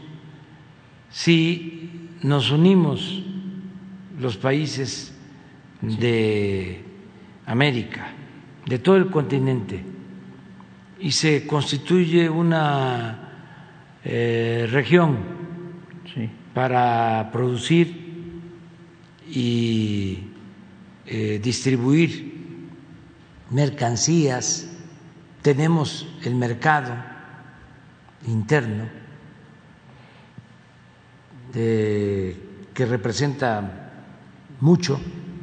si nos unimos los países sí. de América, de todo el continente, y se constituye una eh, región sí. para producir y eh, distribuir mercancías. Tenemos el mercado interno de, que representa mucho,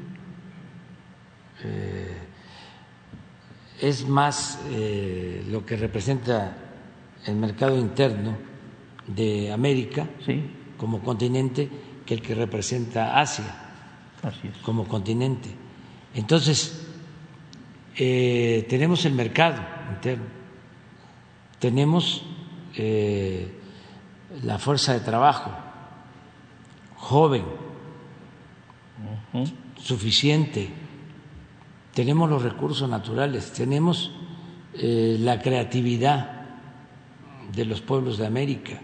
eh, es más eh, lo que representa el mercado interno de América sí. como continente que el que representa Asia Así es. como continente. Entonces, eh, tenemos el mercado interno, tenemos eh, la fuerza de trabajo joven, uh-huh. suficiente, tenemos los recursos naturales, tenemos eh, la creatividad de los pueblos de América,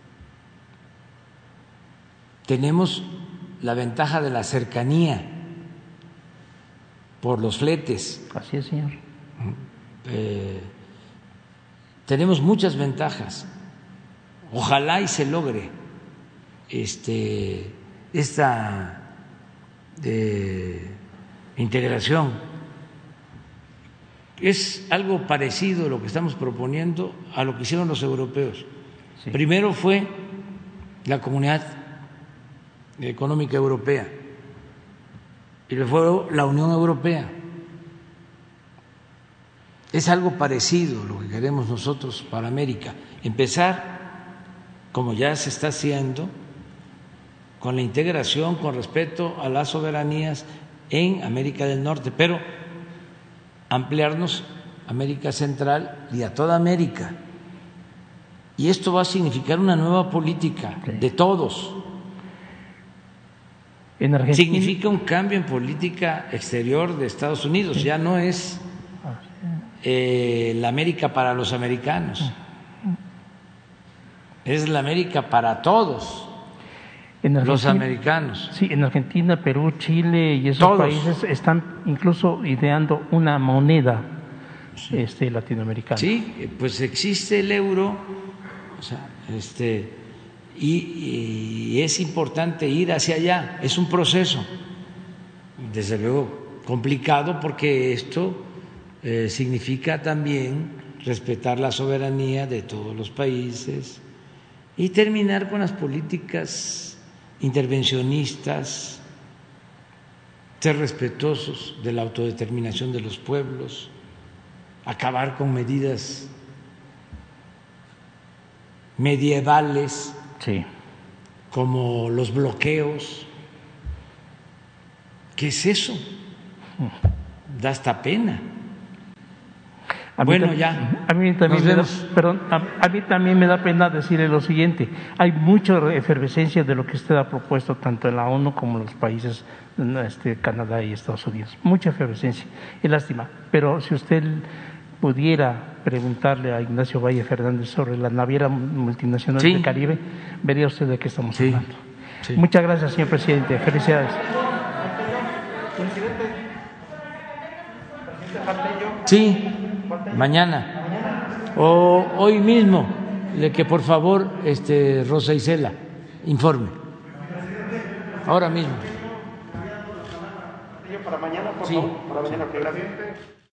tenemos la ventaja de la cercanía por los fletes. Así es, señor. Eh, tenemos muchas ventajas. Ojalá y se logre este, esta eh, integración. Es algo parecido lo que estamos proponiendo a lo que hicieron los europeos. Sí. Primero fue la Comunidad Económica Europea y luego fue la Unión Europea. Es algo parecido lo que queremos nosotros para América. Empezar, como ya se está haciendo, con la integración, con respeto a las soberanías en América del Norte, pero ampliarnos a América Central y a toda América. Y esto va a significar una nueva política de todos. En Argentina, significa un cambio en política exterior de Estados Unidos. Sí. Ya no es eh, la América para los americanos, es la América para todos los americanos. Sí, en Argentina, Perú, Chile y esos todos. países están incluso ideando una moneda sí. este, latinoamericana. Sí, pues existe el euro, o sea, este, y, y es importante ir hacia allá. Es un proceso, desde luego, complicado, porque esto eh, significa también respetar la soberanía de todos los países y terminar con las políticas intervencionistas, ser respetuosos de la autodeterminación de los pueblos, acabar con medidas medievales sí. como los bloqueos. ¿Qué es eso? Da hasta pena. A bueno, mí, ya. A mí, también me da, perdón, a, a mí también me da pena decirle lo siguiente. Hay mucha efervescencia de lo que usted ha propuesto, tanto en la ONU como en los países, este, Canadá y Estados Unidos. Mucha efervescencia. Es lástima. Pero si usted pudiera preguntarle a Ignacio Valle Fernández sobre la naviera multinacional sí. del Caribe, vería usted de qué estamos sí. hablando. Sí. Muchas gracias, señor presidente. Felicidades. Sí. Mañana o hoy mismo, de que por favor este, Rosa Isela informe. Ahora mismo. Para mañana, por sí. favor. Para mañana, que gracias.